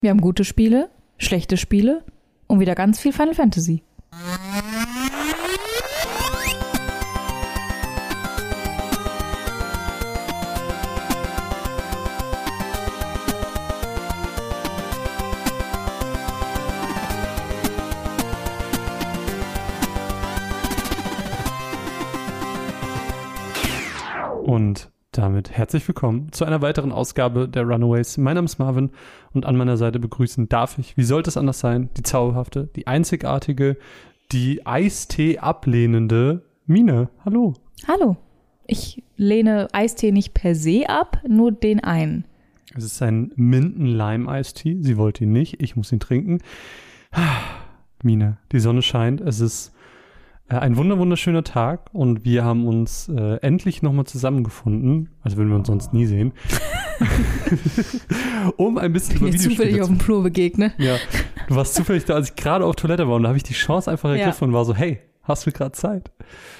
Wir haben gute Spiele, schlechte Spiele und wieder ganz viel Final Fantasy. Und damit herzlich willkommen zu einer weiteren Ausgabe der Runaways. Mein Name ist Marvin und an meiner Seite begrüßen darf ich, wie sollte es anders sein, die zauberhafte, die einzigartige, die Eistee ablehnende Mine. Hallo. Hallo. Ich lehne Eistee nicht per se ab, nur den einen. Es ist ein Minden-Lime-Eistee. Sie wollte ihn nicht, ich muss ihn trinken. Mine, die Sonne scheint, es ist ein wunderschöner Tag und wir haben uns endlich nochmal zusammengefunden, als würden wir uns sonst nie sehen, um ein bisschen über Videospiele zufällig auf dem Flur begegne. Ja, du warst zufällig da, als ich gerade auf Toilette war und da habe ich die Chance einfach ergriffen und war so, hey, hast du gerade Zeit?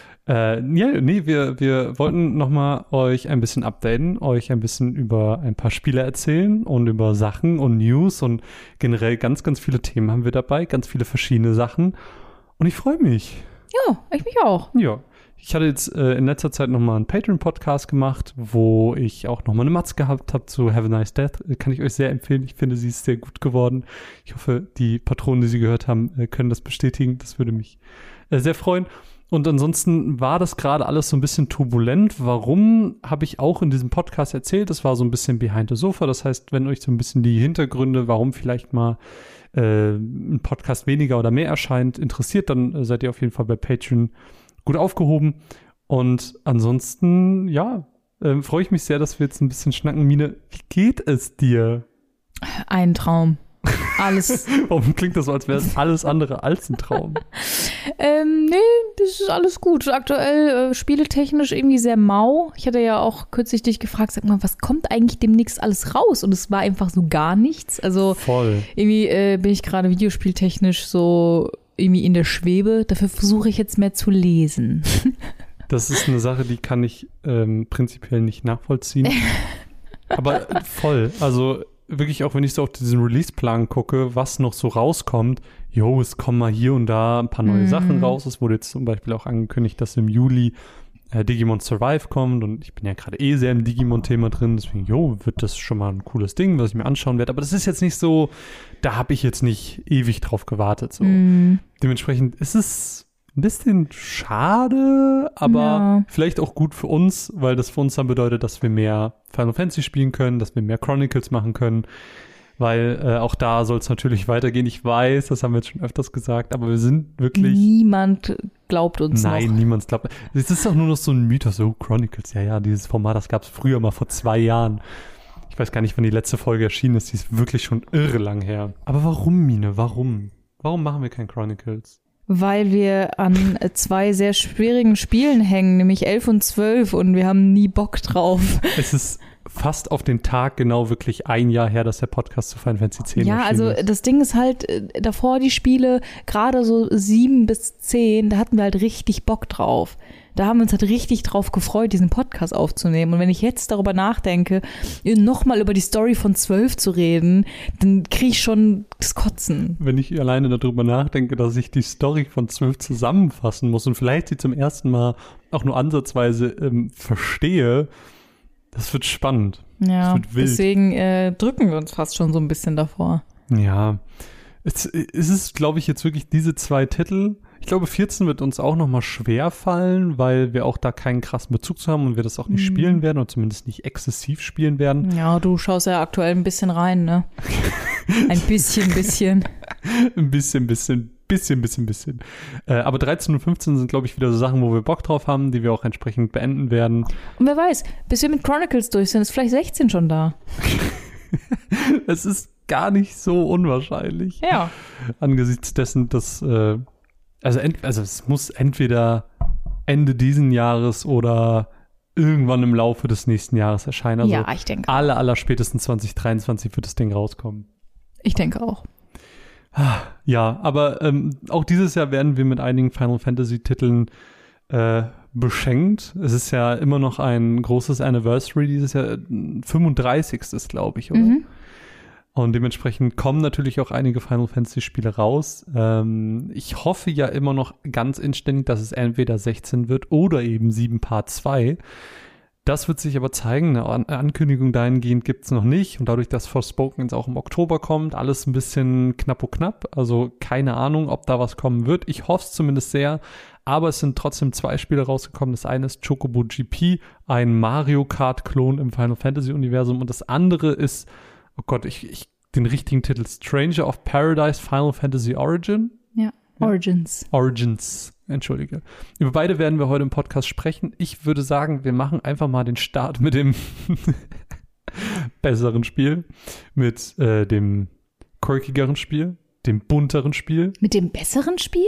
Wir wollten nochmal euch ein bisschen updaten, euch ein bisschen über ein paar Spiele erzählen und über Sachen und News und generell ganz, ganz viele Themen haben wir dabei, ganz viele verschiedene Sachen und ich freue mich. Ja, ich mich auch. Ja, ich hatte jetzt in letzter Zeit nochmal einen Patreon-Podcast gemacht, wo ich auch nochmal eine Matz gehabt habe zu Have a Nice Death. Kann ich euch sehr empfehlen. Ich finde, sie ist sehr gut geworden. Ich hoffe, die Patronen, die sie gehört haben, können das bestätigen. Das würde mich sehr freuen. Und ansonsten war das gerade alles so ein bisschen turbulent. Warum, habe ich auch in diesem Podcast erzählt. Das war so ein bisschen behind the sofa. Das heißt, wenn euch so ein bisschen die Hintergründe, warum vielleicht mal ein Podcast weniger oder mehr erscheint, interessiert, dann seid ihr auf jeden Fall bei Patreon gut aufgehoben. Und ansonsten, ja, freue ich mich sehr, dass wir jetzt ein bisschen schnacken. Mine, wie geht es dir? Ein Traum. Alles. Warum klingt das so, als wäre es alles andere als ein Traum? Nee, das ist alles gut. Aktuell spieletechnisch irgendwie sehr mau. Ich hatte ja auch kürzlich dich gefragt, sag mal, was kommt eigentlich demnächst alles raus? Und es war einfach so gar nichts. Also voll. Irgendwie bin ich gerade videospieltechnisch so irgendwie in der Schwebe. Dafür versuche ich jetzt mehr zu lesen. Das ist eine Sache, die kann ich prinzipiell nicht nachvollziehen. Aber voll. Also wirklich, auch wenn ich so auf diesen Release-Plan gucke, was noch so rauskommt, es kommen mal hier und da ein paar neue Sachen raus. Es wurde jetzt zum Beispiel auch angekündigt, dass im Juli Digimon Survive kommt und ich bin ja gerade sehr im Digimon-Thema drin, deswegen, wird das schon mal ein cooles Ding, was ich mir anschauen werde. Aber das ist jetzt nicht so, da habe ich jetzt nicht ewig drauf gewartet. So. Dementsprechend ist es ein bisschen schade, aber vielleicht auch gut für uns, weil das für uns dann bedeutet, dass wir mehr Final Fantasy spielen können, dass wir mehr Chronicles machen können, weil auch da soll es natürlich weitergehen. Ich weiß, das haben wir jetzt schon öfters gesagt, aber wir sind wirklich... Niemand glaubt uns noch. Nein, niemand glaubt. Es ist auch nur noch so ein Mythos, so Chronicles, dieses Format, das gab es früher mal vor 2 Jahren. Ich weiß gar nicht, wann die letzte Folge erschienen ist, die ist wirklich schon irre lang her. Aber warum, Mine, warum? Warum machen wir kein Chronicles? Weil wir an 2 sehr schwierigen Spielen hängen, nämlich 11 und 12 und wir haben nie Bock drauf. Es ist fast auf den Tag genau wirklich 1 Jahr her, dass der Podcast zu Final Fantasy 10 Ja, also ist. das Ding ist halt, davor die Spiele, gerade so 7 bis 10, da hatten wir halt richtig Bock drauf. Da haben wir uns halt richtig drauf gefreut, diesen Podcast aufzunehmen. Und wenn ich jetzt darüber nachdenke, nochmal über die Story von 12 zu reden, dann kriege ich schon das Kotzen. Wenn ich alleine darüber nachdenke, dass ich die Story von 12 zusammenfassen muss und vielleicht sie zum ersten Mal auch nur ansatzweise verstehe, das wird spannend. Ja, das wird wild. Deswegen drücken wir uns fast schon so ein bisschen davor. Ja, es ist, glaube ich, jetzt wirklich diese 2 Titel. Ich glaube, 14 wird uns auch nochmal schwer fallen, weil wir auch da keinen krassen Bezug zu haben und wir das auch nicht spielen werden oder zumindest nicht exzessiv spielen werden. Ja, du schaust ja aktuell ein bisschen rein, ne? Ein bisschen. Ein bisschen. Aber 13 und 15 sind, glaube ich, wieder so Sachen, wo wir Bock drauf haben, die wir auch entsprechend beenden werden. Und wer weiß, bis wir mit Chronicles durch sind, ist vielleicht 16 schon da. Es ist gar nicht so unwahrscheinlich. Ja. Angesichts dessen, dass also es muss entweder Ende diesen Jahres oder irgendwann im Laufe des nächsten Jahres erscheinen. Also ja, ich denke. Aller spätestens 2023 wird das Ding rauskommen. Ich denke auch. Ja, aber auch dieses Jahr werden wir mit einigen Final Fantasy Titeln beschenkt. Es ist ja immer noch ein großes Anniversary dieses Jahr, 35. glaube ich, oder? Und dementsprechend kommen natürlich auch einige Final Fantasy-Spiele raus. Ich hoffe ja immer noch ganz inständig, dass es entweder 16 wird oder eben 7 Part 2. Das wird sich aber zeigen. Eine Ankündigung dahingehend gibt es noch nicht. Und dadurch, dass Forspoken jetzt auch im Oktober kommt, alles ein bisschen knapp. Also keine Ahnung, ob da was kommen wird. Ich hoffe es zumindest sehr. Aber es sind trotzdem 2 Spiele rausgekommen. Das eine ist Chocobo GP, ein Mario Kart-Klon im Final Fantasy-Universum. Und das andere ist, oh Gott, den richtigen Titel, Stranger of Paradise Final Fantasy Origin. Ja, Origins. Origins, entschuldige. Über beide werden wir heute im Podcast sprechen. Ich würde sagen, wir machen einfach mal den Start mit dem besseren Spiel, mit dem quirkigeren Spiel, dem bunteren Spiel. Mit dem besseren Spiel?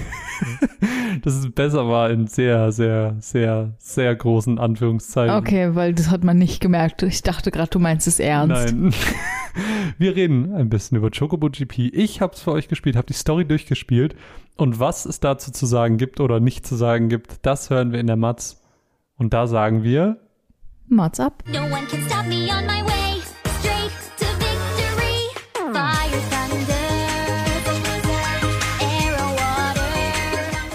Dass es besser war in sehr, sehr, sehr, sehr großen Anführungszeichen. Okay, weil das hat man nicht gemerkt. Ich dachte gerade, du meinst es ernst. Nein. Wir reden ein bisschen über Chocobo GP. Ich habe es für euch gespielt, habe die Story durchgespielt. Und was es dazu zu sagen gibt oder nicht zu sagen gibt, das hören wir in der Matz. Und da sagen wir Matz ab. No one can stop me on my way straight to victory. Fire, thunder, air, water.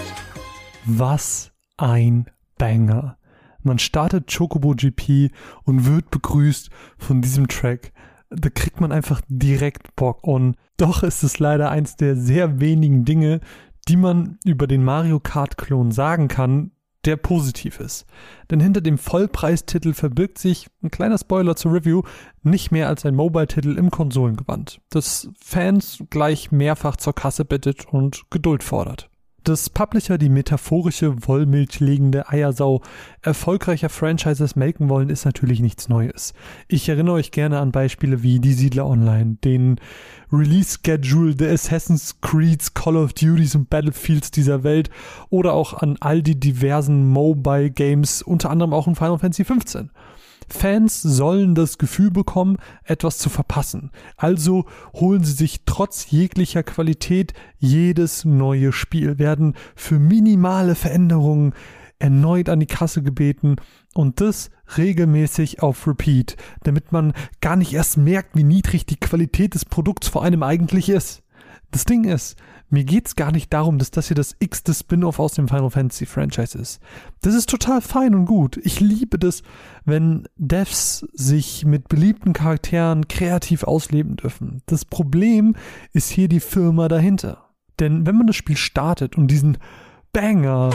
Was ein Banger. Man startet Chocobo GP und wird begrüßt von diesem Track. Da kriegt man einfach direkt Bock. Und doch ist es leider eins der sehr wenigen Dinge, die man über den Mario Kart-Klon sagen kann, der positiv ist. Denn hinter dem Vollpreistitel verbirgt sich, ein kleiner Spoiler zur Review, nicht mehr als ein Mobile-Titel im Konsolengewand, das Fans gleich mehrfach zur Kasse bittet und Geduld fordert. Dass Publisher die metaphorische, wollmilchlegende Eiersau erfolgreicher Franchises melken wollen, ist natürlich nichts Neues. Ich erinnere euch gerne an Beispiele wie Die Siedler Online, den Release-Schedule der Assassin's Creeds, Call of Duties und Battlefields dieser Welt oder auch an all die diversen Mobile-Games, unter anderem auch in Final Fantasy 15. Fans sollen das Gefühl bekommen, etwas zu verpassen. Also holen sie sich trotz jeglicher Qualität jedes neue Spiel, werden für minimale Veränderungen erneut an die Kasse gebeten und das regelmäßig auf Repeat, damit man gar nicht erst merkt, wie niedrig die Qualität des Produkts vor einem eigentlich ist. Das Ding ist, mir geht's gar nicht darum, dass das hier das x-te Spin-off aus dem Final Fantasy Franchise ist. Das ist total fein und gut. Ich liebe das, wenn Devs sich mit beliebten Charakteren kreativ ausleben dürfen. Das Problem ist hier die Firma dahinter. Denn wenn man das Spiel startet und diesen Banger,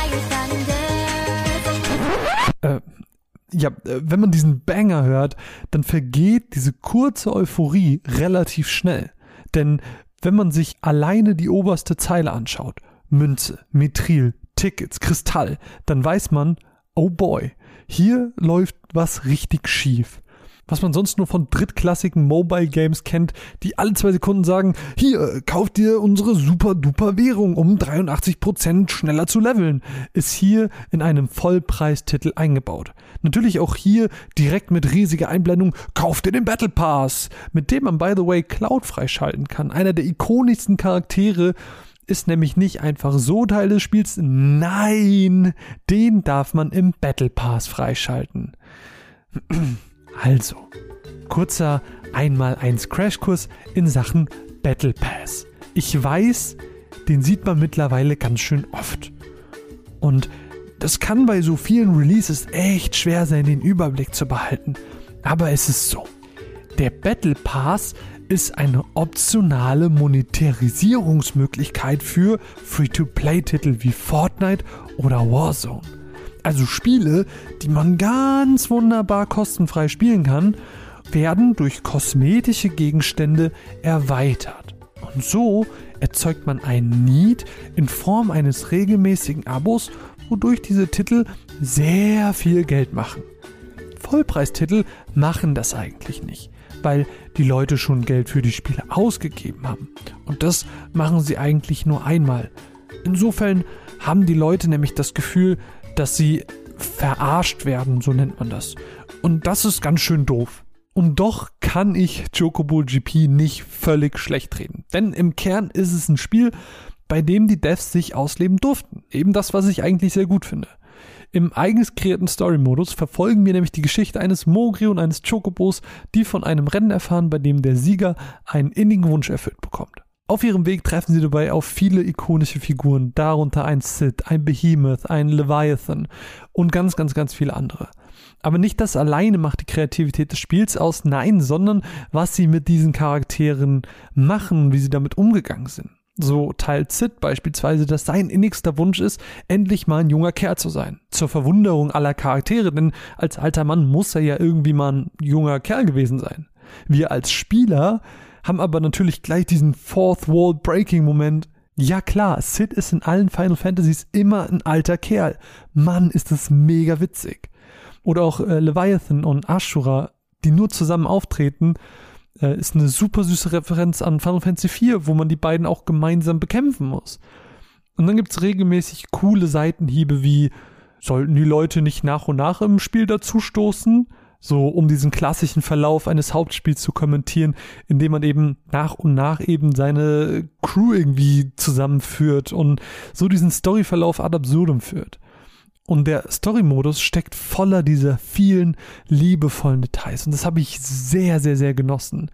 wenn man diesen Banger hört, dann vergeht diese kurze Euphorie relativ schnell. Denn wenn man sich alleine die oberste Zeile anschaut, Münze, Mithril, Tickets, Kristall, dann weiß man, oh boy, hier läuft was richtig schief. Was man sonst nur von drittklassigen Mobile Games kennt, die alle 2 Sekunden sagen, hier, kauft dir unsere super duper Währung, um 83% schneller zu leveln, ist hier in einem Vollpreistitel eingebaut. Natürlich auch hier direkt mit riesiger Einblendung, kauft dir den Battle Pass, mit dem man by the way Cloud freischalten kann. Einer der ikonischsten Charaktere ist nämlich nicht einfach so Teil des Spiels, nein, den darf man im Battle Pass freischalten. Also, kurzer 1x1 Crashkurs in Sachen Battle Pass. Ich weiß, den sieht man mittlerweile ganz schön oft. Und das kann bei so vielen Releases echt schwer sein, den Überblick zu behalten. Aber es ist so. Der Battle Pass ist eine optionale Monetarisierungsmöglichkeit für Free-to-Play-Titel wie Fortnite oder Warzone. Also Spiele, die man ganz wunderbar kostenfrei spielen kann, werden durch kosmetische Gegenstände erweitert. Und so erzeugt man einen Need in Form eines regelmäßigen Abos, wodurch diese Titel sehr viel Geld machen. Vollpreistitel machen das eigentlich nicht, weil die Leute schon Geld für die Spiele ausgegeben haben. Und das machen sie eigentlich nur einmal. Insofern haben die Leute nämlich das Gefühl, dass sie verarscht werden, so nennt man das. Und das ist ganz schön doof. Und doch kann ich Chocobo GP nicht völlig schlecht reden. Denn im Kern ist es ein Spiel, bei dem die Devs sich ausleben durften. Eben das, was ich eigentlich sehr gut finde. Im eigens kreierten Story-Modus verfolgen wir nämlich die Geschichte eines Mogri und eines Chocobos, die von einem Rennen erfahren, bei dem der Sieger einen innigen Wunsch erfüllt bekommt. Auf ihrem Weg treffen sie dabei auf viele ikonische Figuren, darunter ein Sid, ein Behemoth, ein Leviathan und ganz, ganz, ganz viele andere. Aber nicht das alleine macht die Kreativität des Spiels aus, nein, sondern was sie mit diesen Charakteren machen, wie sie damit umgegangen sind. So teilt Sid beispielsweise, dass sein innigster Wunsch ist, endlich mal ein junger Kerl zu sein. Zur Verwunderung aller Charaktere, denn als alter Mann muss er ja irgendwie mal ein junger Kerl gewesen sein. Wir als Spieler haben aber natürlich gleich diesen Fourth-Wall-Breaking-Moment. Ja klar, Sid ist in allen Final Fantasies immer ein alter Kerl. Mann, ist das mega witzig. Oder auch Leviathan und Ashura, die nur zusammen auftreten, ist eine super süße Referenz an Final Fantasy IV, wo man die beiden auch gemeinsam bekämpfen muss. Und dann gibt es regelmäßig coole Seitenhiebe wie, sollten die Leute nicht nach und nach im Spiel dazustoßen? So, um diesen klassischen Verlauf eines Hauptspiels zu kommentieren, indem man eben nach und nach eben seine Crew irgendwie zusammenführt und so diesen Storyverlauf ad absurdum führt. Und der Story-Modus steckt voller dieser vielen liebevollen Details. Und das habe ich sehr, sehr, sehr genossen.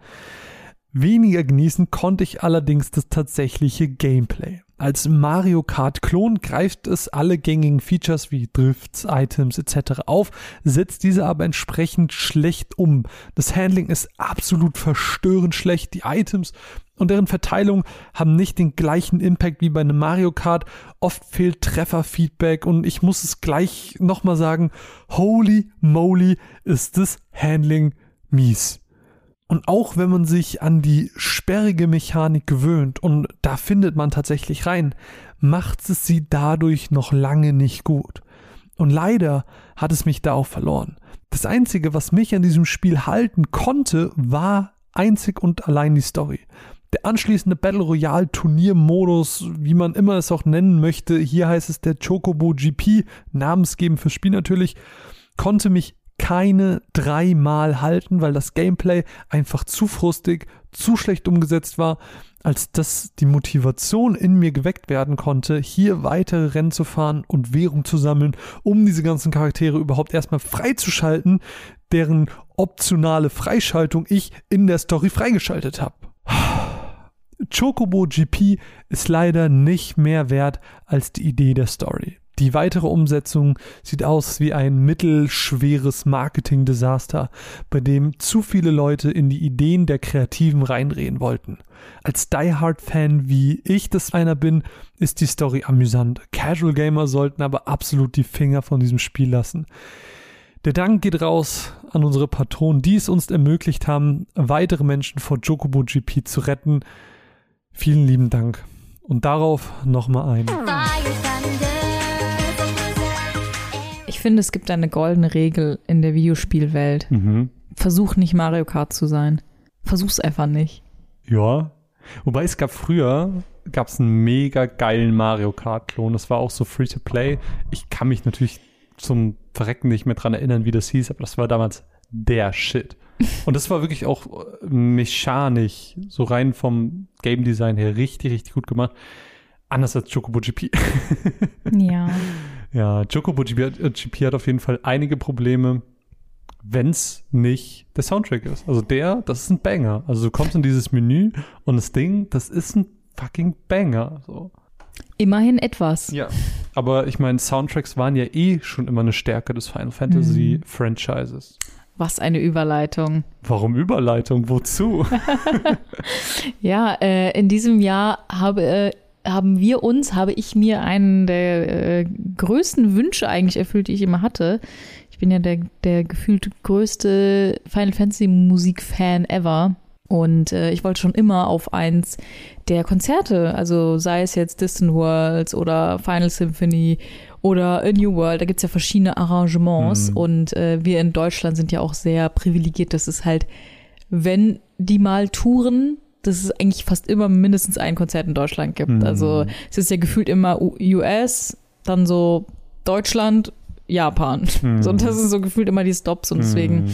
Weniger genießen konnte ich allerdings das tatsächliche Gameplay. Als Mario Kart-Klon greift es alle gängigen Features wie Drifts, Items etc. auf, setzt diese aber entsprechend schlecht um. Das Handling ist absolut verstörend schlecht. Die Items und deren Verteilung haben nicht den gleichen Impact wie bei einem Mario Kart. Oft fehlt Trefferfeedback und ich muss es gleich nochmal sagen, holy moly ist das Handling mies. Und auch wenn man sich an die sperrige Mechanik gewöhnt, und da findet man tatsächlich rein, macht es sie dadurch noch lange nicht gut. Und leider hat es mich da auch verloren. Das Einzige, was mich an diesem Spiel halten konnte, war einzig und allein die Story. Der anschließende Battle Royale Turniermodus, wie man immer es auch nennen möchte, hier heißt es der Chocobo GP, namensgebend fürs Spiel natürlich, konnte mich keine 3 Mal halten, weil das Gameplay einfach zu frustig, zu schlecht umgesetzt war, als dass die Motivation in mir geweckt werden konnte, hier weitere Rennen zu fahren und Währung zu sammeln, um diese ganzen Charaktere überhaupt erstmal freizuschalten, deren optionale Freischaltung ich in der Story freigeschaltet habe. Chocobo GP ist leider nicht mehr wert als die Idee der Story. Die weitere Umsetzung sieht aus wie ein mittelschweres Marketing-Desaster, bei dem zu viele Leute in die Ideen der Kreativen reinreden wollten. Als Die-Hard-Fan, wie ich das einer bin, ist die Story amüsant. Casual-Gamer sollten aber absolut die Finger von diesem Spiel lassen. Der Dank geht raus an unsere Patronen, die es uns ermöglicht haben, weitere Menschen vor Chocobo GP zu retten. Vielen lieben Dank. Und darauf nochmal ein. Fire Thunder. Ich finde, es gibt eine goldene Regel in der Videospielwelt. Versuch nicht Mario Kart zu sein. Versuch's einfach nicht. Ja. Wobei es früher gab es einen mega geilen Mario Kart-Klon. Das war auch so Free-to-Play. Ich kann mich natürlich zum Verrecken nicht mehr dran erinnern, wie das hieß, aber das war damals der Shit. Und das war wirklich auch mechanisch, so rein vom Game Design her richtig, richtig gut gemacht. Anders als Chocobo GP. Ja. Ja, Chocobo GP hat auf jeden Fall einige Probleme, wenn es nicht der Soundtrack ist. Also das ist ein Banger. Also du kommst in dieses Menü und das Ding, das ist ein fucking Banger. So. Immerhin etwas. Ja. Aber ich meine, Soundtracks waren ja schon immer eine Stärke des Final Fantasy Franchises. Was eine Überleitung. Warum Überleitung? Wozu? Ja, in diesem Jahr habe ich mir einen der größten Wünsche eigentlich erfüllt, die ich immer hatte. Ich bin ja der gefühlt größte Final Fantasy Musik-Fan ever. Und ich wollte schon immer auf eins der Konzerte, also sei es jetzt Distant Worlds oder Final Symphony oder A New World, da gibt es ja verschiedene Arrangements und wir in Deutschland sind ja auch sehr privilegiert, dass es halt, wenn die mal touren, dass es eigentlich fast immer mindestens ein Konzert in Deutschland gibt. Also es ist ja gefühlt immer US, dann so Deutschland, Japan. So, das ist so gefühlt immer die Stops und deswegen,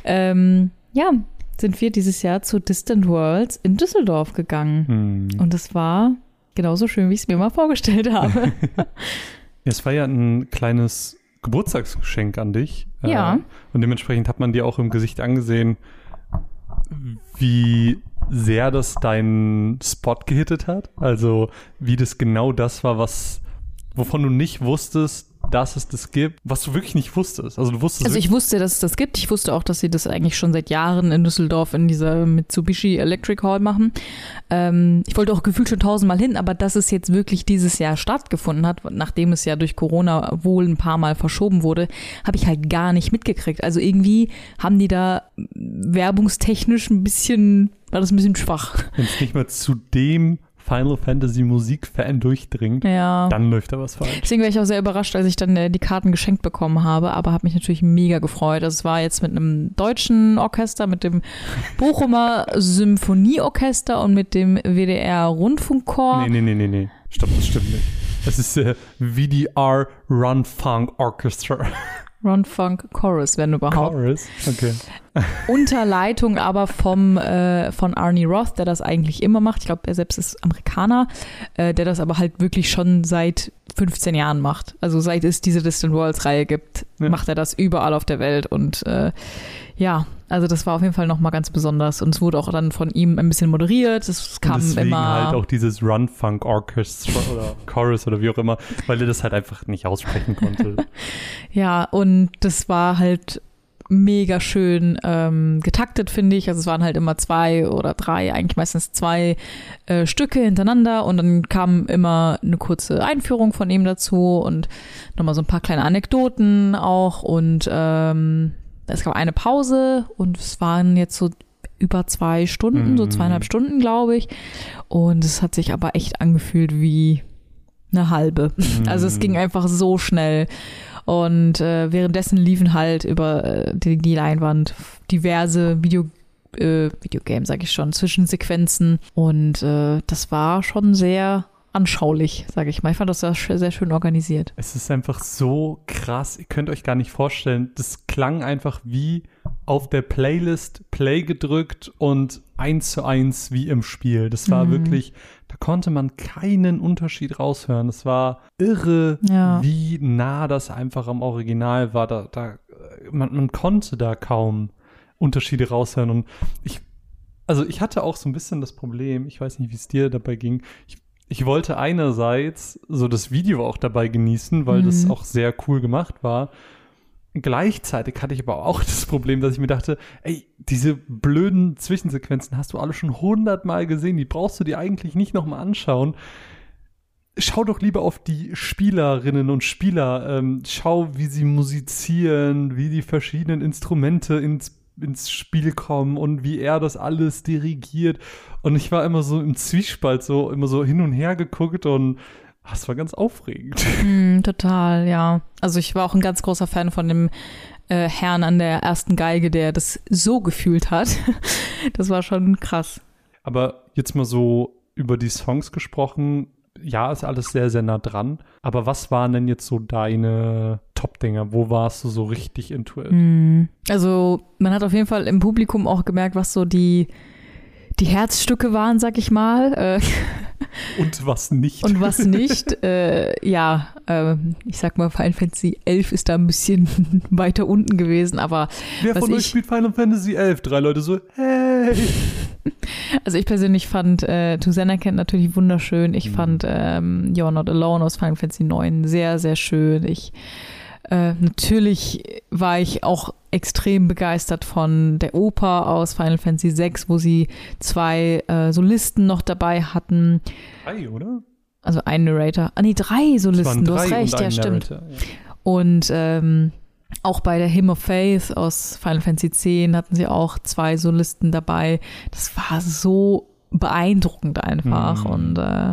sind wir dieses Jahr zu Distant Worlds in Düsseldorf gegangen. Und es war genauso schön, wie ich es mir mal vorgestellt habe. Es war ja ein kleines Geburtstagsgeschenk an dich. Ja. Und dementsprechend hat man dir auch im Gesicht angesehen, wie sehr das deinen Spot gehittet hat. Also wie das genau das war, wovon du nicht wusstest, dass es das gibt, was du wirklich nicht wusstest. Also du wusstest Also ich wusste, dass es das gibt. Ich wusste auch, dass sie das eigentlich schon seit Jahren in Düsseldorf in dieser Mitsubishi Electric Hall machen. Ich wollte auch gefühlt schon 1000-mal hin, aber dass es jetzt wirklich dieses Jahr stattgefunden hat, nachdem es ja durch Corona wohl ein paar Mal verschoben wurde, habe ich halt gar nicht mitgekriegt. Also irgendwie haben die da werbungstechnisch war das ein bisschen schwach. wenn es nicht mal zu dem Final Fantasy Musikfan durchdringt, dann läuft da was falsch. Deswegen war ich auch sehr überrascht, als ich dann die Karten geschenkt bekommen habe, aber habe mich natürlich mega gefreut. Also es war jetzt mit einem deutschen Orchester, mit dem Bochumer Symphonieorchester und mit dem WDR Rundfunkchor. Nee. Stopp, das stimmt nicht. Es ist VDR Rundfunk Orchestra. Rundfunk Chorus, wenn überhaupt. Chorus, okay. Unter Leitung aber von Arnie Roth, der das eigentlich immer macht. Ich glaube, er selbst ist Amerikaner, der das aber halt wirklich schon seit 15 Jahren macht. Also seit es diese Distant Worlds Reihe gibt, macht er das überall auf der Welt. Und also das war auf jeden Fall nochmal ganz besonders. Und es wurde auch dann von ihm ein bisschen moderiert. Es kam deswegen immer halt auch dieses Rundfunk Orchestra oder Chorus oder wie auch immer, weil er das halt einfach nicht aussprechen konnte. Ja, und das war halt mega schön getaktet, finde ich. Also es waren halt immer 2 oder 3, eigentlich meistens 2 Stücke hintereinander und dann kam immer eine kurze Einführung von ihm dazu und nochmal so ein paar kleine Anekdoten auch und es gab eine Pause und es waren jetzt so über 2 Stunden, so 2,5 Stunden, glaube ich. Und es hat sich aber echt angefühlt wie eine halbe. Also es ging einfach so schnell. Und währenddessen liefen halt über die Leinwand diverse Videogame, sag ich schon, Zwischensequenzen. Und das war schon sehr anschaulich, sage ich mal. Ich fand das sehr schön organisiert. Es ist einfach so krass. Ihr könnt euch gar nicht vorstellen. Das klang einfach wie auf der Playlist Play gedrückt und 1:1 wie im Spiel. Das war wirklich, da konnte man keinen Unterschied raushören. Das war irre, wie nah das einfach am Original war. Man konnte da kaum Unterschiede raushören. Und ich hatte auch so ein bisschen das Problem, ich weiß nicht, wie es dir dabei ging, ich wollte einerseits so das Video auch dabei genießen, weil das auch sehr cool gemacht war. Gleichzeitig hatte ich aber auch das Problem, dass ich mir dachte, ey, diese blöden Zwischensequenzen hast du alle schon 100-mal gesehen, die brauchst du dir eigentlich nicht nochmal anschauen. Schau doch lieber auf die Spielerinnen und Spieler, schau, wie sie musizieren, wie die verschiedenen Instrumente ins Spiel kommen und wie er das alles dirigiert. Und ich war immer so im Zwiespalt, so immer so hin und her geguckt und es war ganz aufregend. Total, ja. Also ich war auch ein ganz großer Fan von dem Herrn an der ersten Geige, der das so gefühlt hat. Das war schon krass. Aber jetzt mal so über die Songs gesprochen, ja, ist alles sehr, sehr nah dran. Aber was waren denn jetzt so deine Top-Dinger? Wo warst du so richtig into it? Also man hat auf jeden Fall im Publikum auch gemerkt, was so die Herzstücke waren, sag ich mal. Und was nicht. Und was nicht. Ich sag mal, Final Fantasy 11 ist da ein bisschen weiter unten gewesen, aber wer von euch spielt Final Fantasy 11? 3 Leute so, hey! Also ich persönlich fand To Xanarkand natürlich wunderschön. Ich fand You're Not Alone aus Final Fantasy 9 sehr, sehr schön. Natürlich war ich auch extrem begeistert von der Oper aus Final Fantasy 6, wo sie 2 Solisten noch dabei hatten. 3, oder? Also ein Narrator. 3 Solisten, du hast recht, ja, stimmt. Narrator, ja. Und auch bei der Hymn of Faith aus Final Fantasy X hatten sie auch 2 Solisten dabei. Das war so beeindruckend einfach. Und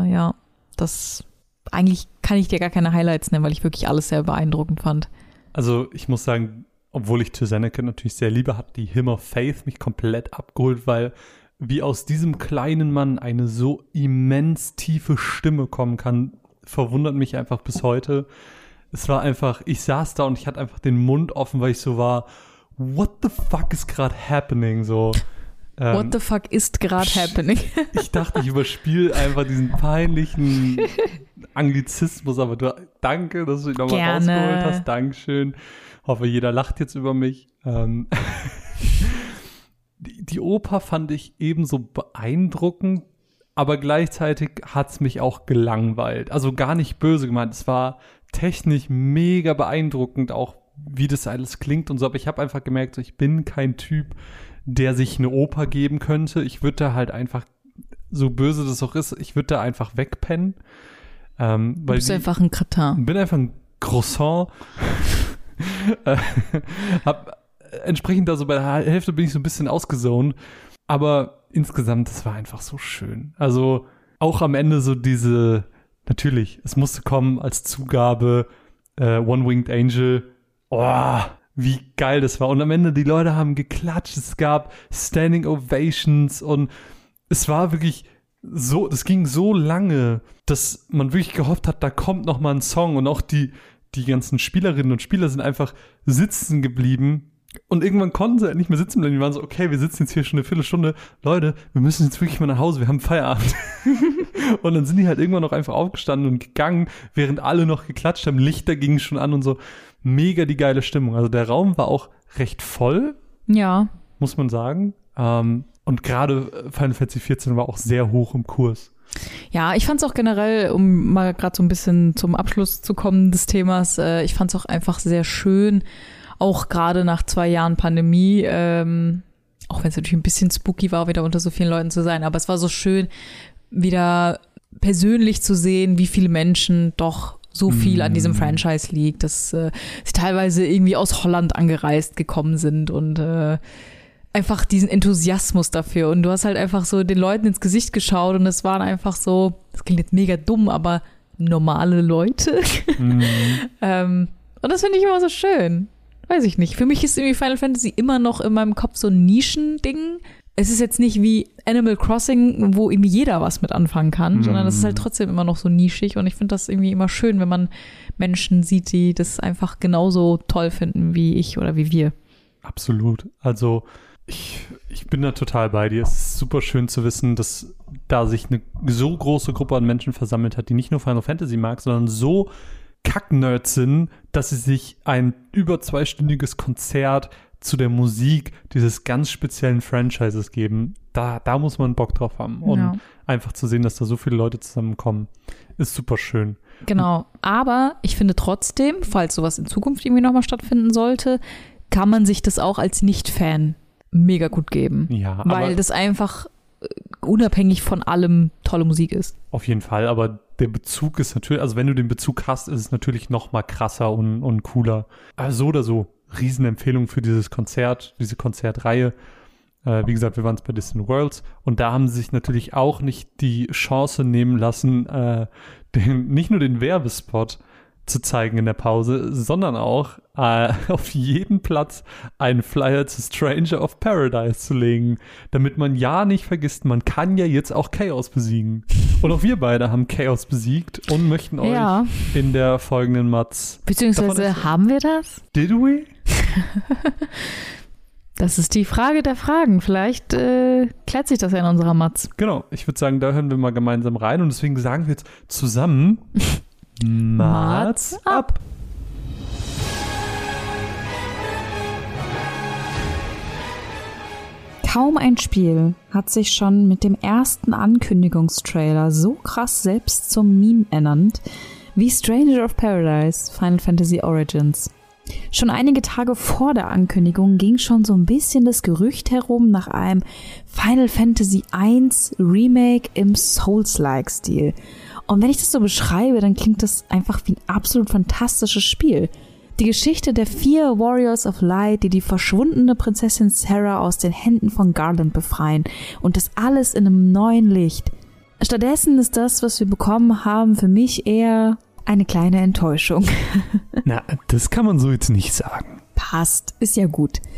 eigentlich kann ich dir gar keine Highlights nennen, weil ich wirklich alles sehr beeindruckend fand. Also ich muss sagen, obwohl ich To Xanarkand natürlich sehr liebe, hat die Hymn of Faith mich komplett abgeholt, weil wie aus diesem kleinen Mann eine so immens tiefe Stimme kommen kann, verwundert mich einfach bis heute. Es war einfach, ich saß da und ich hatte einfach den Mund offen, weil ich so war, what the fuck is gerade happening? So. What the fuck ist gerade happening? Ich dachte, ich überspiele einfach diesen peinlichen Anglizismus, aber danke, dass du ihn nochmal Gerne. rausgeholt hast. Dankeschön. Hoffe, jeder lacht jetzt über mich. Die Oper fand ich ebenso beeindruckend, aber gleichzeitig hat es mich auch gelangweilt. Also gar nicht böse gemeint. Es war technisch mega beeindruckend, auch wie das alles klingt und so. Aber ich habe einfach gemerkt, so, ich bin kein Typ, der sich eine Oper geben könnte. Ich würde da halt einfach, so böse das auch ist, ich würde da einfach wegpennen. Du bist einfach ein Kretin. Bin einfach ein Croissant. Entsprechend also bei der Hälfte bin ich so ein bisschen ausgezont. Aber insgesamt, das war einfach so schön. Also auch am Ende so natürlich, es musste kommen als Zugabe, One-Winged Angel. Oh, wie geil das war. Und am Ende, die Leute haben geklatscht. Es gab Standing Ovations und es war wirklich so, das ging so lange, dass man wirklich gehofft hat, da kommt noch mal ein Song und auch die ganzen Spielerinnen und Spieler sind einfach sitzen geblieben und irgendwann konnten sie halt nicht mehr sitzen bleiben. Die waren so, okay, wir sitzen jetzt hier schon eine Viertelstunde. Leute, wir müssen jetzt wirklich mal nach Hause, wir haben Feierabend. Und dann sind die halt irgendwann noch einfach aufgestanden und gegangen, während alle noch geklatscht haben. Lichter gingen schon an und so. Mega die geile Stimmung. Also der Raum war auch recht voll, Ja. muss man sagen. Und gerade Final Fantasy 14 war auch sehr hoch im Kurs. Ja, ich fand es auch generell, um mal gerade so ein bisschen zum Abschluss zu kommen des Themas, ich fand es auch einfach sehr schön, auch gerade nach 2 Jahren Pandemie, auch wenn es natürlich ein bisschen spooky war, wieder unter so vielen Leuten zu sein, aber es war so schön, wieder persönlich zu sehen, wie viele Menschen doch so viel an diesem Franchise liegt, dass sie teilweise irgendwie aus Holland angereist gekommen sind und einfach diesen Enthusiasmus dafür. Und du hast halt einfach so den Leuten ins Gesicht geschaut und es waren einfach so, das klingt jetzt mega dumm, aber normale Leute. Und das finde ich immer so schön. Weiß ich nicht. Für mich ist irgendwie Final Fantasy immer noch in meinem Kopf so ein Nischending. Es ist jetzt nicht wie Animal Crossing, wo irgendwie jeder was mit anfangen kann, sondern es ist halt trotzdem immer noch so nischig und ich finde das irgendwie immer schön, wenn man Menschen sieht, die das einfach genauso toll finden wie ich oder wie wir. Absolut. Also ich bin da total bei dir. Es ist super schön zu wissen, dass da sich eine so große Gruppe an Menschen versammelt hat, die nicht nur Final Fantasy mag, sondern so Kack-Nerds sind, dass sie sich ein über 2-stündiges Konzert zu der Musik dieses ganz speziellen Franchises geben. Da muss man Bock drauf haben. Und einfach zu sehen, dass da so viele Leute zusammenkommen, ist super schön. Genau. Aber ich finde trotzdem, falls sowas in Zukunft irgendwie nochmal stattfinden sollte, kann man sich das auch als Nicht-Fan mega gut geben. Ja, weil das einfach unabhängig von allem tolle Musik ist. Auf jeden Fall, aber der Bezug ist natürlich, also wenn du den Bezug hast, ist es natürlich noch mal krasser und cooler. Also so oder so, Riesenempfehlung für dieses Konzert, diese Konzertreihe. Wie gesagt, wir waren es bei Distant Worlds und da haben sie sich natürlich auch nicht die Chance nehmen lassen, nicht nur den Werbespot zu zeigen in der Pause, sondern auch auf jeden Platz einen Flyer zu Stranger of Paradise zu legen, damit man ja nicht vergisst, man kann ja jetzt auch Chaos besiegen. Und auch wir beide haben Chaos besiegt und möchten euch in der folgenden Matz beziehungsweise haben wir das? Did we? Das ist die Frage der Fragen. Vielleicht klärt sich das ja in unserer Matz. Genau, ich würde sagen, da hören wir mal gemeinsam rein und deswegen sagen wir jetzt zusammen Matz ab! Kaum ein Spiel hat sich schon mit dem ersten Ankündigungstrailer so krass selbst zum Meme ernannt wie Stranger of Paradise Final Fantasy Origins. Schon einige Tage vor der Ankündigung ging schon so ein bisschen das Gerücht herum nach einem Final Fantasy I Remake im Souls-like-Stil. Und wenn ich das so beschreibe, dann klingt das einfach wie ein absolut fantastisches Spiel. Die Geschichte der 4 Warriors of Light, die die verschwundene Prinzessin Sarah aus den Händen von Garland befreien. Und das alles in einem neuen Licht. Stattdessen ist das, was wir bekommen haben, für mich eher eine kleine Enttäuschung. Na, das kann man so jetzt nicht sagen. Passt, ist ja gut.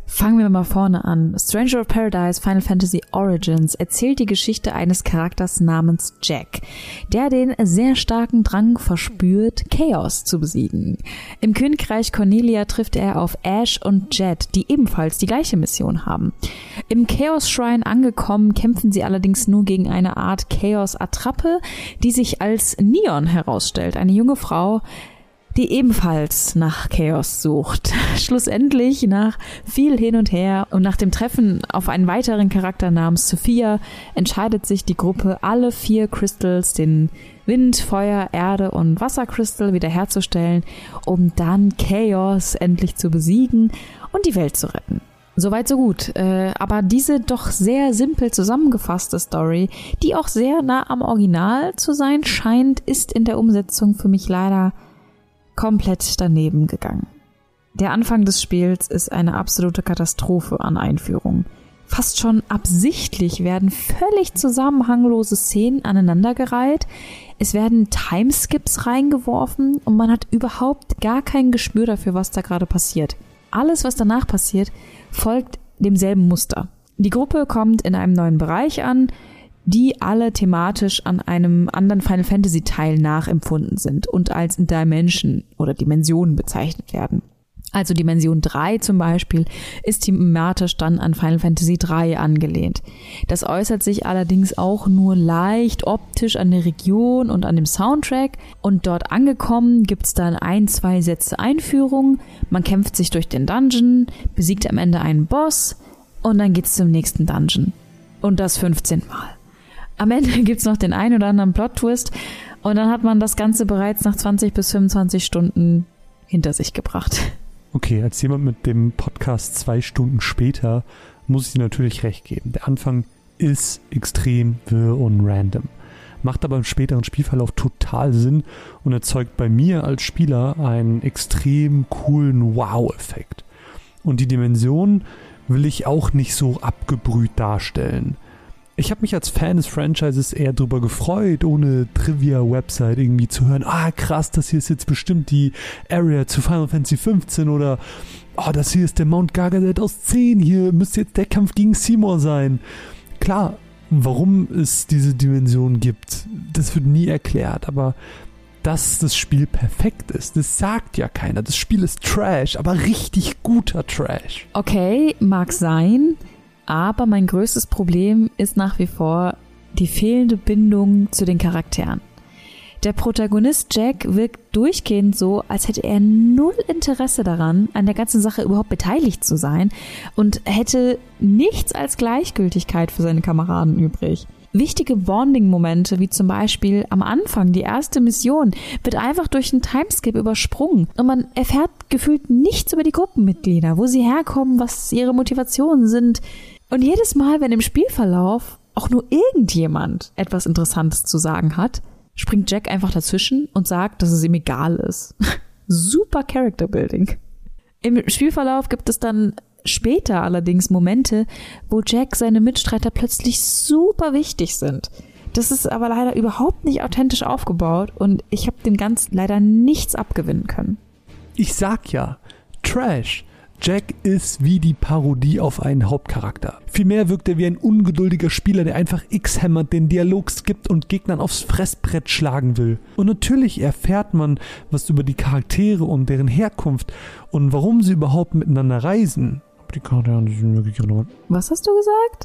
Fangen wir mal vorne an. Stranger of Paradise Final Fantasy Origins erzählt die Geschichte eines Charakters namens Jack, der den sehr starken Drang verspürt, Chaos zu besiegen. Im Königreich Cornelia trifft er auf Ash und Jet, die ebenfalls die gleiche Mission haben. Im Chaos Shrine angekommen, kämpfen sie allerdings nur gegen eine Art Chaos-Attrappe, die sich als Neon herausstellt, eine junge Frau, die ebenfalls nach Chaos sucht. Schlussendlich, nach viel hin und her und nach dem Treffen auf einen weiteren Charakter namens Sophia, entscheidet sich die Gruppe, alle 4 Crystals, den Wind, Feuer, Erde und Wasserkristall wiederherzustellen, um dann Chaos endlich zu besiegen und die Welt zu retten. Soweit so gut, aber diese doch sehr simpel zusammengefasste Story, die auch sehr nah am Original zu sein scheint, ist in der Umsetzung für mich leider komplett daneben gegangen. Der Anfang des Spiels ist eine absolute Katastrophe an Einführung. Fast schon absichtlich werden völlig zusammenhanglose Szenen aneinandergereiht, es werden Timeskips reingeworfen und man hat überhaupt gar kein Gespür dafür, was da gerade passiert. Alles, was danach passiert, folgt demselben Muster. Die Gruppe kommt in einem neuen Bereich an, die alle thematisch an einem anderen Final Fantasy Teil nachempfunden sind und als Dimension oder Dimensionen bezeichnet werden. Also Dimension 3 zum Beispiel ist thematisch dann an Final Fantasy 3 angelehnt. Das äußert sich allerdings auch nur leicht optisch an der Region und an dem Soundtrack. Und dort angekommen gibt's dann 1-2 Sätze Einführung, man kämpft sich durch den Dungeon, besiegt am Ende einen Boss und dann geht's zum nächsten Dungeon. Und das 15 Mal. Am Ende gibt's noch den einen oder anderen Plot-Twist und dann hat man das Ganze bereits nach 20 bis 25 Stunden hinter sich gebracht. Okay, als jemand mit dem Podcast 2 Stunden später muss ich dir natürlich recht geben. Der Anfang ist extrem wirr und random. Macht aber im späteren Spielverlauf total Sinn und erzeugt bei mir als Spieler einen extrem coolen Wow-Effekt. Und die Dimension will ich auch nicht so abgebrüht darstellen. Ich habe mich als Fan des Franchises eher drüber gefreut, ohne Trivia-Website irgendwie zu hören, krass, das hier ist jetzt bestimmt die Area zu Final Fantasy 15 oder das hier ist der Mount Gargadet aus 10, hier müsste jetzt der Kampf gegen Seymour sein. Klar, warum es diese Dimension gibt, das wird nie erklärt, aber dass das Spiel perfekt ist, das sagt ja keiner. Das Spiel ist Trash, aber richtig guter Trash. Okay, mag sein. Aber mein größtes Problem ist nach wie vor die fehlende Bindung zu den Charakteren. Der Protagonist Jack wirkt durchgehend so, als hätte er null Interesse daran, an der ganzen Sache überhaupt beteiligt zu sein und hätte nichts als Gleichgültigkeit für seine Kameraden übrig. Wichtige Bonding-Momente, wie zum Beispiel am Anfang, die erste Mission, wird einfach durch einen Timeskip übersprungen und man erfährt gefühlt nichts über die Gruppenmitglieder, wo sie herkommen, was ihre Motivationen sind. Und jedes Mal, wenn im Spielverlauf auch nur irgendjemand etwas Interessantes zu sagen hat, springt Jack einfach dazwischen und sagt, dass es ihm egal ist. Super Character Building. Im Spielverlauf gibt es dann später allerdings Momente, wo Jack seine Mitstreiter plötzlich super wichtig sind. Das ist aber leider überhaupt nicht authentisch aufgebaut und ich habe dem Ganzen leider nichts abgewinnen können. Ich sag ja, Trash. Jack ist wie die Parodie auf einen Hauptcharakter. Vielmehr wirkt er wie ein ungeduldiger Spieler, der einfach X hämmert, den Dialog skippt und Gegnern aufs Fressbrett schlagen will. Und natürlich erfährt man was über die Charaktere und deren Herkunft und warum sie überhaupt miteinander reisen. Aber die Charaktere sind wirklich relevant. Was hast du gesagt?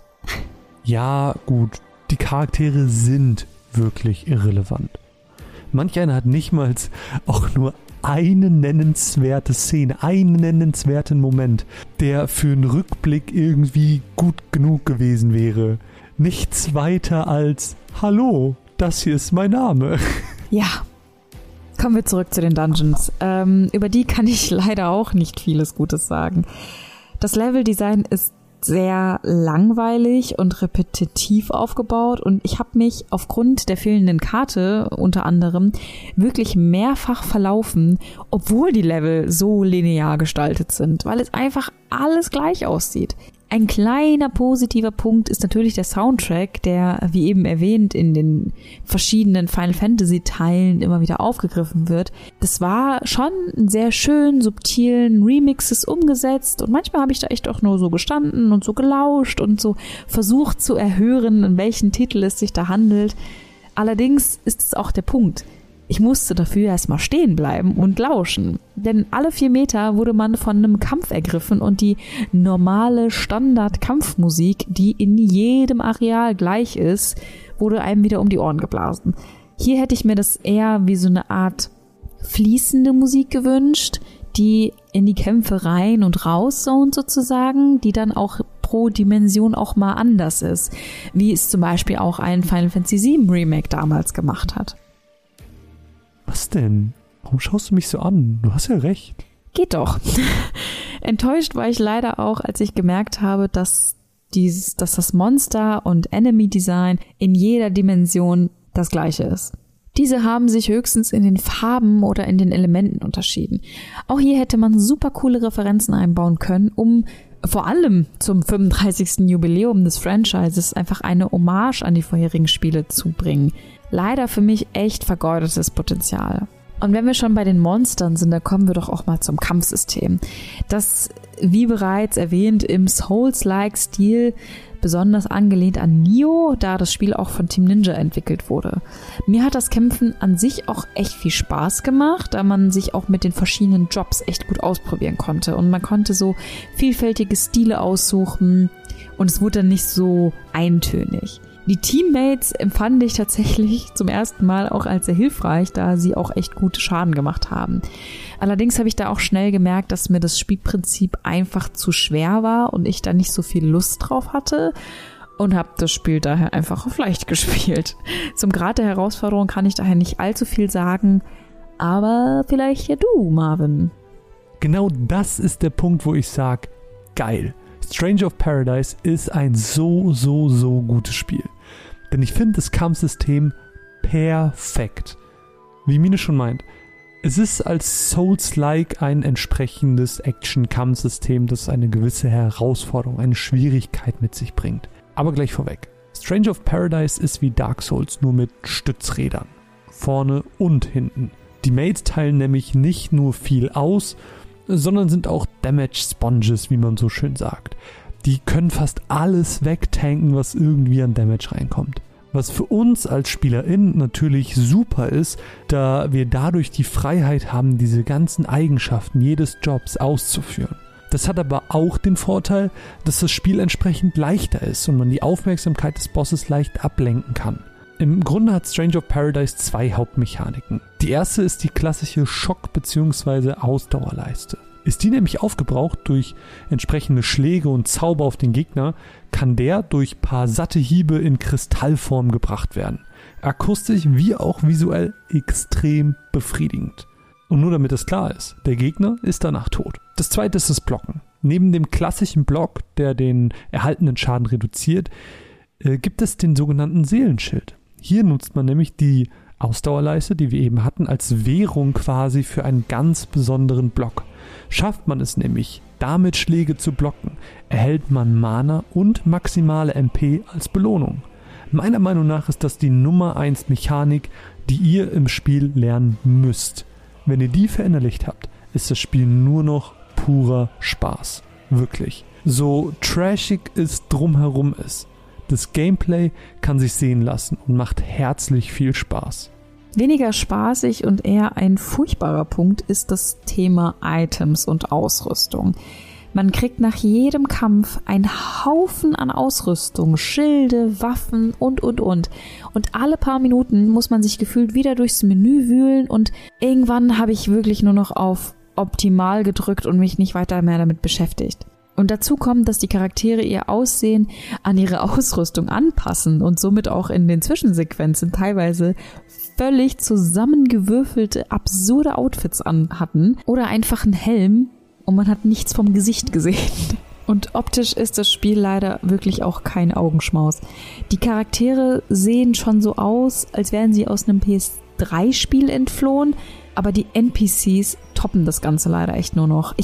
Ja, gut, die Charaktere sind wirklich irrelevant. Manch einer hat nicht mal auch nur eine nennenswerte Szene, einen nennenswerten Moment, der für einen Rückblick irgendwie gut genug gewesen wäre. Nichts weiter als Hallo, das hier ist mein Name. Ja, kommen wir zurück zu den Dungeons. Über die kann ich leider auch nicht vieles Gutes sagen. Das Leveldesign ist sehr langweilig und repetitiv aufgebaut und ich habe mich aufgrund der fehlenden Karte unter anderem wirklich mehrfach verlaufen, obwohl die Level so linear gestaltet sind, weil es einfach alles gleich aussieht. Ein kleiner positiver Punkt ist natürlich der Soundtrack, der, wie eben erwähnt, in den verschiedenen Final Fantasy Teilen immer wieder aufgegriffen wird. Das war schon in sehr schön subtilen Remixes umgesetzt und manchmal habe ich da echt auch nur so gestanden und so gelauscht und so versucht zu erhören, in welchen Titel es sich da handelt. Allerdings ist es auch der Punkt. Ich musste dafür erstmal stehen bleiben und lauschen, denn alle 4 Meter wurde man von einem Kampf ergriffen und die normale Standard-Kampfmusik, die in jedem Areal gleich ist, wurde einem wieder um die Ohren geblasen. Hier hätte ich mir das eher wie so eine Art fließende Musik gewünscht, die in die Kämpfe rein und raus zone sozusagen, die dann auch pro Dimension auch mal anders ist, wie es zum Beispiel auch ein Final Fantasy VII Remake damals gemacht hat. Was denn? Warum schaust du mich so an? Du hast ja recht. Geht doch. Enttäuscht war ich leider auch, als ich gemerkt habe, dass das Monster- und Enemy-Design in jeder Dimension das gleiche ist. Diese haben sich höchstens in den Farben oder in den Elementen unterschieden. Auch hier hätte man super coole Referenzen einbauen können, um vor allem zum 35. Jubiläum des Franchises einfach eine Hommage an die vorherigen Spiele zu bringen. Leider für mich echt vergeudetes Potenzial. Und wenn wir schon bei den Monstern sind, dann kommen wir doch auch mal zum Kampfsystem. Das, wie bereits erwähnt, im Souls-like-Stil besonders angelehnt an Nioh, da das Spiel auch von Team Ninja entwickelt wurde. Mir hat das Kämpfen an sich auch echt viel Spaß gemacht, da man sich auch mit den verschiedenen Jobs echt gut ausprobieren konnte. Und man konnte so vielfältige Stile aussuchen und es wurde dann nicht so eintönig. Die Teammates empfand ich tatsächlich zum ersten Mal auch als sehr hilfreich, da sie auch echt gute Schaden gemacht haben. Allerdings habe ich da auch schnell gemerkt, dass mir das Spielprinzip einfach zu schwer war und ich da nicht so viel Lust drauf hatte und habe das Spiel daher einfach auf leicht gespielt. Zum Grad der Herausforderung kann ich daher nicht allzu viel sagen, aber vielleicht ja du, Marvin. Genau das ist der Punkt, wo ich sage, geil. Stranger of Paradise ist ein so gutes Spiel. Denn ich finde das Kampfsystem perfekt. Wie Mine schon meint, es ist als Souls-like ein entsprechendes Action-Kampfsystem, das eine gewisse Herausforderung, eine Schwierigkeit mit sich bringt. Aber gleich vorweg, Stranger of Paradise ist wie Dark Souls, nur mit Stützrädern. Vorne und hinten. Die Mates teilen nämlich nicht nur viel aus, sondern sind auch Damage Sponges, wie man so schön sagt. Die können fast alles wegtanken, was irgendwie an Damage reinkommt. Was für uns als SpielerInnen natürlich super ist, da wir dadurch die Freiheit haben, diese ganzen Eigenschaften jedes Jobs auszuführen. Das hat aber auch den Vorteil, dass das Spiel entsprechend leichter ist und man die Aufmerksamkeit des Bosses leicht ablenken kann. Im Grunde hat Stranger of Paradise 2 Hauptmechaniken. Die erste ist die klassische Schock- bzw. Ausdauerleiste. Ist die nämlich aufgebraucht durch entsprechende Schläge und Zauber auf den Gegner, kann der durch paar satte Hiebe in Kristallform gebracht werden. Akustisch wie auch visuell extrem befriedigend. Und nur damit es klar ist, der Gegner ist danach tot. Das zweite ist das Blocken. Neben dem klassischen Block, der den erhaltenen Schaden reduziert, gibt es den sogenannten Seelenschild. Hier nutzt man nämlich die Ausdauerleiste, die wir eben hatten, als Währung quasi für einen ganz besonderen Block. Schafft man es nämlich, damit Schläge zu blocken, erhält man Mana und maximale MP als Belohnung. Meiner Meinung nach ist das die Nummer 1 Mechanik, die ihr im Spiel lernen müsst. Wenn ihr die verinnerlicht habt, ist das Spiel nur noch purer Spaß. Wirklich. So trashig es drumherum ist. Das Gameplay kann sich sehen lassen und macht herzlich viel Spaß. Weniger spaßig und eher ein furchtbarer Punkt ist das Thema Items und Ausrüstung. Man kriegt nach jedem Kampf einen Haufen an Ausrüstung, Schilde, Waffen und. Und alle paar Minuten muss man sich gefühlt wieder durchs Menü wühlen und irgendwann habe ich wirklich nur noch auf Optimal gedrückt und mich nicht weiter mehr damit beschäftigt. Und dazu kommt, dass die Charaktere ihr Aussehen an ihre Ausrüstung anpassen und somit auch in den Zwischensequenzen teilweise völlig zusammengewürfelte, absurde Outfits anhatten oder einfach einen Helm und man hat nichts vom Gesicht gesehen. Und optisch ist das Spiel leider wirklich auch kein Augenschmaus. Die Charaktere sehen schon so aus, als wären sie aus einem PS3-Spiel entflohen, aber die NPCs toppen das Ganze leider echt nur noch. Ich habe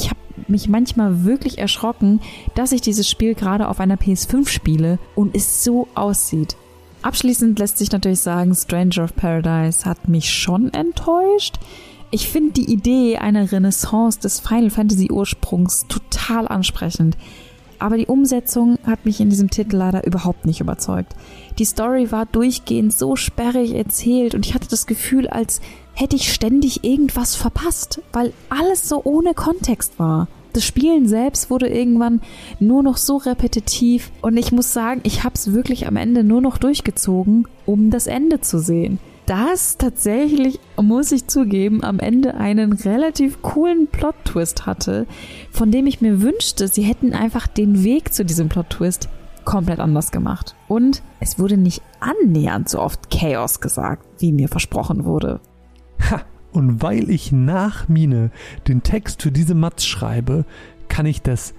mich manchmal wirklich erschrocken, dass ich dieses Spiel gerade auf einer PS5 spiele und es so aussieht. Abschließend lässt sich natürlich sagen, Stranger of Paradise hat mich schon enttäuscht. Ich finde die Idee einer Renaissance des Final Fantasy Ursprungs total ansprechend. Aber die Umsetzung hat mich in diesem Titel leider überhaupt nicht überzeugt. Die Story war durchgehend so sperrig erzählt und ich hatte das Gefühl, als hätte ich ständig irgendwas verpasst, weil alles so ohne Kontext war. Das Spielen selbst wurde irgendwann nur noch so repetitiv und ich muss sagen, ich habe es wirklich am Ende nur noch durchgezogen, um das Ende zu sehen. Das tatsächlich, muss ich zugeben, am Ende einen relativ coolen Plot-Twist hatte, von dem ich mir wünschte, sie hätten einfach den Weg zu diesem Plot-Twist komplett anders gemacht. Und es wurde nicht annähernd so oft Chaos gesagt, wie mir versprochen wurde. Ha! Und weil ich nach Mine den Text für diese Mats schreibe, kann ich das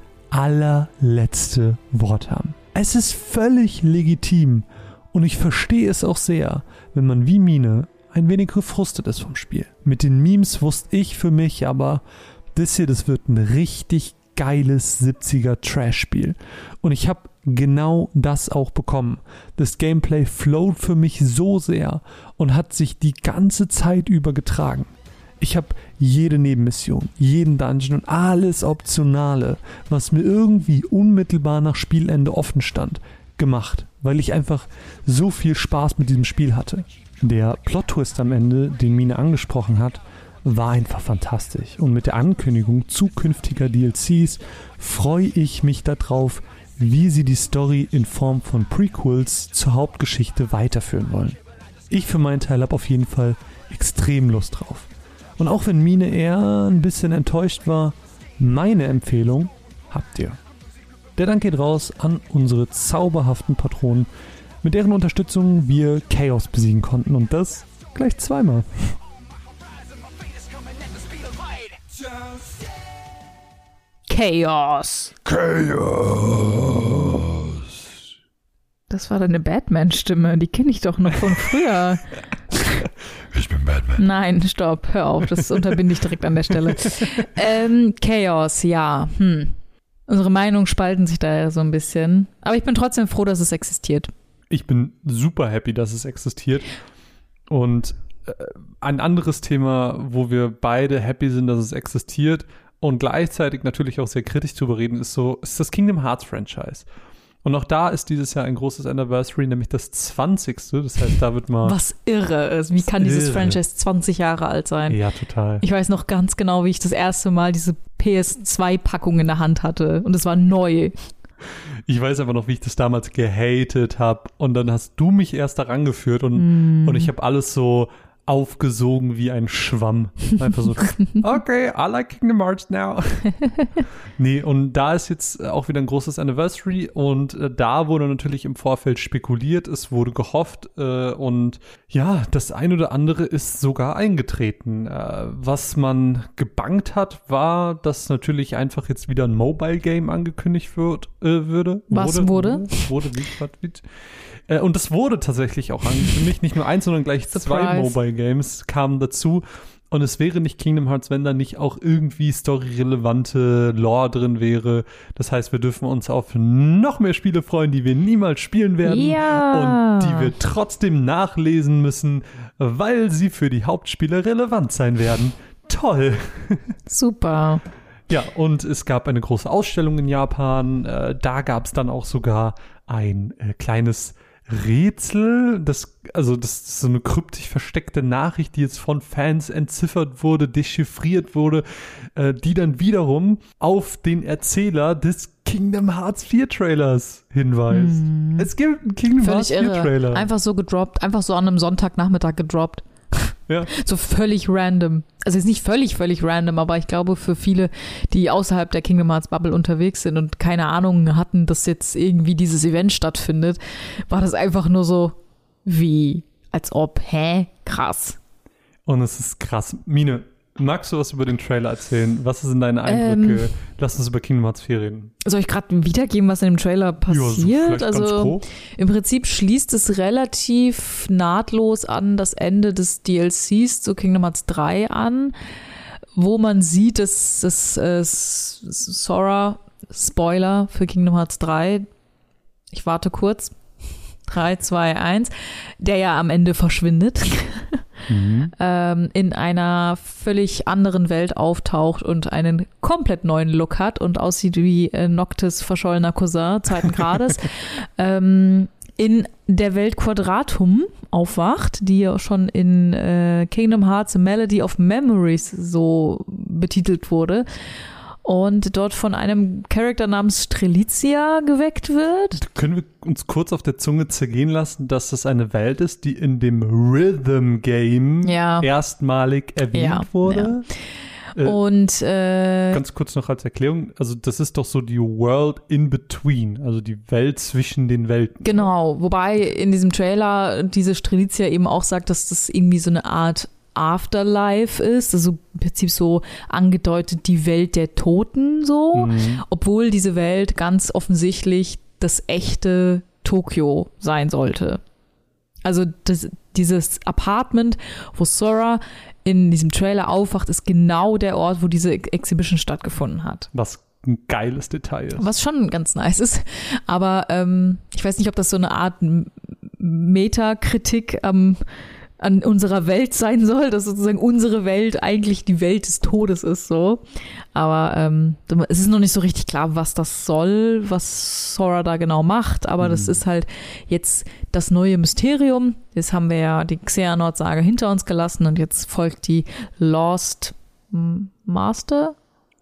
allerletzte Wort haben. Es ist völlig legitim und ich verstehe es auch sehr, wenn man wie Mine ein wenig gefrustet ist vom Spiel. Mit den Memes wusste ich für mich aber, das wird ein richtig geiles 70er Trash-Spiel. Und ich habe genau das auch bekommen. Das Gameplay flowt für mich so sehr und hat sich die ganze Zeit über getragen. Ich habe jede Nebenmission, jeden Dungeon und alles Optionale, was mir irgendwie unmittelbar nach Spielende offen stand, gemacht, weil ich einfach so viel Spaß mit diesem Spiel hatte. Der Plot-Twist am Ende, den Mine angesprochen hat, war einfach fantastisch. Und mit der Ankündigung zukünftiger DLCs freue ich mich darauf, wie sie die Story in Form von Prequels zur Hauptgeschichte weiterführen wollen. Ich für meinen Teil habe auf jeden Fall extrem Lust drauf. Und auch wenn Mine eher ein bisschen enttäuscht war, meine Empfehlung habt ihr. Der Dank geht raus an unsere zauberhaften Patronen, mit deren Unterstützung wir Chaos besiegen konnten und das gleich zweimal. Chaos. Das war deine Batman-Stimme, die kenne ich doch noch von früher. Ich bin Batman. Nein, stopp, hör auf, das unterbinde ich direkt an der Stelle. Chaos, ja. Unsere Meinungen spalten sich da ja so ein bisschen. Aber ich bin trotzdem froh, dass es existiert. Ich bin super happy, dass es existiert. Und ein anderes Thema, wo wir beide happy sind, dass es existiert und gleichzeitig natürlich auch sehr kritisch drüber reden, ist das Kingdom Hearts Franchise. Und auch da ist dieses Jahr ein großes Anniversary, nämlich das 20. Das heißt, da wird mal... Was irre ist. Wie kann dieses Franchise 20 Jahre alt sein? Ja, total. Ich weiß noch ganz genau, wie ich das erste Mal diese PS2-Packung in der Hand hatte. Und es war neu. Ich weiß einfach noch, wie ich das damals gehatet habe. Und dann hast du mich erst daran geführt und ich habe alles so aufgesogen wie ein Schwamm. Einfach so, okay, I like Kingdom Hearts now. Nee, und da ist jetzt auch wieder ein großes Anniversary und da wurde natürlich im Vorfeld spekuliert, es wurde gehofft und ja, das ein oder andere ist sogar eingetreten. Was man gebangt hat, war, dass natürlich einfach jetzt wieder ein Mobile-Game angekündigt würde. Was wurde? Und das wurde tatsächlich auch angekündigt. Nicht nur eins, sondern gleich zwei Mobile Games kamen dazu. Und es wäre nicht Kingdom Hearts, wenn da nicht auch irgendwie storyrelevante Lore drin wäre. Das heißt, wir dürfen uns auf noch mehr Spiele freuen, die wir niemals spielen werden. Ja. Und die wir trotzdem nachlesen müssen, weil sie für die Hauptspiele relevant sein werden. Toll. Super. Ja, und es gab eine große Ausstellung in Japan. Da gab es dann auch sogar ein kleines Rätsel, das ist so eine kryptisch versteckte Nachricht, die jetzt von Fans entziffert wurde, dechiffriert wurde, die dann wiederum auf den Erzähler des Kingdom Hearts 4 Trailers hinweist. Es gibt einen Kingdom Hearts 4 Trailer. Einfach so gedroppt, einfach so an einem Sonntagnachmittag gedroppt. Ja. So völlig random. Also jetzt nicht völlig random, aber ich glaube für viele, die außerhalb der Kingdom Hearts Bubble unterwegs sind und keine Ahnung hatten, dass jetzt irgendwie dieses Event stattfindet, war das einfach nur so wie, als ob, krass. Und es ist krass. Mine, magst du was über den Trailer erzählen? Was sind deine Eindrücke? Lass uns über Kingdom Hearts 4 reden. Soll ich gerade wiedergeben, was in dem Trailer passiert? Ja, so ganz grob. Im Prinzip schließt es relativ nahtlos an das Ende des DLCs zu Kingdom Hearts 3 an, wo man sieht, dass Sora, Spoiler für Kingdom Hearts 3, ich warte kurz, 3, 2, 1, der ja am Ende verschwindet, in einer völlig anderen Welt auftaucht und einen komplett neuen Look hat und aussieht wie Noctis verschollener Cousin zweiten Grades, in der Welt Quadratum aufwacht, die ja schon in Kingdom Hearts A Melody of Memories so betitelt wurde und dort von einem Charakter namens Strelitzia geweckt wird. Können wir uns kurz auf der Zunge zergehen lassen, dass das eine Welt ist, die in dem Rhythm Game erstmalig erwähnt wurde? Ja. Und ganz kurz noch als Erklärung, also das ist doch so die World in between, also die Welt zwischen den Welten. Genau, wobei in diesem Trailer diese Strelitzia eben auch sagt, dass das irgendwie so eine Art Afterlife ist, also im Prinzip so angedeutet die Welt der Toten so, obwohl diese Welt ganz offensichtlich das echte Tokio sein sollte. Also dieses Apartment, wo Sora in diesem Trailer aufwacht, ist genau der Ort, wo diese Exhibition stattgefunden hat. Was ein geiles Detail ist. Was schon ganz nice ist. Aber ich weiß nicht, ob das so eine Art Metakritik an unserer Welt sein soll, dass sozusagen unsere Welt eigentlich die Welt des Todes ist, so. Aber es ist noch nicht so richtig klar, was das soll, was Sora da genau macht, aber das ist halt jetzt das neue Mysterium. Jetzt haben wir ja die Xehanort-Saga hinter uns gelassen und jetzt folgt die Lost Master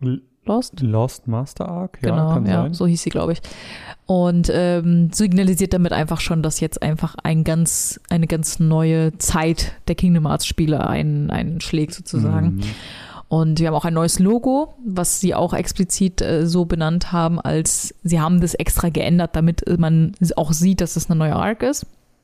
Arc? Ja, Genau, kann ja, sein. so hieß sie, glaube ich. Und signalisiert damit einfach schon, dass jetzt einfach eine ganz neue Zeit der Kingdom Hearts Spiele einschlägt sozusagen. Mhm. Und wir haben auch ein neues Logo, was sie auch explizit so benannt haben, als sie haben das extra geändert, damit man auch sieht, dass es eine neue Arc ist.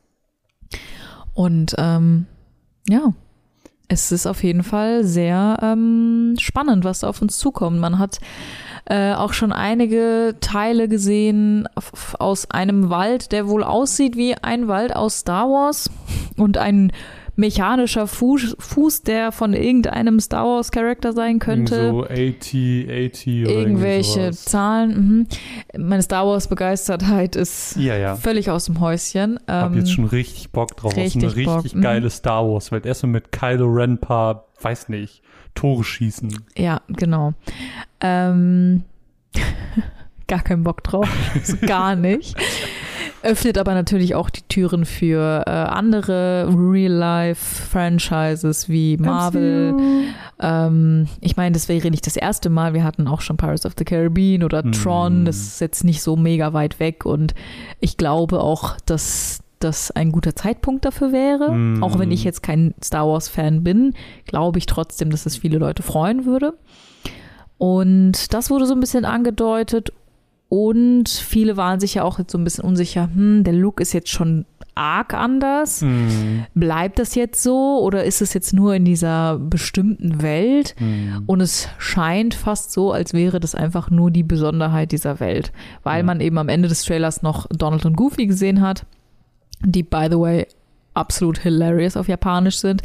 Und ja, es ist auf jeden Fall sehr spannend, was da auf uns zukommt. Man hat auch schon einige Teile gesehen aus einem Wald, der wohl aussieht wie ein Wald aus Star Wars und ein mechanischer Fuß, der von irgendeinem Star Wars Charakter sein könnte. So 80 oder irgendwelche sowas. Zahlen. Meine Star Wars Begeistertheit ist Ja. völlig aus dem Häuschen. Hab jetzt schon richtig Bock drauf. Das ist eine richtig geile Star Wars Welt. Erstmal mit Kylo Ren ein paar, weiß nicht, Tore schießen. Ja, genau. Gar keinen Bock drauf. So gar nicht. Öffnet aber natürlich auch die Türen für andere Real-Life-Franchises wie Marvel. Ich meine, das wäre nicht das erste Mal. Wir hatten auch schon Pirates of the Caribbean oder Tron. Das ist jetzt nicht so mega weit weg. Und ich glaube auch, dass das ein guter Zeitpunkt dafür wäre. Auch wenn ich jetzt kein Star Wars-Fan bin, glaube ich trotzdem, dass es viele Leute freuen würde. Und das wurde so ein bisschen angedeutet. Und viele waren sich ja auch jetzt so ein bisschen unsicher, der Look ist jetzt schon arg anders. Bleibt das jetzt so oder ist es jetzt nur in dieser bestimmten Welt? Und es scheint fast so, als wäre das einfach nur die Besonderheit dieser Welt, weil man eben am Ende des Trailers noch Donald und Goofy gesehen hat, die, by the way, absolut hilarious auf Japanisch sind.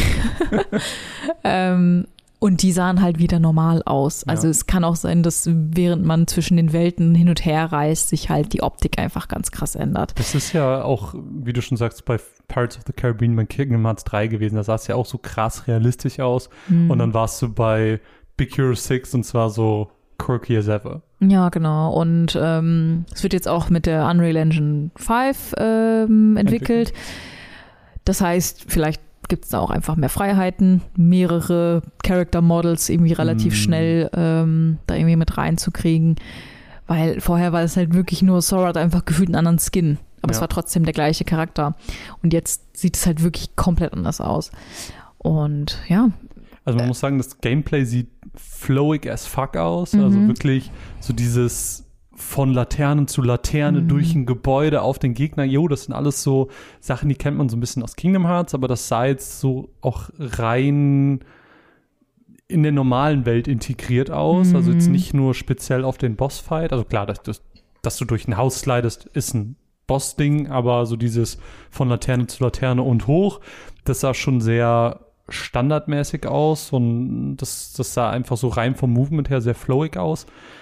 Und die sahen halt wieder normal aus. Also Ja. es kann auch sein, dass während man zwischen den Welten hin und her reist, sich halt die Optik einfach ganz krass ändert. Das ist ja auch, wie du schon sagst, bei Pirates of the Caribbean, bei Kingdom Hearts 3 gewesen. Da sah es ja auch so krass realistisch aus. Und dann warst du bei Big Hero 6 und zwar so quirky as ever. Ja, genau. Und es wird jetzt auch mit der Unreal Engine 5 entwickelt. Das heißt, vielleicht gibt es da auch einfach mehr Freiheiten, mehrere Character Models irgendwie relativ schnell da irgendwie mit reinzukriegen. Weil vorher war es halt wirklich nur, Sora hat einfach gefühlt einen anderen Skin. Aber es war trotzdem der gleiche Charakter. Und jetzt sieht es halt wirklich komplett anders aus. Und ja. Also man muss sagen, das Gameplay sieht flowig as fuck aus. Also wirklich so dieses von Laterne zu Laterne durch ein Gebäude auf den Gegner. Jo, das sind alles so Sachen, die kennt man so ein bisschen aus Kingdom Hearts, aber das sah jetzt so auch rein in der normalen Welt integriert aus. Also jetzt nicht nur speziell auf den Bossfight. Also klar, dass du durch ein Haus slidest, ist ein Boss-Ding, aber so dieses von Laterne zu Laterne und hoch, das sah schon sehr standardmäßig aus und das sah einfach so rein vom Movement her sehr flowig aus.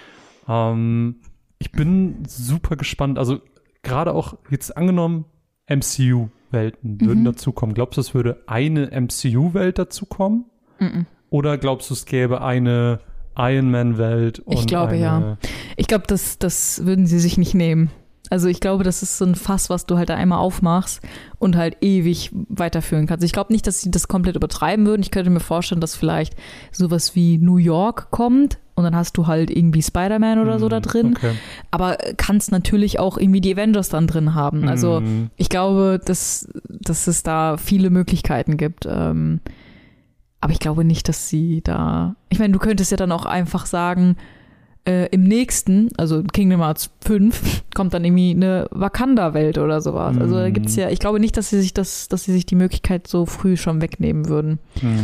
Ich bin super gespannt. Also gerade auch jetzt angenommen, MCU-Welten würden dazukommen. Glaubst du, es würde eine MCU-Welt dazukommen? Oder glaubst du, es gäbe eine Iron Man-Welt? Ich glaube, ja. Ich glaube, das würden sie sich nicht nehmen. Also ich glaube, das ist so ein Fass, was du halt einmal aufmachst und halt ewig weiterführen kannst. Ich glaube nicht, dass sie das komplett übertreiben würden. Ich könnte mir vorstellen, dass vielleicht sowas wie New York kommt und dann hast du halt irgendwie Spider-Man oder so da drin. Okay. Aber kannst natürlich auch irgendwie die Avengers dann drin haben. Also ich glaube, dass es da viele Möglichkeiten gibt. Aber ich glaube nicht, dass sie da... Ich meine, du könntest ja dann auch einfach sagen... im nächsten, also Kingdom Hearts 5, kommt dann irgendwie eine Wakanda-Welt oder sowas. Also da gibt's ja, ich glaube nicht, dass sie sich die Möglichkeit so früh schon wegnehmen würden.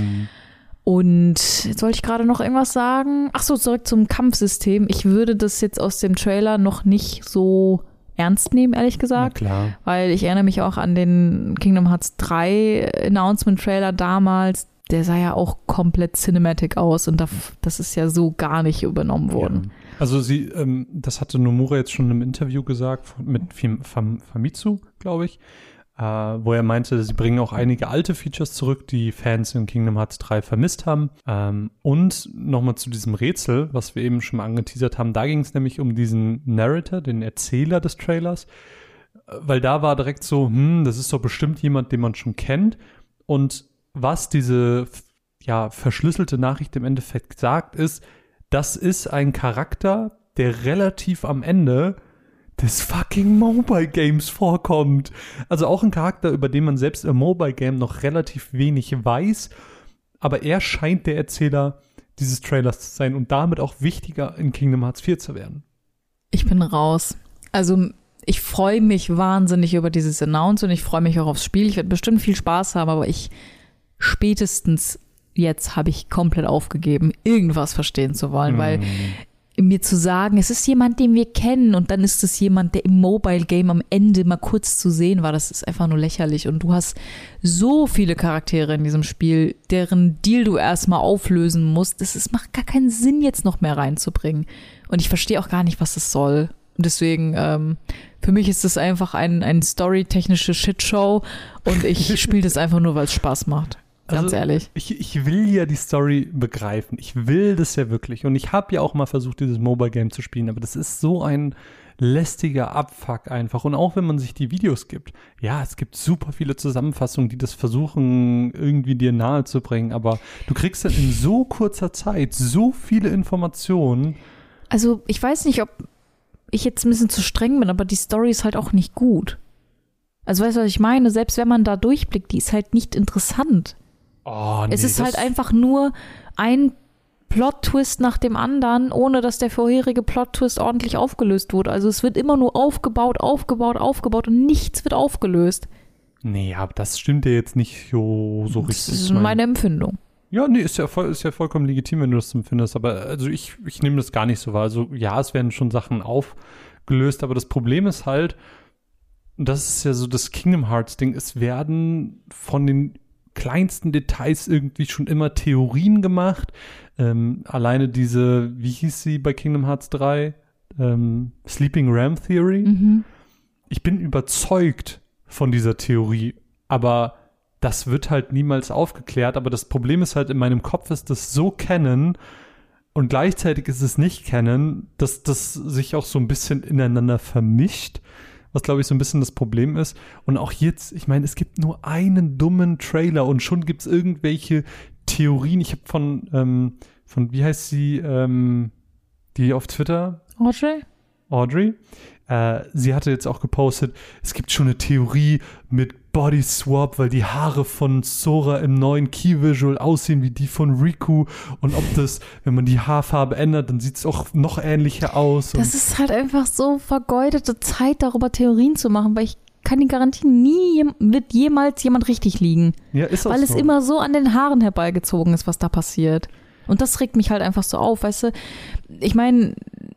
Und jetzt wollte ich gerade noch irgendwas sagen. Ach so, zurück zum Kampfsystem. Ich würde das jetzt aus dem Trailer noch nicht so ernst nehmen, ehrlich gesagt. Na klar. Weil ich erinnere mich auch an den Kingdom Hearts 3 Announcement-Trailer damals. Der sah ja auch komplett cinematic aus und das ist ja so gar nicht übernommen worden. Ja. Also das hatte Nomura jetzt schon im Interview gesagt mit Famitsu, glaube ich, wo er meinte, sie bringen auch einige alte Features zurück, die Fans in Kingdom Hearts 3 vermisst haben. Und nochmal zu diesem Rätsel, was wir eben schon mal angeteasert haben, da ging es nämlich um diesen Narrator, den Erzähler des Trailers, weil da war direkt so, das ist doch bestimmt jemand, den man schon kennt. Und was diese verschlüsselte Nachricht im Endeffekt sagt, ist, das ist ein Charakter, der relativ am Ende des fucking Mobile Games vorkommt. Also auch ein Charakter, über den man selbst im Mobile Game noch relativ wenig weiß, aber er scheint der Erzähler dieses Trailers zu sein und damit auch wichtiger in Kingdom Hearts 4 zu werden. Ich bin raus. Also ich freue mich wahnsinnig über dieses Announce und ich freue mich auch aufs Spiel. Ich werde bestimmt viel Spaß haben, aber spätestens jetzt habe ich komplett aufgegeben, irgendwas verstehen zu wollen, weil mir zu sagen, es ist jemand, den wir kennen und dann ist es jemand, der im Mobile Game am Ende mal kurz zu sehen war, das ist einfach nur lächerlich und du hast so viele Charaktere in diesem Spiel, deren Deal du erstmal auflösen musst, es macht gar keinen Sinn, jetzt noch mehr reinzubringen und ich verstehe auch gar nicht, was es soll. Und deswegen, für mich ist es einfach ein storytechnische Shitshow und ich spiele das einfach nur, weil es Spaß macht. Ganz ehrlich. Ich will ja die Story begreifen. Ich will das ja wirklich. Und ich habe ja auch mal versucht, dieses Mobile Game zu spielen, aber das ist so ein lästiger Abfuck einfach. Und auch wenn man sich die Videos gibt. Ja, es gibt super viele Zusammenfassungen, die das versuchen, irgendwie dir nahe zu bringen. Aber du kriegst dann in so kurzer Zeit so viele Informationen. Also ich weiß nicht, ob ich jetzt ein bisschen zu streng bin, aber die Story ist halt auch nicht gut. Also weißt du, was ich meine? Selbst wenn man da durchblickt, die ist halt nicht interessant. Oh, nee, es ist halt einfach nur ein Plot-Twist nach dem anderen, ohne dass der vorherige Plot-Twist ordentlich aufgelöst wurde. Also es wird immer nur aufgebaut und nichts wird aufgelöst. Nee, aber das stimmt ja jetzt nicht so richtig. Das ist meine Empfindung. Ja, nee, ist ja vollkommen legitim, wenn du das empfindest. Aber also ich nehme das gar nicht so wahr. Also ja, es werden schon Sachen aufgelöst, aber das Problem ist halt, das ist ja so das Kingdom Hearts Ding, es werden von den kleinsten Details irgendwie schon immer Theorien gemacht. Alleine diese, wie hieß sie bei Kingdom Hearts 3? Sleeping Ram Theory. Ich bin überzeugt von dieser Theorie, aber das wird halt niemals aufgeklärt. Aber das Problem ist halt, in meinem Kopf ist das so Canon und gleichzeitig ist es nicht Canon, dass das sich auch so ein bisschen ineinander vermischt. Was, glaube ich, so ein bisschen das Problem ist. Und auch jetzt, ich meine, es gibt nur einen dummen Trailer und schon gibt es irgendwelche Theorien. Ich habe von wie heißt sie, die auf Twitter? Audrey. Sie hatte jetzt auch gepostet, es gibt schon eine Theorie mit Body Swap, weil die Haare von Sora im neuen Key Visual aussehen wie die von Riku und ob das, wenn man die Haarfarbe ändert, dann sieht es auch noch ähnlicher aus. Das ist halt einfach so vergeudete Zeit, darüber Theorien zu machen, weil ich kann die garantieren, nie wird jemals jemand richtig liegen. Ja, ist auch weil so. Es immer so an den Haaren herbeigezogen ist, was da passiert. Und das regt mich halt einfach so auf, weißt du. Ich meine,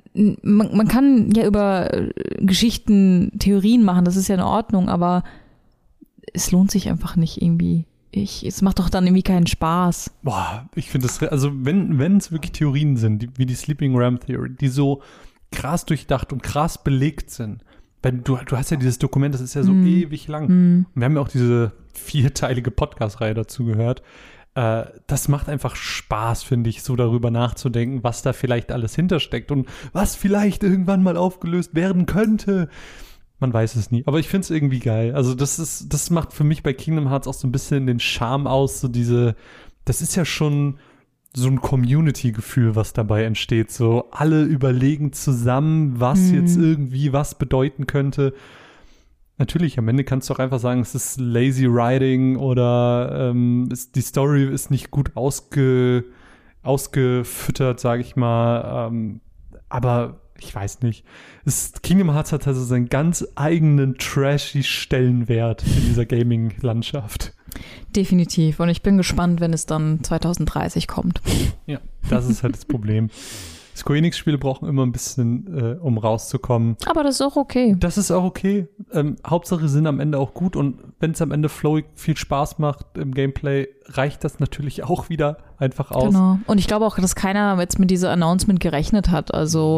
man kann ja über Geschichten Theorien machen, das ist ja in Ordnung, aber es lohnt sich einfach nicht irgendwie Es macht doch dann irgendwie keinen Spaß. Boah, ich finde das, also wenn es wirklich Theorien sind, wie die Sleeping Ram Theory, die so krass durchdacht und krass belegt sind, weil du hast ja dieses Dokument, das ist ja so ewig lang. Und wir haben ja auch diese 4-teilige Podcast-Reihe dazu gehört. Das macht einfach Spaß, finde ich, so darüber nachzudenken, was da vielleicht alles hintersteckt und was vielleicht irgendwann mal aufgelöst werden könnte. Man weiß es nie, aber ich finde es irgendwie geil. Also das macht für mich bei Kingdom Hearts auch so ein bisschen den Charme aus, das ist ja schon so ein Community-Gefühl, was dabei entsteht. So alle überlegen zusammen, was jetzt irgendwie was bedeuten könnte. Natürlich, am Ende kannst du auch einfach sagen, es ist lazy writing oder die Story ist nicht gut ausgefüttert, sage ich mal. Aber ich weiß nicht. Kingdom Hearts hat also seinen ganz eigenen trashy Stellenwert in dieser Gaming-Landschaft. Definitiv. Und ich bin gespannt, wenn es dann 2030 kommt. Ja, das ist halt das Problem. Square Enix-Spiele brauchen immer ein bisschen, um rauszukommen. Aber das ist auch okay. Das ist auch okay. Hauptsache sind am Ende auch gut und wenn es am Ende flowig viel Spaß macht im Gameplay, reicht das natürlich auch wieder einfach aus. Genau. Und ich glaube auch, dass keiner jetzt mit dieser Announcement gerechnet hat. Also,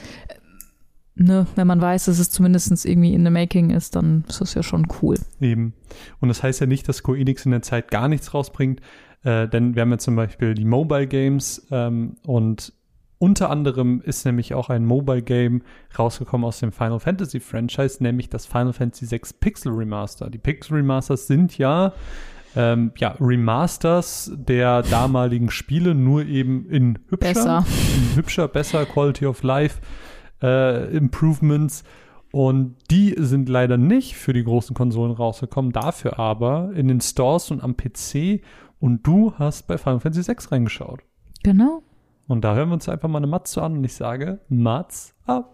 wenn man weiß, dass es zumindest irgendwie in the making ist, dann ist das ja schon cool. Eben. Und das heißt ja nicht, dass Square Enix in der Zeit gar nichts rausbringt, denn wir haben ja zum Beispiel die Mobile Games und unter anderem ist nämlich auch ein Mobile Game rausgekommen aus dem Final Fantasy Franchise, nämlich das Final Fantasy VI Pixel Remaster. Die Pixel Remasters sind ja Remasters der damaligen Spiele, nur eben in hübscher, besser, Quality of Life Improvements. Und die sind leider nicht für die großen Konsolen rausgekommen, dafür aber in den Stores und am PC. Und du hast bei Final Fantasy VI reingeschaut. Genau. Und da hören wir uns einfach mal eine Matze an und ich sage, Mats ab.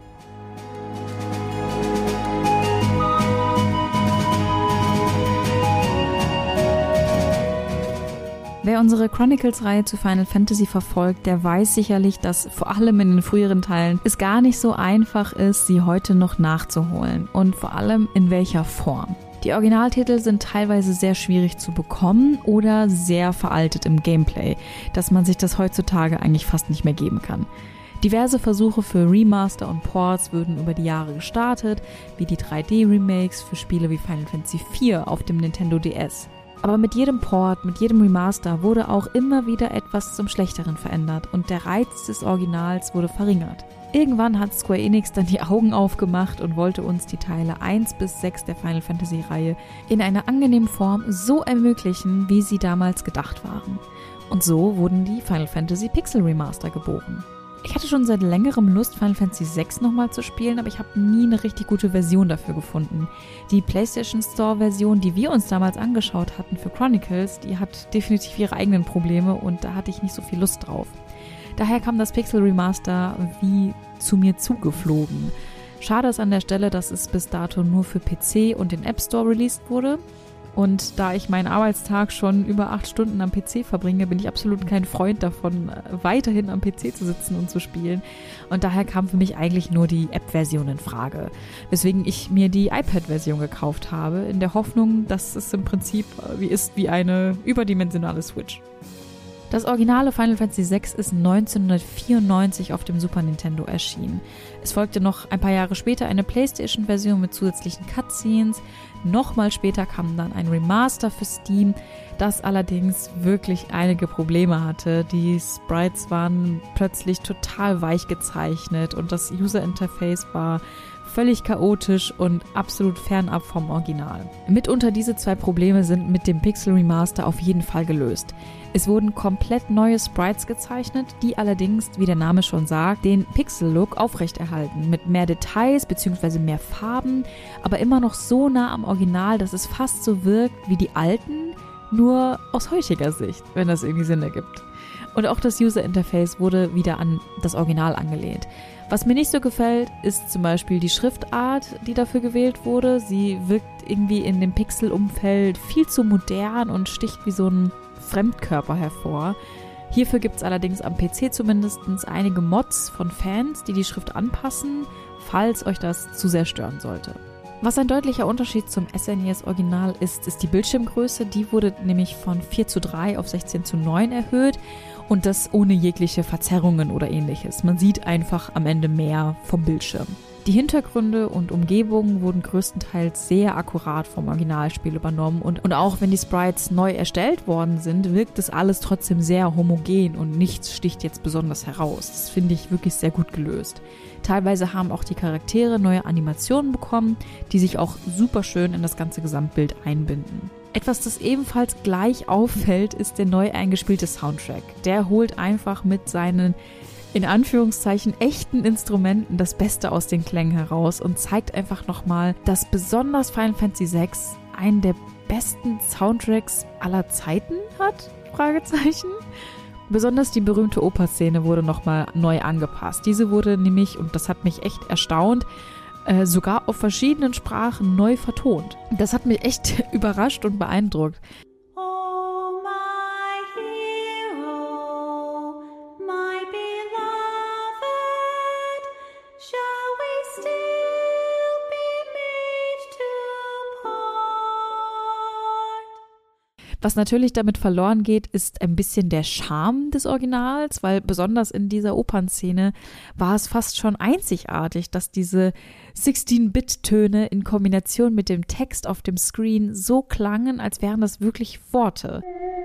Wer unsere Chronicles-Reihe zu Final Fantasy verfolgt, der weiß sicherlich, dass vor allem in den früheren Teilen es gar nicht so einfach ist, sie heute noch nachzuholen. Und vor allem in welcher Form. Die Originaltitel sind teilweise sehr schwierig zu bekommen oder sehr veraltet im Gameplay, dass man sich das heutzutage eigentlich fast nicht mehr geben kann. Diverse Versuche für Remaster und Ports wurden über die Jahre gestartet, wie die 3D-Remakes für Spiele wie Final Fantasy IV auf dem Nintendo DS. Aber mit jedem Port, mit jedem Remaster wurde auch immer wieder etwas zum Schlechteren verändert und der Reiz des Originals wurde verringert. Irgendwann hat Square Enix dann die Augen aufgemacht und wollte uns die Teile 1 bis 6 der Final Fantasy Reihe in einer angenehmen Form so ermöglichen, wie sie damals gedacht waren. Und so wurden die Final Fantasy Pixel Remaster geboren. Ich hatte schon seit längerem Lust, Final Fantasy VI nochmal zu spielen, aber ich habe nie eine richtig gute Version dafür gefunden. Die PlayStation Store Version, die wir uns damals angeschaut hatten für Chronicles, die hat definitiv ihre eigenen Probleme und da hatte ich nicht so viel Lust drauf. Daher kam das Pixel Remaster wie zu mir zugeflogen. Schade ist an der Stelle, dass es bis dato nur für PC und den App Store released wurde. Und da ich meinen Arbeitstag schon über 8 Stunden am PC verbringe, bin ich absolut kein Freund davon, weiterhin am PC zu sitzen und zu spielen. Und daher kam für mich eigentlich nur die App-Version in Frage. Weswegen ich mir die iPad-Version gekauft habe, in der Hoffnung, dass es im Prinzip wie eine überdimensionale Switch. Das originale Final Fantasy VI ist 1994 auf dem Super Nintendo erschienen. Es folgte noch ein paar Jahre später eine PlayStation-Version mit zusätzlichen Cutscenes. Nochmal später kam dann ein Remaster für Steam, das allerdings wirklich einige Probleme hatte. Die Sprites waren plötzlich total weich gezeichnet und das User-Interface war völlig chaotisch und absolut fernab vom Original. Mitunter diese 2 Probleme sind mit dem Pixel Remaster auf jeden Fall gelöst. Es wurden komplett neue Sprites gezeichnet, die allerdings, wie der Name schon sagt, den Pixel-Look aufrechterhalten, mit mehr Details bzw. mehr Farben, aber immer noch so nah am Original, dass es fast so wirkt wie die alten, nur aus heutiger Sicht, wenn das irgendwie Sinn ergibt. Und auch das User-Interface wurde wieder an das Original angelehnt. Was mir nicht so gefällt, ist zum Beispiel die Schriftart, die dafür gewählt wurde. Sie wirkt irgendwie in dem Pixel-Umfeld viel zu modern und sticht wie so ein Fremdkörper hervor. Hierfür gibt es allerdings am PC zumindest einige Mods von Fans, die die Schrift anpassen, falls euch das zu sehr stören sollte. Was ein deutlicher Unterschied zum SNES-Original ist die Bildschirmgröße. Die wurde nämlich von 4:3 auf 16:9 erhöht und das ohne jegliche Verzerrungen oder ähnliches. Man sieht einfach am Ende mehr vom Bildschirm. Die Hintergründe und Umgebungen wurden größtenteils sehr akkurat vom Originalspiel übernommen und auch wenn die Sprites neu erstellt worden sind, wirkt das alles trotzdem sehr homogen und nichts sticht jetzt besonders heraus. Das finde ich wirklich sehr gut gelöst. Teilweise haben auch die Charaktere neue Animationen bekommen, die sich auch super schön in das ganze Gesamtbild einbinden. Etwas, das ebenfalls gleich auffällt, ist der neu eingespielte Soundtrack. Der holt einfach mit seinen in Anführungszeichen echten Instrumenten das Beste aus den Klängen heraus und zeigt einfach nochmal, dass besonders Final Fantasy VI einen der besten Soundtracks aller Zeiten hat? Fragezeichen. Besonders die berühmte Oper-Szene wurde nochmal neu angepasst. Diese wurde nämlich, und das hat mich echt erstaunt, sogar auf verschiedenen Sprachen neu vertont. Das hat mich echt überrascht und beeindruckt. Oh, my hero, my beloved, shall we still be made to part? Was natürlich damit verloren geht, ist ein bisschen der Charme des Originals, weil besonders in dieser Opernszene war es fast schon einzigartig, dass diese 16-Bit-Töne in Kombination mit dem Text auf dem Screen so klangen, als wären das wirklich Worte.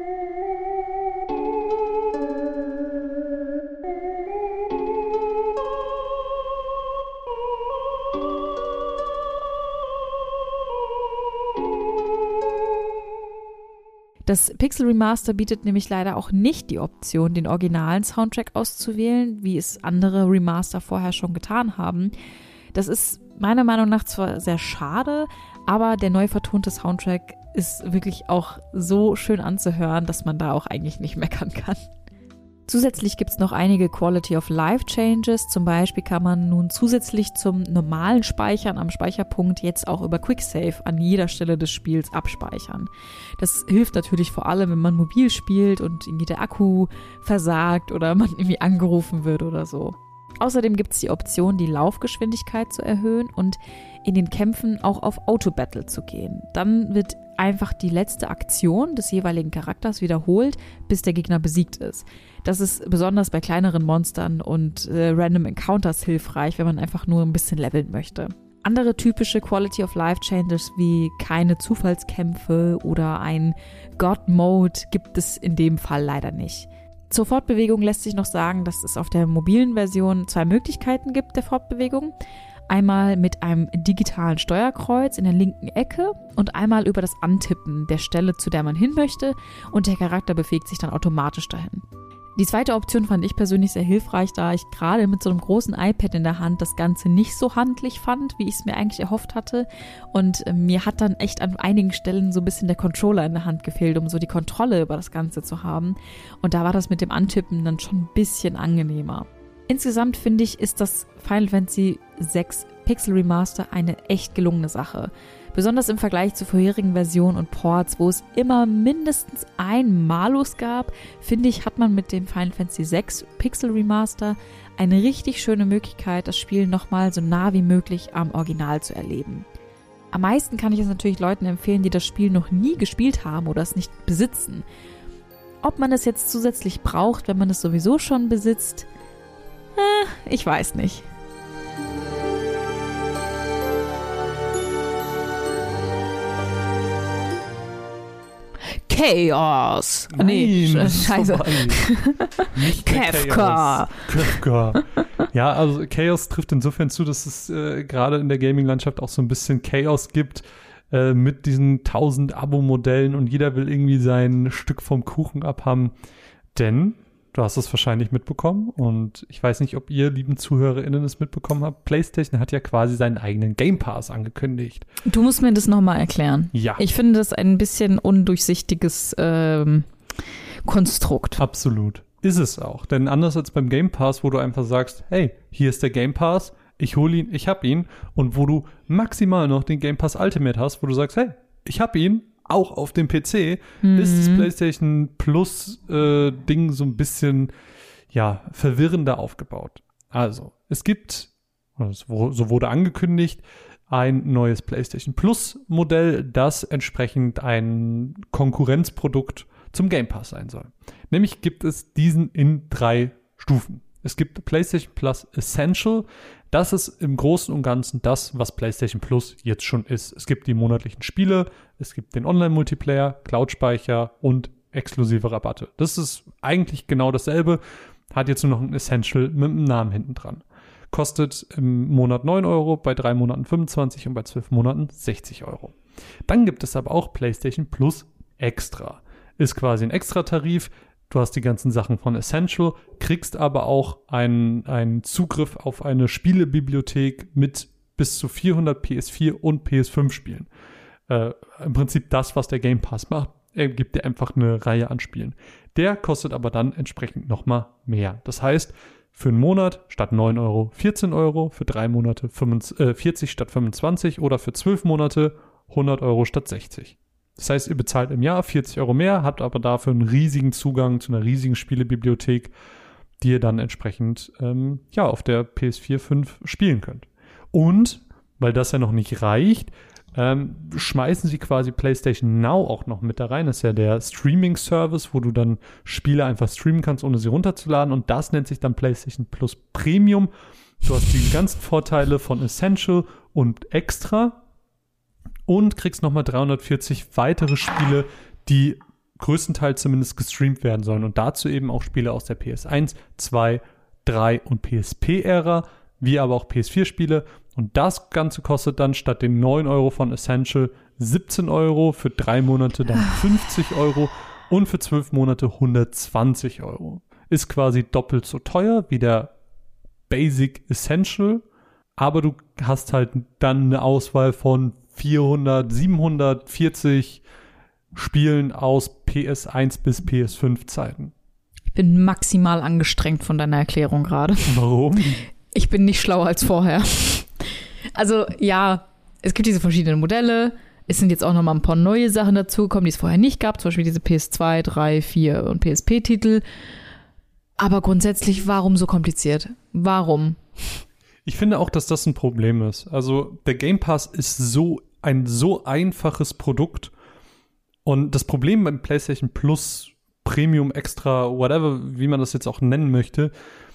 Das Pixel Remaster bietet nämlich leider auch nicht die Option, den originalen Soundtrack auszuwählen, wie es andere Remaster vorher schon getan haben. Das ist meiner Meinung nach zwar sehr schade, aber der neu vertonte Soundtrack ist wirklich auch so schön anzuhören, dass man da auch eigentlich nicht meckern kann. Zusätzlich gibt es noch einige Quality of Life Changes. Zum Beispiel kann man nun zusätzlich zum normalen Speichern am Speicherpunkt jetzt auch über Quicksave an jeder Stelle des Spiels abspeichern. Das hilft natürlich vor allem, wenn man mobil spielt und irgendwie der Akku versagt oder man irgendwie angerufen wird oder so. Außerdem gibt es die Option, die Laufgeschwindigkeit zu erhöhen und in den Kämpfen auch auf Auto-Battle zu gehen. Dann wird einfach die letzte Aktion des jeweiligen Charakters wiederholt, bis der Gegner besiegt ist. Das ist besonders bei kleineren Monstern und Random Encounters hilfreich, wenn man einfach nur ein bisschen leveln möchte. Andere typische Quality of Life Changes wie keine Zufallskämpfe oder ein God Mode gibt es in dem Fall leider nicht. Zur Fortbewegung lässt sich noch sagen, dass es auf der mobilen Version 2 Möglichkeiten gibt der Fortbewegung. Einmal mit einem digitalen Steuerkreuz in der linken Ecke und einmal über das Antippen der Stelle, zu der man hin möchte und der Charakter bewegt sich dann automatisch dahin. Die zweite Option fand ich persönlich sehr hilfreich, da ich gerade mit so einem großen iPad in der Hand das Ganze nicht so handlich fand, wie ich es mir eigentlich erhofft hatte. Und mir hat dann echt an einigen Stellen so ein bisschen der Controller in der Hand gefehlt, um so die Kontrolle über das Ganze zu haben. Und da war das mit dem Antippen dann schon ein bisschen angenehmer. Insgesamt finde ich, ist das Final Fantasy VI Pixel Remaster eine echt gelungene Sache. Besonders im Vergleich zu vorherigen Versionen und Ports, wo es immer mindestens ein Malus gab, finde ich, hat man mit dem Final Fantasy VI Pixel Remaster eine richtig schöne Möglichkeit, das Spiel nochmal so nah wie möglich am Original zu erleben. Am meisten kann ich es natürlich Leuten empfehlen, die das Spiel noch nie gespielt haben oder es nicht besitzen. Ob man es jetzt zusätzlich braucht, wenn man es sowieso schon besitzt, ich weiß nicht. Chaos. Nee, scheiße. Nicht Kefka. Kefka. Ja, also Chaos trifft insofern zu, dass es gerade in der Gaming-Landschaft auch so ein bisschen Chaos gibt mit diesen 1000 Abo-Modellen und jeder will irgendwie sein Stück vom Kuchen abhaben. Denn du hast es wahrscheinlich mitbekommen und ich weiß nicht, ob ihr, lieben ZuhörerInnen, es mitbekommen habt. PlayStation hat ja quasi seinen eigenen Game Pass angekündigt. Du musst mir das nochmal erklären. Ja. Ich finde das ein bisschen undurchsichtiges Konstrukt. Absolut. Ist es auch. Denn anders als beim Game Pass, wo du einfach sagst, hey, hier ist der Game Pass, ich hole ihn, ich hab ihn. Und wo du maximal noch den Game Pass Ultimate hast, wo du sagst, hey, ich hab ihn, auch auf dem PC, ist das PlayStation Plus Ding so ein bisschen, ja, verwirrender aufgebaut. Also, es gibt, so wurde angekündigt, ein neues PlayStation Plus Modell, das entsprechend ein Konkurrenzprodukt zum Game Pass sein soll. Nämlich gibt es diesen in 3 Stufen. Es gibt PlayStation Plus Essential. Das ist im Großen und Ganzen das, was PlayStation Plus jetzt schon ist. Es gibt die monatlichen Spiele, es gibt den Online-Multiplayer, Cloud-Speicher und exklusive Rabatte. Das ist eigentlich genau dasselbe, hat jetzt nur noch ein Essential mit einem Namen hinten dran. Kostet im Monat 9 Euro, bei 3 Monaten 25 und bei 12 Monaten 60 Euro. Dann gibt es aber auch PlayStation Plus Extra. Ist quasi ein Extra-Tarif. Du hast die ganzen Sachen von Essential, kriegst aber auch einen Zugriff auf eine Spielebibliothek mit bis zu 400 PS4 und PS5 Spielen. Im Prinzip das, was der Game Pass macht. Er gibt dir einfach eine Reihe an Spielen. Der kostet aber dann entsprechend nochmal mehr. Das heißt, für einen Monat statt 9 Euro 14 Euro, für 3 Monate 40 statt 25 oder für 12 Monate 100 Euro statt 60. Das heißt, ihr bezahlt im Jahr 40 Euro mehr, habt aber dafür einen riesigen Zugang zu einer riesigen Spielebibliothek, die ihr dann entsprechend auf der PS4, 5 spielen könnt. Und, weil das ja noch nicht reicht, schmeißen sie quasi PlayStation Now auch noch mit da rein. Das ist ja der Streaming-Service, wo du dann Spiele einfach streamen kannst, ohne sie runterzuladen. Und das nennt sich dann PlayStation Plus Premium. Du hast die ganzen Vorteile von Essential und Extra und kriegst nochmal 340 weitere Spiele, die größtenteils zumindest gestreamt werden sollen. Und dazu eben auch Spiele aus der PS1, 2, 3 und PSP-Ära, wie aber auch PS4-Spiele. Und das Ganze kostet dann statt den 9 Euro von Essential 17 Euro, für 3 Monate dann 50 Euro und für 12 Monate 120 Euro. Ist quasi doppelt so teuer wie der Basic Essential, aber du hast halt dann eine Auswahl von 740 Spielen aus PS1 bis PS5 Zeiten. Ich bin maximal angestrengt von deiner Erklärung gerade. Warum? Ich bin nicht schlauer als vorher. Also ja, es gibt diese verschiedenen Modelle. Es sind jetzt auch noch mal ein paar neue Sachen dazugekommen, die es vorher nicht gab. Zum Beispiel diese PS2, 3, 4 und PSP-Titel. Aber grundsätzlich, warum so kompliziert? Warum? Ich finde auch, dass das ein Problem ist. Also der Game Pass ist so einfaches Produkt. Und das Problem beim PlayStation Plus, Premium, Extra, whatever, wie man das jetzt auch nennen möchte,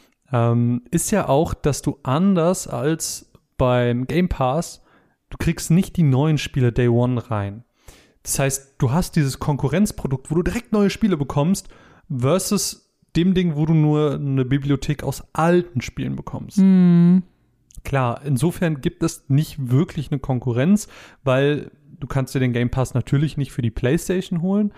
ist ja auch, dass du anders als beim Game Pass, du kriegst nicht die neuen Spiele Day One rein. Das heißt, du hast dieses Konkurrenzprodukt, wo du direkt neue Spiele bekommst, versus dem Ding, wo du nur eine Bibliothek aus alten Spielen bekommst. Mhm. Klar, insofern gibt es nicht wirklich eine Konkurrenz, weil du kannst dir den Game Pass natürlich nicht für die PlayStation holen,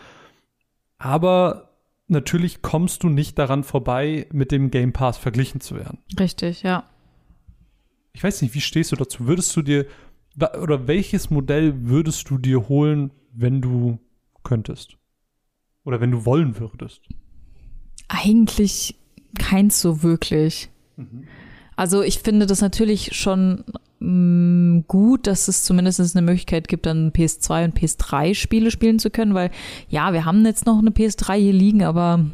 aber natürlich kommst du nicht daran vorbei, mit dem Game Pass verglichen zu werden. Richtig, ja. Ich weiß nicht, wie stehst du dazu? Würdest du dir, oder welches Modell würdest du dir holen, wenn du könntest? Oder wenn du wollen würdest? Eigentlich keins so wirklich. Mhm. Also ich finde das natürlich schon gut, dass es zumindest eine Möglichkeit gibt, dann PS2 und PS3 Spiele spielen zu können, weil ja, wir haben jetzt noch eine PS3 hier liegen, aber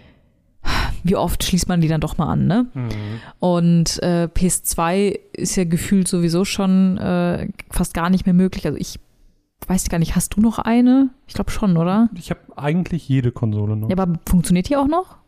wie oft schließt man die dann doch mal an, ne? Mhm. Und PS2 ist ja gefühlt sowieso schon fast gar nicht mehr möglich. Also ich weiß gar nicht, hast du noch eine? Ich glaube schon, oder? Ich habe eigentlich jede Konsole noch. Ja, aber funktioniert die auch noch?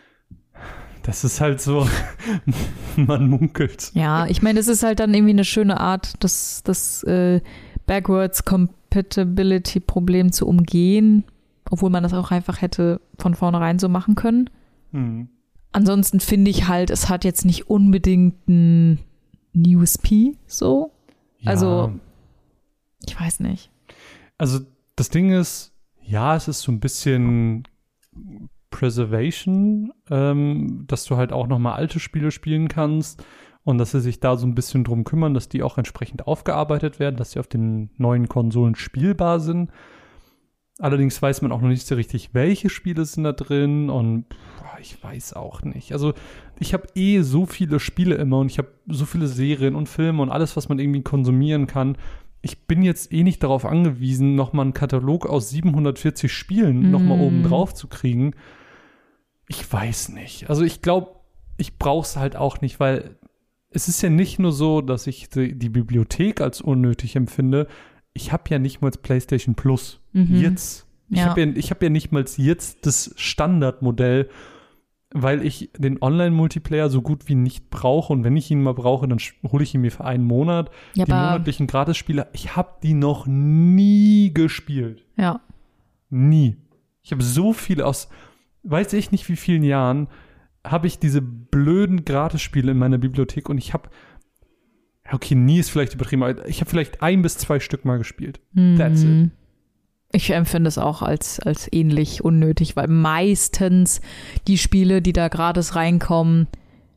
Das ist halt so, man munkelt. Ja, ich meine, das ist halt dann irgendwie eine schöne Art, das Backwards Compatibility Problem zu umgehen, obwohl man das auch einfach hätte von vornherein so machen können. Mhm. Ansonsten finde ich halt, es hat jetzt nicht unbedingt ein USP so. Ja. Also, ich weiß nicht. Also das Ding ist, ja, es ist so ein bisschen Preservation, dass du halt auch nochmal alte Spiele spielen kannst und dass sie sich da so ein bisschen drum kümmern, dass die auch entsprechend aufgearbeitet werden, dass sie auf den neuen Konsolen spielbar sind. Allerdings weiß man auch noch nicht so richtig, welche Spiele sind da drin und ich weiß auch nicht. Also ich habe so viele Spiele immer und ich habe so viele Serien und Filme und alles, was man irgendwie konsumieren kann. Ich bin jetzt nicht darauf angewiesen, nochmal einen Katalog aus 740 Spielen nochmal oben drauf zu kriegen. Ich weiß nicht. Also ich glaube, ich brauche es halt auch nicht, weil es ist ja nicht nur so, dass ich die Bibliothek als unnötig empfinde. Ich habe ja nicht mal PlayStation Plus jetzt. Ich Ja. habe ja nicht mal jetzt das Standardmodell, weil ich den Online-Multiplayer so gut wie nicht brauche. Und wenn ich ihn mal brauche, dann hole ich ihn mir für einen Monat. Ja, Die aber monatlichen Gratisspiele, ich habe die noch nie gespielt. ja. Nie. Ich habe so viele aus, weiß ich nicht wie vielen Jahren, habe ich diese blöden Gratisspiele in meiner Bibliothek und ich habe, okay, nie ist vielleicht übertrieben, aber ich habe vielleicht 1 bis 2 Stück mal gespielt. That's it. Ich empfinde es auch als ähnlich unnötig, weil meistens die Spiele, die da gratis reinkommen,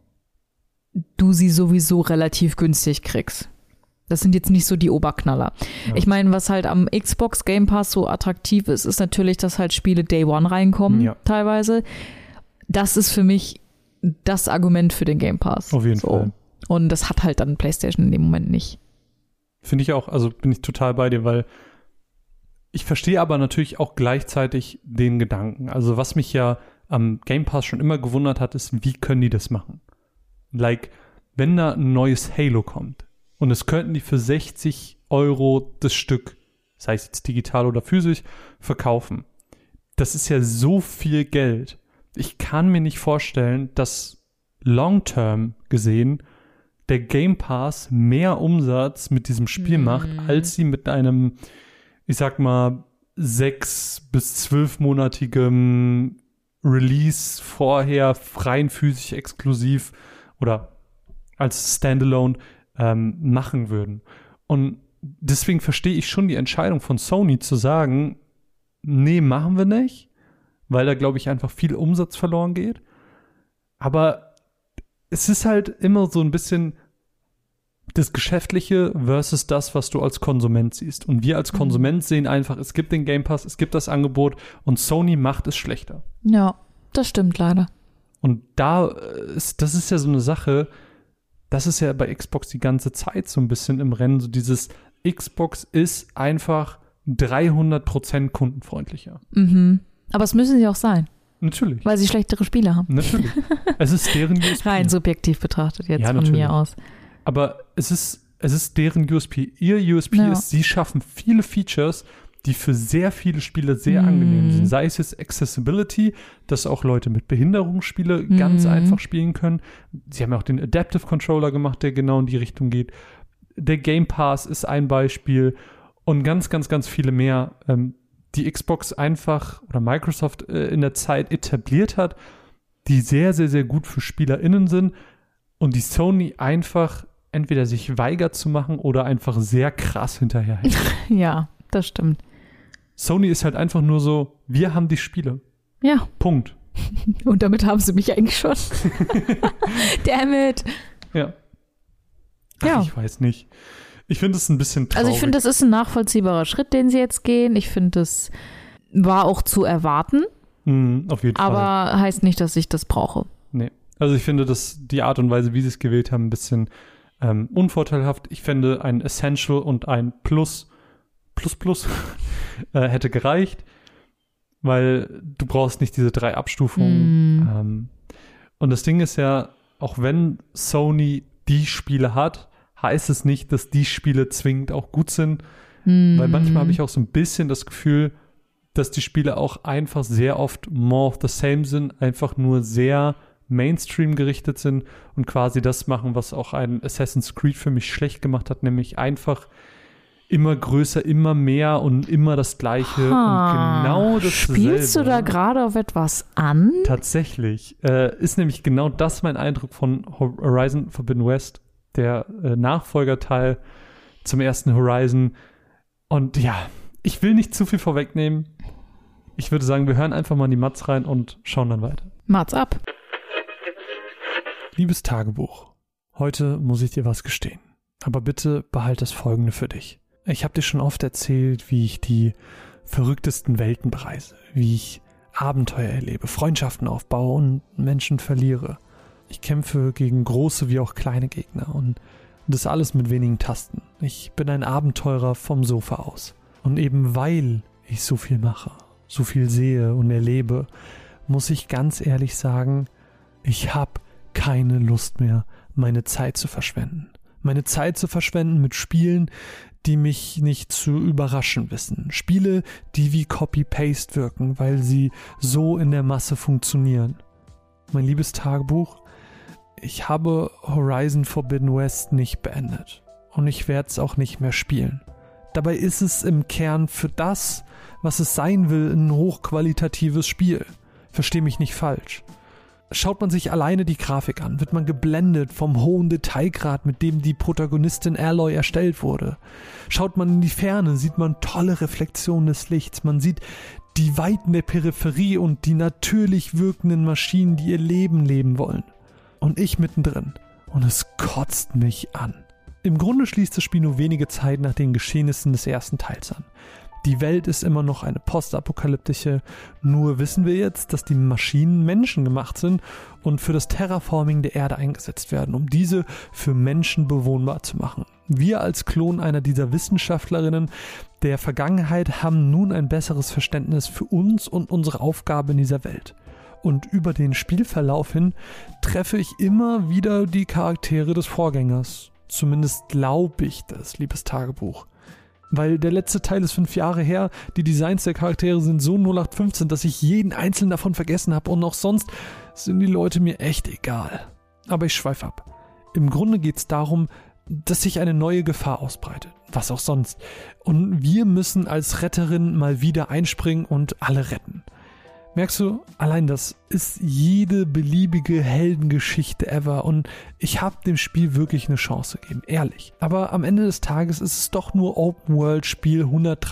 du sie sowieso relativ günstig kriegst. Das sind jetzt nicht so die Oberknaller. Ja. Ich meine, was halt am Xbox Game Pass so attraktiv ist, ist natürlich, dass halt Spiele Day One reinkommen, Ja. teilweise. Das ist für mich das Argument für den Game Pass. Auf jeden Fall. Und das hat halt dann PlayStation in dem Moment nicht. Finde ich auch, also bin ich total bei dir, weil ich verstehe aber natürlich auch gleichzeitig den Gedanken. Also was mich ja am Game Pass schon immer gewundert hat, ist, wie können die das machen? Like, wenn da ein neues Halo kommt und es könnten die für 60 € das Stück, sei es jetzt digital oder physisch, verkaufen. Das ist ja so viel Geld. Ich kann mir nicht vorstellen, dass long-term gesehen der Game Pass mehr Umsatz mit diesem Spiel macht, als sie mit einem, ich sag mal, 6 bis 12-monatigem Release vorher rein physisch exklusiv oder als Standalone machen würden. Und deswegen verstehe ich schon die Entscheidung von Sony zu sagen, nee, machen wir nicht, weil da, glaube ich, einfach viel Umsatz verloren geht. Aber es ist halt immer so ein bisschen das Geschäftliche versus das, was du als Konsument siehst. Und wir als Konsument sehen einfach, es gibt den Game Pass, es gibt das Angebot und Sony macht es schlechter. Ja, das stimmt leider. Und das ist ja so eine Sache, das ist ja bei Xbox die ganze Zeit so ein bisschen im Rennen, so dieses Xbox ist einfach 300% kundenfreundlicher. Aber es müssen sie auch sein, Natürlich. weil sie schlechtere Spiele haben. Natürlich. Es ist deren USP. Rein subjektiv betrachtet jetzt Ja, von natürlich. mir aus. Aber es ist deren USP. Ihr USP Ja. ist, sie schaffen viele Features, die für sehr viele Spieler sehr angenehm sind. Sei es jetzt Accessibility, dass auch Leute mit Behinderung Spiele ganz einfach spielen können. Sie haben ja auch den Adaptive Controller gemacht, der genau in die Richtung geht. Der Game Pass ist ein Beispiel und ganz, ganz, ganz viele mehr, die Xbox einfach oder Microsoft in der Zeit etabliert hat, die sehr, sehr, sehr gut für SpielerInnen sind und die Sony einfach entweder sich weigert zu machen oder einfach sehr krass hinterherhängt. Ja, das stimmt. Sony ist halt einfach nur so, wir haben die Spiele. Ja, Punkt. und damit haben sie mich eigentlich schon. Damn it. Ja. Ach, Ja. ich weiß nicht. Ich finde es ein bisschen traurig. Also ich finde, das ist ein nachvollziehbarer Schritt, den sie jetzt gehen. Ich finde, das war auch zu erwarten, Auf jeden Fall. aber heißt nicht, dass ich das brauche. Nee. Also ich finde, dass die Art und Weise, wie sie es gewählt haben, ein bisschen unvorteilhaft. Ich finde, ein Essential und ein Plus hätte gereicht, weil du brauchst nicht diese 3 Abstufungen. Und das Ding ist ja, auch wenn Sony die Spiele hat, heißt es nicht, dass die Spiele zwingend auch gut sind. Weil manchmal habe ich auch so ein bisschen das Gefühl, dass die Spiele auch einfach sehr oft more of the same sind, einfach nur sehr Mainstream gerichtet sind und quasi das machen, was auch ein Assassin's Creed für mich schlecht gemacht hat, nämlich einfach immer größer, immer mehr und immer das Gleiche und genau dasselbe. Spielst du da gerade auf etwas an? Tatsächlich. Ist nämlich genau das mein Eindruck von Horizon Forbidden West, der Nachfolgerteil zum ersten Horizon. Und ja, ich will nicht zu viel vorwegnehmen. Ich würde sagen, wir hören einfach mal in die Mats rein und schauen dann weiter. Mats ab. Liebes Tagebuch, heute muss ich dir was gestehen. Aber bitte behalte das Folgende für dich. Ich habe dir schon oft erzählt, wie ich die verrücktesten Welten bereise, wie ich Abenteuer erlebe, Freundschaften aufbaue und Menschen verliere. Ich kämpfe gegen große wie auch kleine Gegner und das alles mit wenigen Tasten. Ich bin ein Abenteurer vom Sofa aus. Und eben weil ich so viel mache, so viel sehe und erlebe, muss ich ganz ehrlich sagen, ich habe keine Lust mehr, meine Zeit zu verschwenden. Meine Zeit zu verschwenden mit Spielen, die mich nicht zu überraschen wissen. Spiele, die wie Copy-Paste wirken, weil sie so in der Masse funktionieren. Mein liebes Tagebuch, ich habe Horizon Forbidden West nicht beendet. Und ich werde es auch nicht mehr spielen. Dabei ist es im Kern für das, was es sein will, ein hochqualitatives Spiel. Versteh mich nicht falsch. Schaut man sich alleine die Grafik an, wird man geblendet vom hohen Detailgrad, mit dem die Protagonistin Aloy erstellt wurde. Schaut man in die Ferne, sieht man tolle Reflexionen des Lichts, man sieht die Weiten der Peripherie und die natürlich wirkenden Maschinen, die ihr Leben leben wollen. Und ich mittendrin. Und es kotzt mich an. Im Grunde schließt das Spiel nur wenige Zeit nach den Geschehnissen des ersten Teils an. Die Welt ist immer noch eine postapokalyptische, nur wissen wir jetzt, dass die Maschinen menschengemacht sind und für das Terraforming der Erde eingesetzt werden, um diese für Menschen bewohnbar zu machen. Wir als Klon einer dieser Wissenschaftlerinnen der Vergangenheit haben nun ein besseres Verständnis für uns und unsere Aufgabe in dieser Welt. Und über den Spielverlauf hin treffe ich immer wieder die Charaktere des Vorgängers. Zumindest glaube ich das, liebes Tagebuch. Weil der letzte Teil ist 5 Jahre her, die Designs der Charaktere sind so 0815, dass ich jeden einzelnen davon vergessen habe und auch sonst sind die Leute mir echt egal. Aber ich schweife ab. Im Grunde geht es darum, dass sich eine neue Gefahr ausbreitet, was auch sonst. Und wir müssen als Retterin mal wieder einspringen und alle retten. Merkst du, allein das ist jede beliebige Heldengeschichte ever und ich habe dem Spiel wirklich eine Chance gegeben, ehrlich. Aber am Ende des Tages ist es doch nur Open-World-Spiel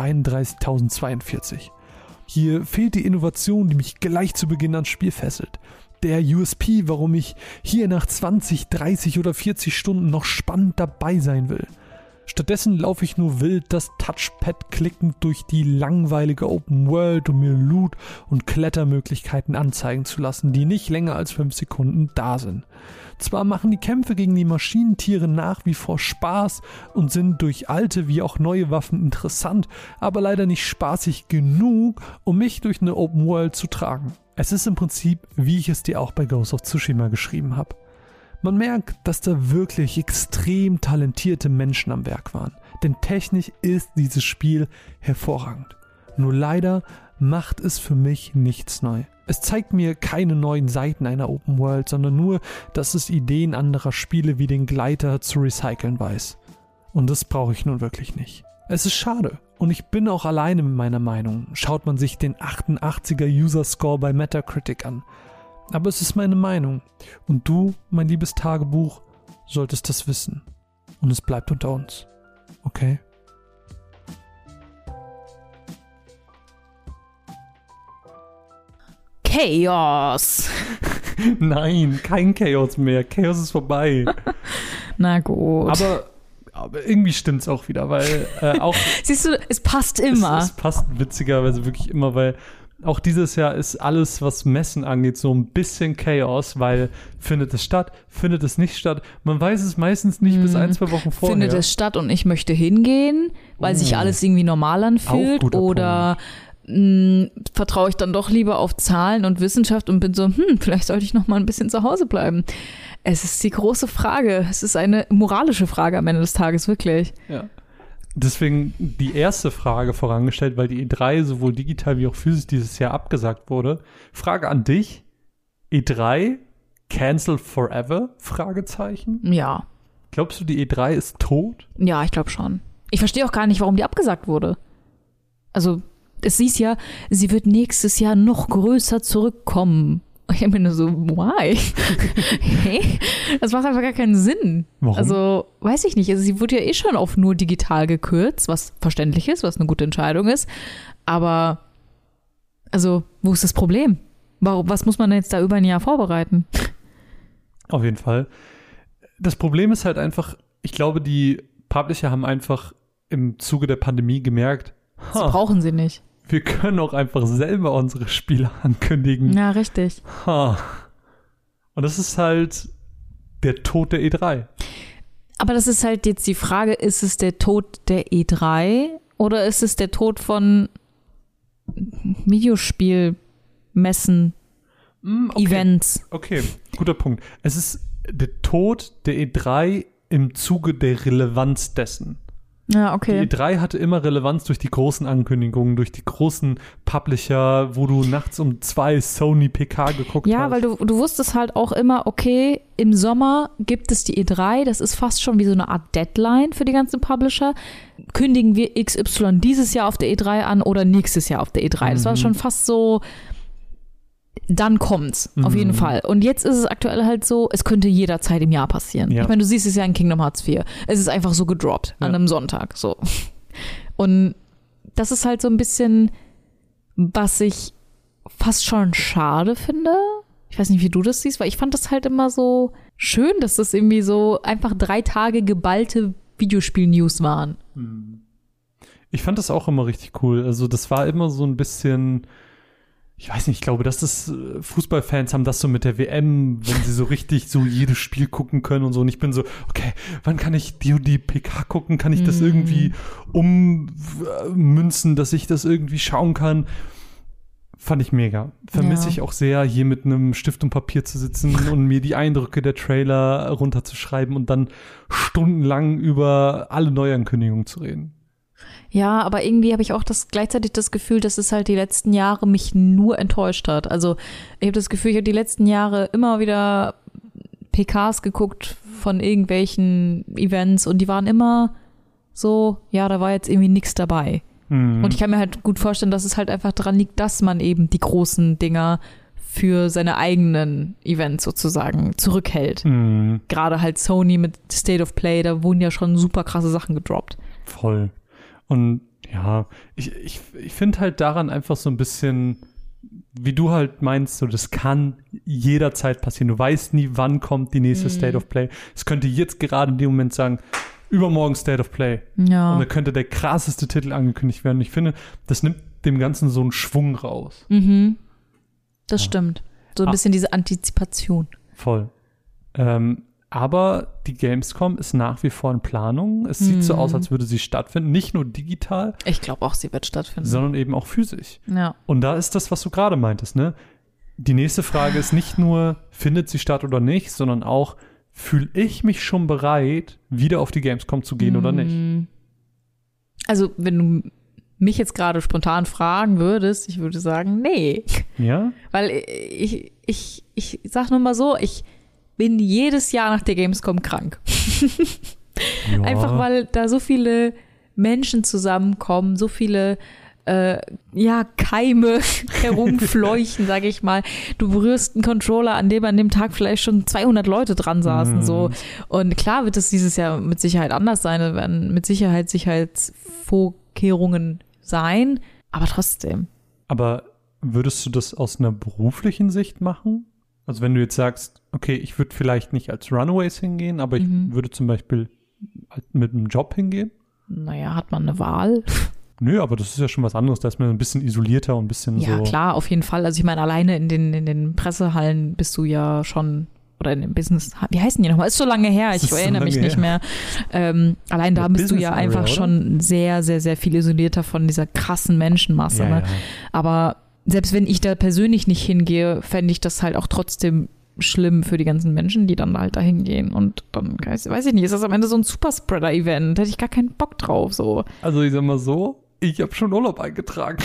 133.042. Hier fehlt die Innovation, die mich gleich zu Beginn ans Spiel fesselt. Der USP, warum ich hier nach 20, 30 oder 40 Stunden noch spannend dabei sein will. Stattdessen laufe ich nur wild das Touchpad klickend durch die langweilige Open World, um mir Loot- und Klettermöglichkeiten anzeigen zu lassen, die nicht länger als 5 Sekunden da sind. Zwar machen die Kämpfe gegen die Maschinentiere nach wie vor Spaß und sind durch alte wie auch neue Waffen interessant, aber leider nicht spaßig genug, um mich durch eine Open World zu tragen. Es ist im Prinzip, wie ich es dir auch bei Ghost of Tsushima geschrieben habe. Man merkt, dass da wirklich extrem talentierte Menschen am Werk waren. Denn technisch ist dieses Spiel hervorragend. Nur leider macht es für mich nichts neu. Es zeigt mir keine neuen Seiten einer Open World, sondern nur, dass es Ideen anderer Spiele wie den Gleiter zu recyceln weiß. Und das brauche ich nun wirklich nicht. Es ist schade. Und ich bin auch alleine mit meiner Meinung. Schaut man sich den 88er User-Score bei Metacritic an. Aber es ist meine Meinung. Und du, mein liebes Tagebuch, solltest das wissen. Und es bleibt unter uns. Okay? Chaos. Nein, kein Chaos mehr. Chaos ist vorbei. Na gut. Aber irgendwie stimmt's auch wieder, weil auch... Siehst du, es passt immer. Es passt witzigerweise wirklich immer, weil auch dieses Jahr ist alles, was Messen angeht, so ein bisschen Chaos, weil findet es statt, findet es nicht statt. Man weiß es meistens nicht bis 1-2 Wochen vorher. Findet es statt und ich möchte hingehen, weil sich alles irgendwie normal anfühlt, oder vertraue ich dann doch lieber auf Zahlen und Wissenschaft und bin so, vielleicht sollte ich noch mal ein bisschen zu Hause bleiben. Es ist die große Frage. Es ist eine moralische Frage am Ende des Tages, wirklich. Ja. Deswegen die erste Frage vorangestellt, weil die E3 sowohl digital wie auch physisch dieses Jahr abgesagt wurde. Frage an dich. E3 cancel forever? Fragezeichen. Ja. Glaubst du, die E3 ist tot? Ja, ich glaube schon. Ich verstehe auch gar nicht, warum die abgesagt wurde. Also, es hieß ja, sie wird nächstes Jahr noch größer zurückkommen. Ich habe mir nur so, why? Hey, das macht einfach gar keinen Sinn. Warum? Also, weiß ich nicht. Also, sie wurde ja eh schon auf nur digital gekürzt, was verständlich ist, was eine gute Entscheidung ist. Aber, also, wo ist das Problem? Was muss man denn jetzt da über ein Jahr vorbereiten? Auf jeden Fall. Das Problem ist halt einfach, ich glaube, die Publisher haben einfach im Zuge der Pandemie gemerkt, Das brauchen sie nicht. Wir können auch einfach selber unsere Spiele ankündigen. Ja, richtig. Und das ist halt der Tod der E3. Aber das ist halt jetzt die Frage, ist es der Tod der E3 oder ist es der Tod von Videospielmessen? Okay. Events. Okay, guter Punkt. Es ist der Tod der E3 im Zuge der Relevanz dessen. Ja, okay. Die E3 hatte immer Relevanz durch die großen Ankündigungen, durch die großen Publisher, wo du nachts um 2 Sony PK geguckt hast. Ja, weil du wusstest halt auch immer, okay, im Sommer gibt es die E3, das ist fast schon wie so eine Art Deadline für die ganzen Publisher. Kündigen wir XY dieses Jahr auf der E3 an oder nächstes Jahr auf der E3. Das war schon fast so, dann kommt's, auf jeden Fall. Und jetzt ist es aktuell halt so, es könnte jederzeit im Jahr passieren. Ja. Ich meine, du siehst es ja in Kingdom Hearts 4. Es ist einfach so gedroppt an einem Sonntag, so. Und das ist halt so ein bisschen, was ich fast schon schade finde. Ich weiß nicht, wie du das siehst, weil ich fand das halt immer so schön, dass das irgendwie so einfach 3 Tage geballte Videospiel-News waren. Ich fand das auch immer richtig cool. Also das war immer so ein bisschen, ich weiß nicht, ich glaube, dass das Fußballfans haben das so mit der WM, wenn sie so richtig so jedes Spiel gucken können und so. Und ich bin so, okay, wann kann ich die PK gucken? Kann ich das irgendwie ummünzen, dass ich das irgendwie schauen kann? Fand ich mega. Vermisse ich auch sehr, hier mit einem Stift und Papier zu sitzen und mir die Eindrücke der Trailer runterzuschreiben und dann stundenlang über alle Neuankündigungen zu reden. Ja, aber irgendwie habe ich auch gleichzeitig das Gefühl, dass es halt die letzten Jahre mich nur enttäuscht hat. Also ich habe das Gefühl, ich habe die letzten Jahre immer wieder PKs geguckt von irgendwelchen Events und die waren immer so, ja, da war jetzt irgendwie nichts dabei. Und ich kann mir halt gut vorstellen, dass es halt einfach daran liegt, dass man eben die großen Dinger für seine eigenen Events sozusagen zurückhält. Gerade halt Sony mit State of Play, da wurden ja schon super krasse Sachen gedroppt. Voll. Und ja, ich finde halt daran einfach so ein bisschen, wie du halt meinst, so das kann jederzeit passieren. Du weißt nie, wann kommt die nächste State of Play. Es könnte jetzt gerade in dem Moment sagen, übermorgen State of Play. Ja. Und da könnte der krasseste Titel angekündigt werden. Und ich finde, das nimmt dem Ganzen so einen Schwung raus. Das stimmt. So ein bisschen diese Antizipation. Voll. Aber die Gamescom ist nach wie vor in Planung. Es sieht so aus, als würde sie stattfinden. Nicht nur digital, Ich glaube auch, sie wird stattfinden. sondern eben auch physisch. Ja. Und da ist das, was du gerade meintest, ne? Die nächste Frage ist nicht nur, findet sie statt oder nicht, sondern auch, fühle ich mich schon bereit, wieder auf die Gamescom zu gehen oder nicht? Also, wenn du mich jetzt gerade spontan fragen würdest, ich würde sagen, nee. Ja? Weil ich sag nur mal so, ich bin jedes Jahr nach der Gamescom krank. Ja. Einfach weil da so viele Menschen zusammenkommen, so viele Keime herumfleuchen, sag ich mal. Du berührst einen Controller, an dem an dem Tag vielleicht schon 200 Leute dran saßen. So. Und klar wird es dieses Jahr mit Sicherheit anders sein. Es werden mit Sicherheit Sicherheitsvorkehrungen sein. Aber trotzdem. Aber würdest du das aus einer beruflichen Sicht machen? Also wenn du jetzt sagst, okay, ich würde vielleicht nicht als Runaways hingehen, aber ich würde zum Beispiel mit einem Job hingehen? Naja, hat man eine Wahl? Nö, aber das ist ja schon was anderes. Da ist man ein bisschen isolierter und ein bisschen so. Ja, klar, auf jeden Fall. Also ich meine, alleine in den Pressehallen bist du ja schon, oder in den Business, wie heißen die nochmal? Ist so lange her, ich erinnere mich nicht mehr. Allein da bist du ja Business einfach Area, schon sehr, sehr, sehr viel isolierter von dieser krassen Menschenmasse. Ja, Ne? ja. Aber selbst wenn ich da persönlich nicht hingehe, fände ich das halt auch trotzdem schlimm für die ganzen Menschen, die dann halt da hingehen. Und dann, weiß ich nicht, ist das am Ende so ein Superspreader-Event? Da hätte ich gar keinen Bock drauf. So. Also ich sag mal so, ich habe schon Urlaub eingetragen.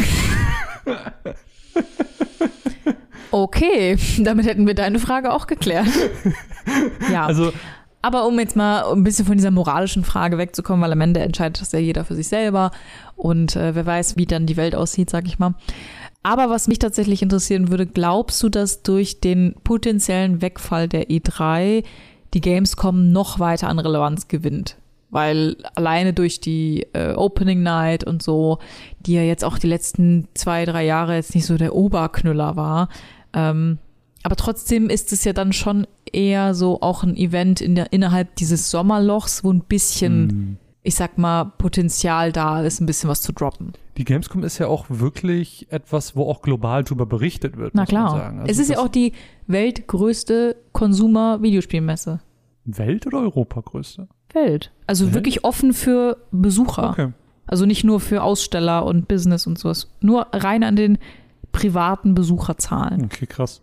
Okay, damit hätten wir deine Frage auch geklärt. Ja, Also aber um jetzt mal ein bisschen von dieser moralischen Frage wegzukommen, weil am Ende entscheidet das ja jeder für sich selber und wer weiß, wie dann die Welt aussieht, sag ich mal. Aber was mich tatsächlich interessieren würde, glaubst du, dass durch den potenziellen Wegfall der E3 die Gamescom noch weiter an Relevanz gewinnt? Weil alleine durch die Opening Night und so, die ja jetzt auch die letzten 2-3 Jahre jetzt nicht so der Oberknüller war, aber trotzdem ist es ja dann schon eher so auch ein Event innerhalb dieses Sommerlochs, wo ein bisschen, ich sag mal, Potenzial da ist, ein bisschen was zu droppen. die Gamescom ist ja auch wirklich etwas, wo auch global drüber berichtet wird, Na muss man klar. sagen. Also Es ist ja das auch die weltgrößte Consumer-Videospielmesse. Welt- oder Europagrößte? Welt. Also Welt? wirklich offen für Besucher. Okay. Also nicht nur für Aussteller und Business und sowas. Nur rein an den privaten Besucherzahlen. Okay, krass.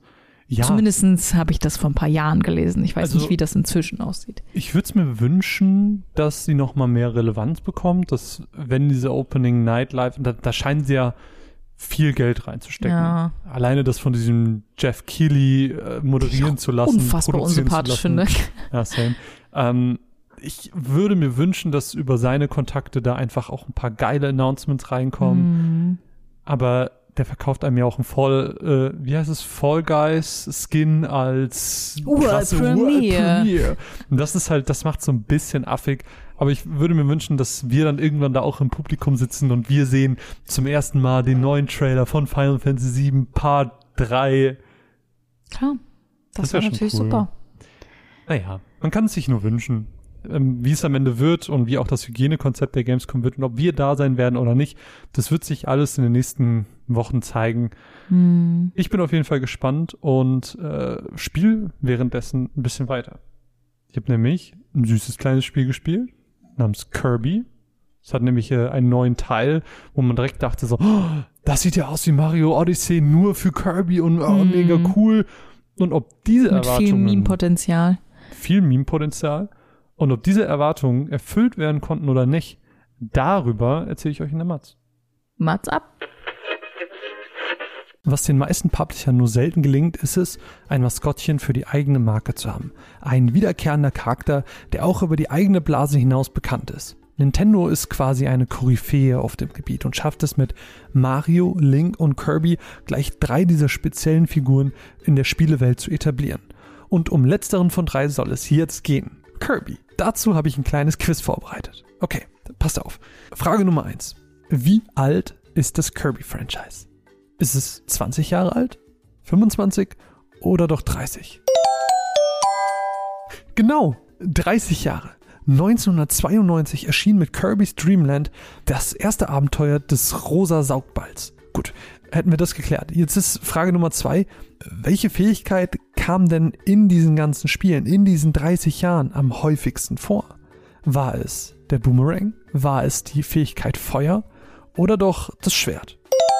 Ja, Zumindest habe ich das vor ein paar Jahren gelesen. Ich weiß Also- nicht, wie das inzwischen aussieht. ich würde es mir wünschen, dass sie nochmal mehr Relevanz bekommt, dass wenn diese Opening Night Live, da scheinen sie ja viel Geld reinzustecken. Ja. Alleine das von diesem Jeff Keighley moderieren zu lassen. Unfassbar produzieren unsympathisch zu lassen. finde. Ja, same. Ich würde mir wünschen, dass über seine Kontakte da einfach auch ein paar geile Announcements reinkommen. Aber der verkauft einem ja auch ein Fall Guys Skin als krasse Premiere. Und das ist halt, das macht so ein bisschen affig. Aber ich würde mir wünschen, dass wir dann irgendwann da auch im Publikum sitzen und wir sehen zum ersten Mal den neuen Trailer von Final Fantasy VII Part 3. Klar, das wär war schon natürlich cool. super. Naja, man kann es sich nur wünschen. Wie es am Ende wird und wie auch das Hygienekonzept der Gamescom wird und ob wir da sein werden oder nicht, das wird sich alles in den nächsten Wochen zeigen. Ich bin auf jeden Fall gespannt und spiele währenddessen ein bisschen weiter. Ich habe nämlich ein süßes kleines Spiel gespielt namens Kirby. Es hat nämlich einen neuen Teil, wo man direkt dachte so, oh, das sieht ja aus wie Mario Odyssey nur für Kirby und mega cool. Und ob diese Mit viel Erwartungen... Meme-Potenzial. Viel Meme-Potenzial. Und ob diese Erwartungen erfüllt werden konnten oder nicht, darüber erzähle ich euch in der Matz. Mats ab. Was den meisten Publishern nur selten gelingt, ist es, ein Maskottchen für die eigene Marke zu haben. Ein wiederkehrender Charakter, der auch über die eigene Blase hinaus bekannt ist. Nintendo ist quasi eine Koryphäe auf dem Gebiet und schafft es mit Mario, Link und Kirby gleich 3 dieser speziellen Figuren in der Spielewelt zu etablieren. Und um letzteren von 3 soll es jetzt gehen. Kirby. Dazu habe ich ein kleines Quiz vorbereitet. Okay, passt auf. Frage Nummer 1. Wie alt ist das Kirby-Franchise? Ist es 20 Jahre alt, 25 oder doch 30? Genau, 30 Jahre. 1992 erschien mit Kirby's Dream Land das erste Abenteuer des rosa Saugballs. Gut, hätten wir das geklärt. Jetzt ist Frage Nummer 2. Welche Fähigkeit kam denn in diesen ganzen Spielen, in diesen 30 Jahren am häufigsten vor? War es der Boomerang? War es die Fähigkeit Feuer? Oder doch das Schwert?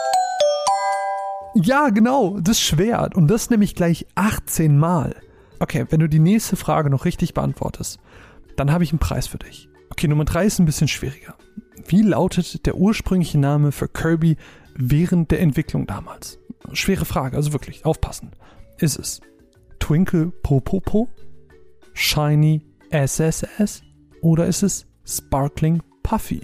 Ja, genau, das Schwert. Und das nämlich gleich 18 Mal. Okay, wenn du die nächste Frage noch richtig beantwortest, dann habe ich einen Preis für dich. Okay, Nummer 3 ist ein bisschen schwieriger. Wie lautet der ursprüngliche Name für Kirby während der Entwicklung damals? Schwere Frage, also wirklich, aufpassen. Ist es Twinkle Popopo, Shiny SSS oder ist es Sparkling Puffy?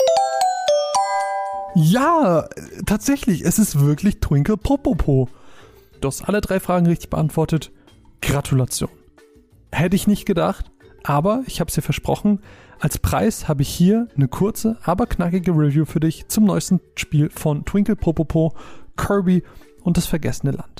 Ja, tatsächlich, es ist wirklich Twinkle Popopo. Du hast alle 3 Fragen richtig beantwortet. Gratulation. Hätte ich nicht gedacht, aber ich habe es dir versprochen, als Preis habe ich hier eine kurze, aber knackige Review für dich zum neuesten Spiel von Twinkle Popopo, Kirby und das vergessene Land.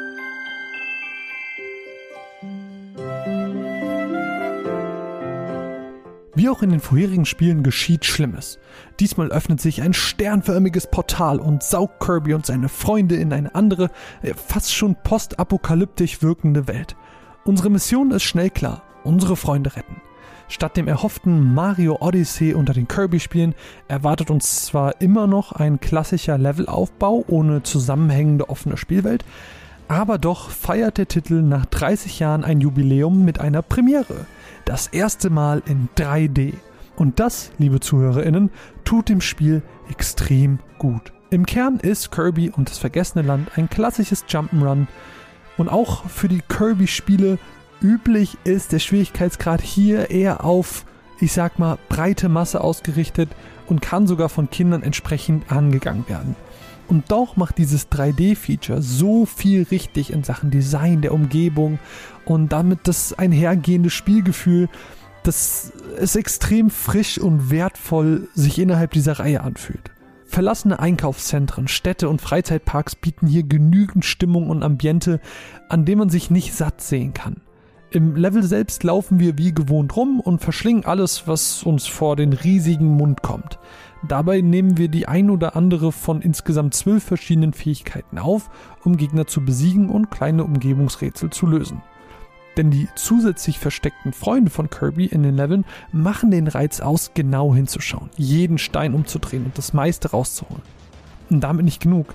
Wie auch in den vorherigen Spielen geschieht Schlimmes. Diesmal öffnet sich ein sternförmiges Portal und saugt Kirby und seine Freunde in eine andere, fast schon postapokalyptisch wirkende Welt. Unsere Mission ist schnell klar: unsere Freunde retten. Statt dem erhofften Mario Odyssey unter den Kirby-Spielen erwartet uns zwar immer noch ein klassischer Levelaufbau ohne zusammenhängende offene Spielwelt, aber doch feiert der Titel nach 30 Jahren ein Jubiläum mit einer Premiere. Das erste Mal in 3D. Und das, liebe ZuhörerInnen, tut dem Spiel extrem gut. Im Kern ist Kirby und das vergessene Land ein klassisches Jump'n'Run. Und auch für die Kirby-Spiele üblich ist der Schwierigkeitsgrad hier eher auf, ich sag mal, breite Masse ausgerichtet und kann sogar von Kindern entsprechend angegangen werden. Und doch macht dieses 3D-Feature so viel richtig in Sachen Design der Umgebung und damit das einhergehende Spielgefühl, dass es extrem frisch und wertvoll sich innerhalb dieser Reihe anfühlt. Verlassene Einkaufszentren, Städte und Freizeitparks bieten hier genügend Stimmung und Ambiente, an dem man sich nicht satt sehen kann. Im Level selbst laufen wir wie gewohnt rum und verschlingen alles, was uns vor den riesigen Mund kommt. Dabei nehmen wir die ein oder andere von insgesamt 12 verschiedenen Fähigkeiten auf, um Gegner zu besiegen und kleine Umgebungsrätsel zu lösen. Denn die zusätzlich versteckten Freunde von Kirby in den Leveln machen den Reiz aus, genau hinzuschauen, jeden Stein umzudrehen und das meiste rauszuholen. Und damit nicht genug.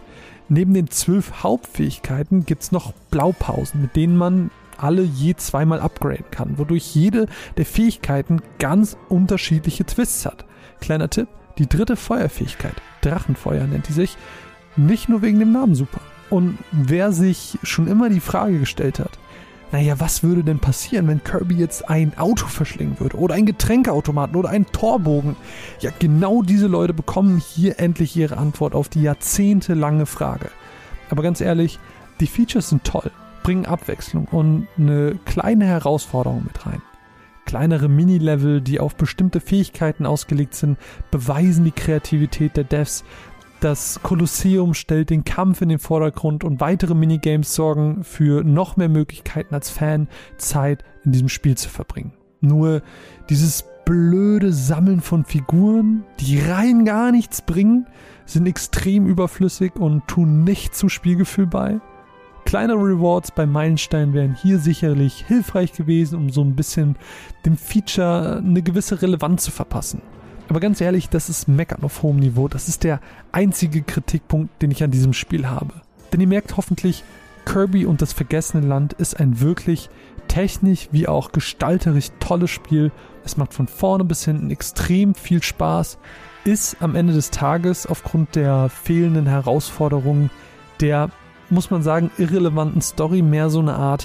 Neben den 12 Hauptfähigkeiten gibt es noch Blaupausen, mit denen man alle je zweimal upgraden kann, wodurch jede der Fähigkeiten ganz unterschiedliche Twists hat. Kleiner Tipp, die 3. Feuerfähigkeit, Drachenfeuer nennt die sich, nicht nur wegen dem Namen super. Und wer sich schon immer die Frage gestellt hat, naja, was würde denn passieren, wenn Kirby jetzt ein Auto verschlingen würde oder ein Getränkeautomaten oder einen Torbogen? Ja, genau diese Leute bekommen hier endlich ihre Antwort auf die jahrzehntelange Frage. Aber ganz ehrlich, die Features sind toll, bringen Abwechslung und eine kleine Herausforderung mit rein. Kleinere Mini-Level, die auf bestimmte Fähigkeiten ausgelegt sind, beweisen die Kreativität der Devs. Das Kolosseum stellt den Kampf in den Vordergrund und weitere Minigames sorgen für noch mehr Möglichkeiten als Fan, Zeit in diesem Spiel zu verbringen. Nur dieses blöde Sammeln von Figuren, die rein gar nichts bringen, sind extrem überflüssig und tun nicht zum Spielgefühl bei. Kleine Rewards bei Meilensteinen wären hier sicherlich hilfreich gewesen, um so ein bisschen dem Feature eine gewisse Relevanz zu verpassen. Aber ganz ehrlich, das ist Meckern auf hohem Niveau. Das ist der einzige Kritikpunkt, den ich an diesem Spiel habe. Denn ihr merkt hoffentlich, Kirby und das Vergessene Land ist ein wirklich technisch wie auch gestalterisch tolles Spiel. Es macht von vorne bis hinten extrem viel Spaß. Ist am Ende des Tages aufgrund der fehlenden Herausforderungen der, muss man sagen, irrelevanten Story mehr so eine Art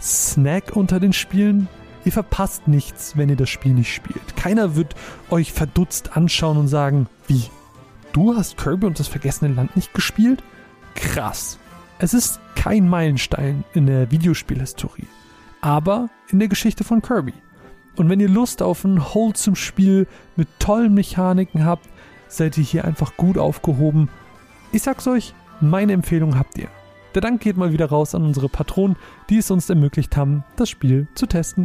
Snack unter den Spielen. Ihr verpasst nichts, wenn ihr das Spiel nicht spielt. Keiner wird euch verdutzt anschauen und sagen, wie? Du hast Kirby und das Vergessene Land nicht gespielt? Krass. Es ist kein Meilenstein in der Videospielhistorie, aber in der Geschichte von Kirby. Und wenn ihr Lust auf ein wholesome Spiel mit tollen Mechaniken habt, seid ihr hier einfach gut aufgehoben. Ich sag's euch, meine Empfehlung habt ihr. Der Dank geht mal wieder raus an unsere Patronen, die es uns ermöglicht haben, das Spiel zu testen.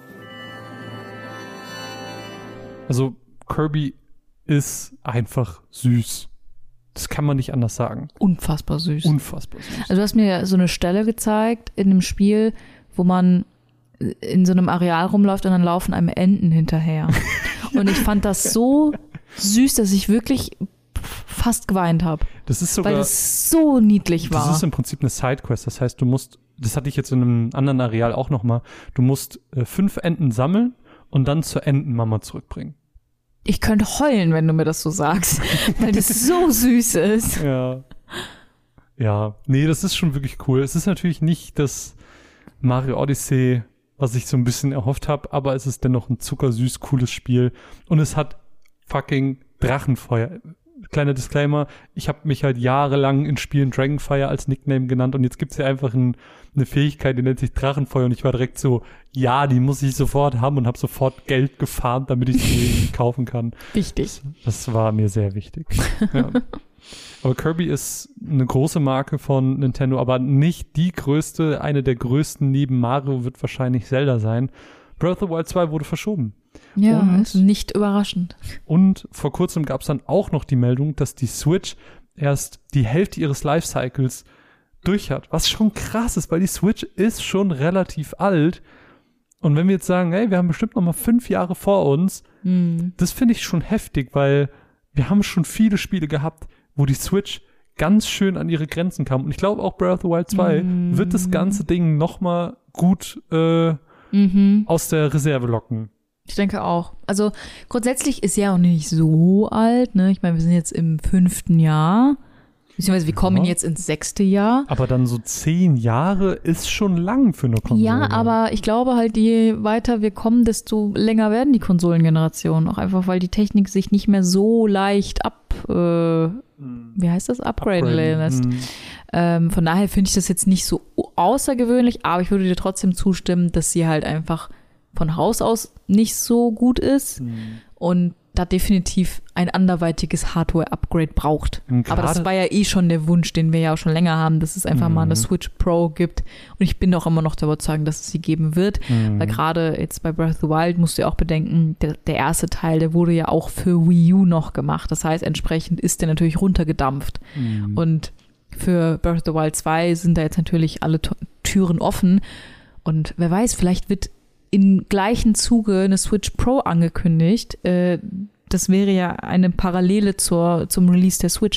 Also Kirby ist einfach süß. Das kann man nicht anders sagen. Unfassbar süß. Unfassbar süß. Also du hast mir so eine Stelle gezeigt in dem Spiel, wo man in so einem Areal rumläuft und dann laufen einem Enten hinterher. Und ich fand das so süß, dass ich wirklich fast geweint habe. Das ist sogar, weil es so niedlich war. Das ist im Prinzip eine Sidequest. Das heißt, du musst, das hatte ich jetzt in einem anderen Areal auch nochmal, du musst 5 Enten sammeln und dann zur Entenmama zurückbringen. Ich könnte heulen, wenn du mir das so sagst, weil das so süß ist. Ja. Ja, nee, das ist schon wirklich cool. Es ist natürlich nicht das Mario Odyssey, was ich so ein bisschen erhofft habe, aber es ist dennoch ein zuckersüß, cooles Spiel. Und es hat fucking Drachenfeuer. Kleiner Disclaimer, ich habe mich halt jahrelang in Spielen Dragonfire als Nickname genannt und jetzt gibt's ja einfach eine Fähigkeit, die nennt sich Drachenfeuer und ich war direkt so, ja, die muss ich sofort haben und habe sofort Geld gefarmt, damit ich sie kaufen kann. Wichtig. Das war mir sehr wichtig. Ja. Aber Kirby ist eine große Marke von Nintendo, aber nicht die größte. Eine der größten neben Mario wird wahrscheinlich Zelda sein. Breath of the Wild 2 wurde verschoben. Ja, und, ist nicht überraschend. Und vor kurzem gab es dann auch noch die Meldung, dass die Switch erst die Hälfte ihres Lifecycles durch hat. Was schon krass ist, weil die Switch ist schon relativ alt. Und wenn wir jetzt sagen, hey, wir haben bestimmt noch mal 5 Jahre vor uns, das finde ich schon heftig, weil wir haben schon viele Spiele gehabt, wo die Switch ganz schön an ihre Grenzen kam. Und ich glaube auch Breath of the Wild 2 wird das ganze Ding noch mal gut aus der Reserve locken. Ich denke auch. Also grundsätzlich ist ja auch nicht so alt, ne? Ich meine, wir sind jetzt im 5. Jahr. Beziehungsweise wir kommen jetzt ins 6. Jahr. Aber dann so 10 Jahre ist schon lang für eine Konsole. Ja, aber ich glaube halt, je weiter wir kommen, desto länger werden die Konsolengenerationen. Auch einfach, weil die Technik sich nicht mehr so leicht upgraden lässt. Von daher finde ich das jetzt nicht so außergewöhnlich, aber ich würde dir trotzdem zustimmen, dass sie halt einfach von Haus aus nicht so gut ist und da definitiv ein anderweitiges Hardware-Upgrade braucht. Aber das war ja schon der Wunsch, den wir ja auch schon länger haben, dass es einfach mal eine Switch Pro gibt. Und ich bin auch immer noch der Überzeugung, dass es sie geben wird. Weil gerade jetzt bei Breath of the Wild musst du ja auch bedenken, der erste Teil, der wurde ja auch für Wii U noch gemacht. Das heißt, entsprechend ist der natürlich runtergedampft. Und für Breath of the Wild 2 sind da jetzt natürlich alle Türen offen. Und wer weiß, vielleicht wird im gleichen Zuge eine Switch Pro angekündigt. Das wäre ja eine Parallele zum Release der Switch.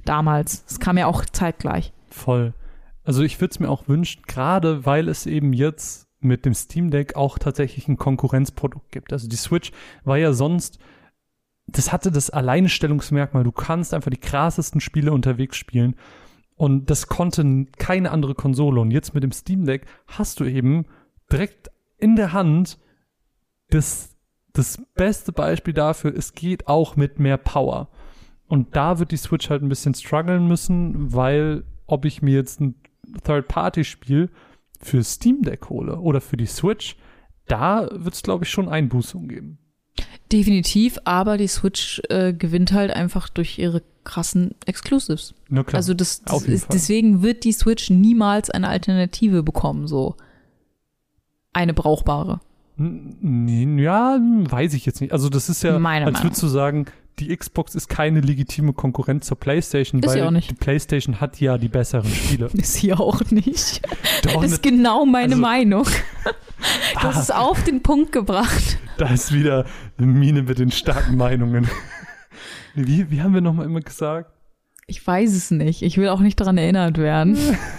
damals. Es kam ja auch zeitgleich. Voll. Also ich würde es mir auch wünschen, gerade weil es eben jetzt mit dem Steam Deck auch tatsächlich ein Konkurrenzprodukt gibt. Also die Switch war ja sonst, das hatte das Alleinstellungsmerkmal, du kannst einfach die krassesten Spiele unterwegs spielen und das konnte keine andere Konsole. Und jetzt mit dem Steam Deck hast du eben direkt in der Hand das beste Beispiel dafür, es geht auch mit mehr Power. Und da wird die Switch halt ein bisschen strugglen müssen, weil ob ich mir jetzt ein Third-Party-Spiel für Steam Deck hole oder für die Switch, da wird es, glaube ich, schon Einbußungen geben. Definitiv, aber die Switch gewinnt halt einfach durch ihre krassen Exclusives. Na klar, Also das auf jeden ist, Fall. deswegen wird die Switch niemals eine Alternative bekommen, so eine brauchbare. Ja, weiß ich jetzt nicht. Also das ist ja, Meiner als Meinung. würdest du sagen, die Xbox ist keine legitime Konkurrenz zur PlayStation, Ist weil sie auch nicht. die PlayStation hat ja die besseren Spiele. Ist sie auch nicht. Doch, Das ist genau meine also- Meinung. Du hast es auf den Punkt gebracht. da ist wieder eine Mine mit den starken Meinungen. Wie haben wir nochmal immer gesagt? Ich weiß es nicht. Ich will auch nicht daran erinnert werden.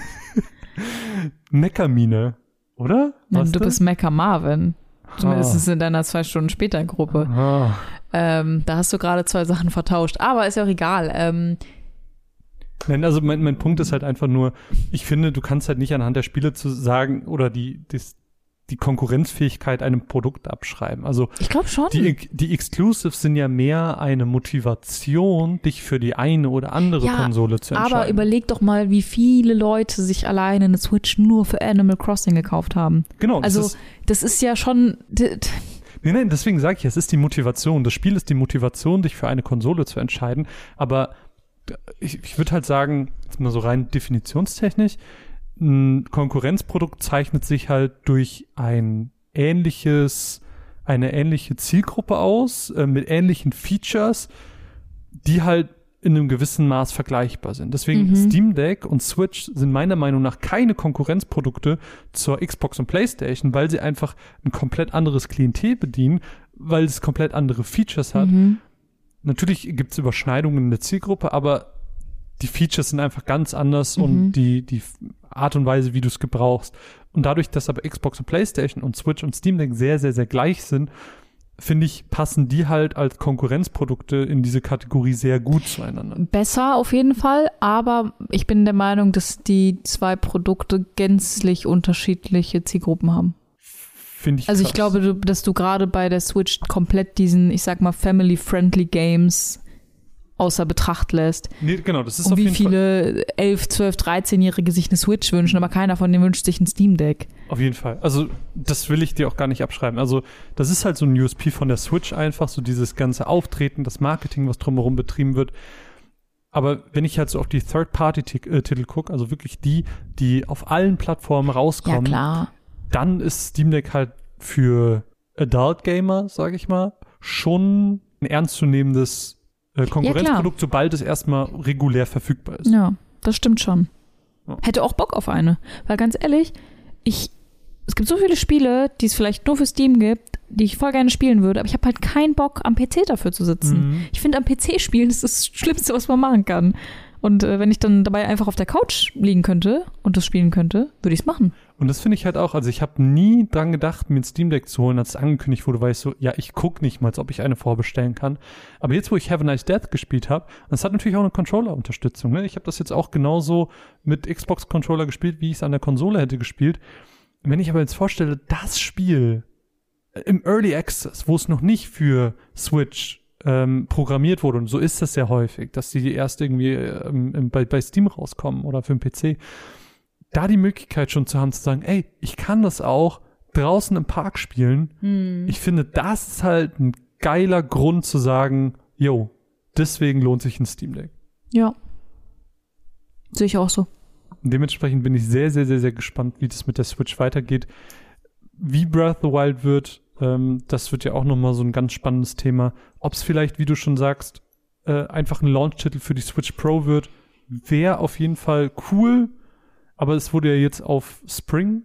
Meckermine, oder? Nein, Was du das? bist Mecha Marvin. Zumindest in deiner 2 Stunden später Gruppe. Ah. Da hast du gerade 2 Sachen vertauscht. Aber ist ja auch egal. Nein, also mein Punkt ist halt einfach nur, ich finde, du kannst halt nicht anhand der Spiele zu sagen oder die Konkurrenzfähigkeit einem Produkt abschreiben. Also Ich glaube schon. die Exclusives sind ja mehr eine Motivation, dich für die eine oder andere Ja, Konsole zu entscheiden. Aber überleg doch mal, wie viele Leute sich alleine eine Switch nur für Animal Crossing gekauft haben. Genau, Also das ist ja schon... Nein, deswegen sage ich, es ist die Motivation. Das Spiel ist die Motivation, dich für eine Konsole zu entscheiden. Aber ich würde halt sagen, jetzt mal so rein definitionstechnisch, ein Konkurrenzprodukt zeichnet sich halt durch eine ähnliche Zielgruppe aus, mit ähnlichen Features, die halt in einem gewissen Maß vergleichbar sind. Deswegen Steam Deck und Switch sind meiner Meinung nach keine Konkurrenzprodukte zur Xbox und PlayStation, weil sie einfach ein komplett anderes Klientel bedienen, weil es komplett andere Features hat. Natürlich gibt es Überschneidungen in der Zielgruppe, aber die Features sind einfach ganz anders und die Art und Weise, wie du es gebrauchst. Und dadurch, dass aber Xbox und PlayStation und Switch und Steam Deck sehr, sehr, sehr gleich sind, finde ich, passen die halt als Konkurrenzprodukte in diese Kategorie sehr gut zueinander. Besser auf jeden Fall, aber ich bin der Meinung, dass die 2 Produkte gänzlich unterschiedliche Zielgruppen haben. Finde ich Also krass. ich glaube, dass du gerade bei der Switch komplett diesen, ich sag mal, family-friendly Games außer Betracht lässt. Nee, genau, das ist Und auf wie jeden Fall. viele 11-, 12-, 13-Jährige sich eine Switch wünschen, aber keiner von denen wünscht sich ein Steam Deck. Auf jeden Fall. Also, das will ich dir auch gar nicht abschreiben. Also, das ist halt so ein USP von der Switch einfach, so dieses ganze Auftreten, das Marketing, was drumherum betrieben wird. Aber wenn ich halt so auf die Third-Party-Titel gucke, also wirklich die auf allen Plattformen rauskommen, klar. dann ist Steam Deck halt für Adult-Gamer, sage ich mal, schon ein ernstzunehmendes Konkurrenzprodukt, sobald es erstmal regulär verfügbar ist. Ja, das stimmt schon. Ja. Hätte auch Bock auf eine. Weil ganz ehrlich, es gibt so viele Spiele, die es vielleicht nur für Steam gibt, die ich voll gerne spielen würde, aber ich habe halt keinen Bock, am PC dafür zu sitzen. Ich finde, am PC spielen ist das Schlimmste, was man machen kann. Und wenn ich dann dabei einfach auf der Couch liegen könnte und das spielen könnte, würde ich es machen. Und das finde ich halt auch, also ich habe nie dran gedacht, mir ein Steam Deck zu holen, als es angekündigt wurde, weil ich so, ja, ich gucke nicht mal, als ob ich eine vorbestellen kann. Aber jetzt, wo ich Have a Nice Death gespielt habe, das hat natürlich auch eine Controller-Unterstützung. Ne? Ich habe das jetzt auch genauso mit Xbox-Controller gespielt, wie ich es an der Konsole hätte gespielt. Wenn ich aber jetzt vorstelle, das Spiel im Early Access, wo es noch nicht für Switch programmiert wurde, und so ist das sehr häufig, dass die erst irgendwie bei Steam rauskommen oder für den PC, da die Möglichkeit schon zu haben, zu sagen, ey, ich kann das auch draußen im Park spielen. Ich finde, das ist halt ein geiler Grund zu sagen, yo, deswegen lohnt sich ein Steam Deck. Ja. Sehe ich auch so. Und dementsprechend bin ich sehr, sehr, sehr, sehr gespannt, wie das mit der Switch weitergeht. Wie Breath of the Wild wird, das wird ja auch nochmal so ein ganz spannendes Thema. Ob es vielleicht, wie du schon sagst, einfach ein Launch-Titel für die Switch Pro wird, wäre auf jeden Fall cool. Aber es wurde ja jetzt auf Spring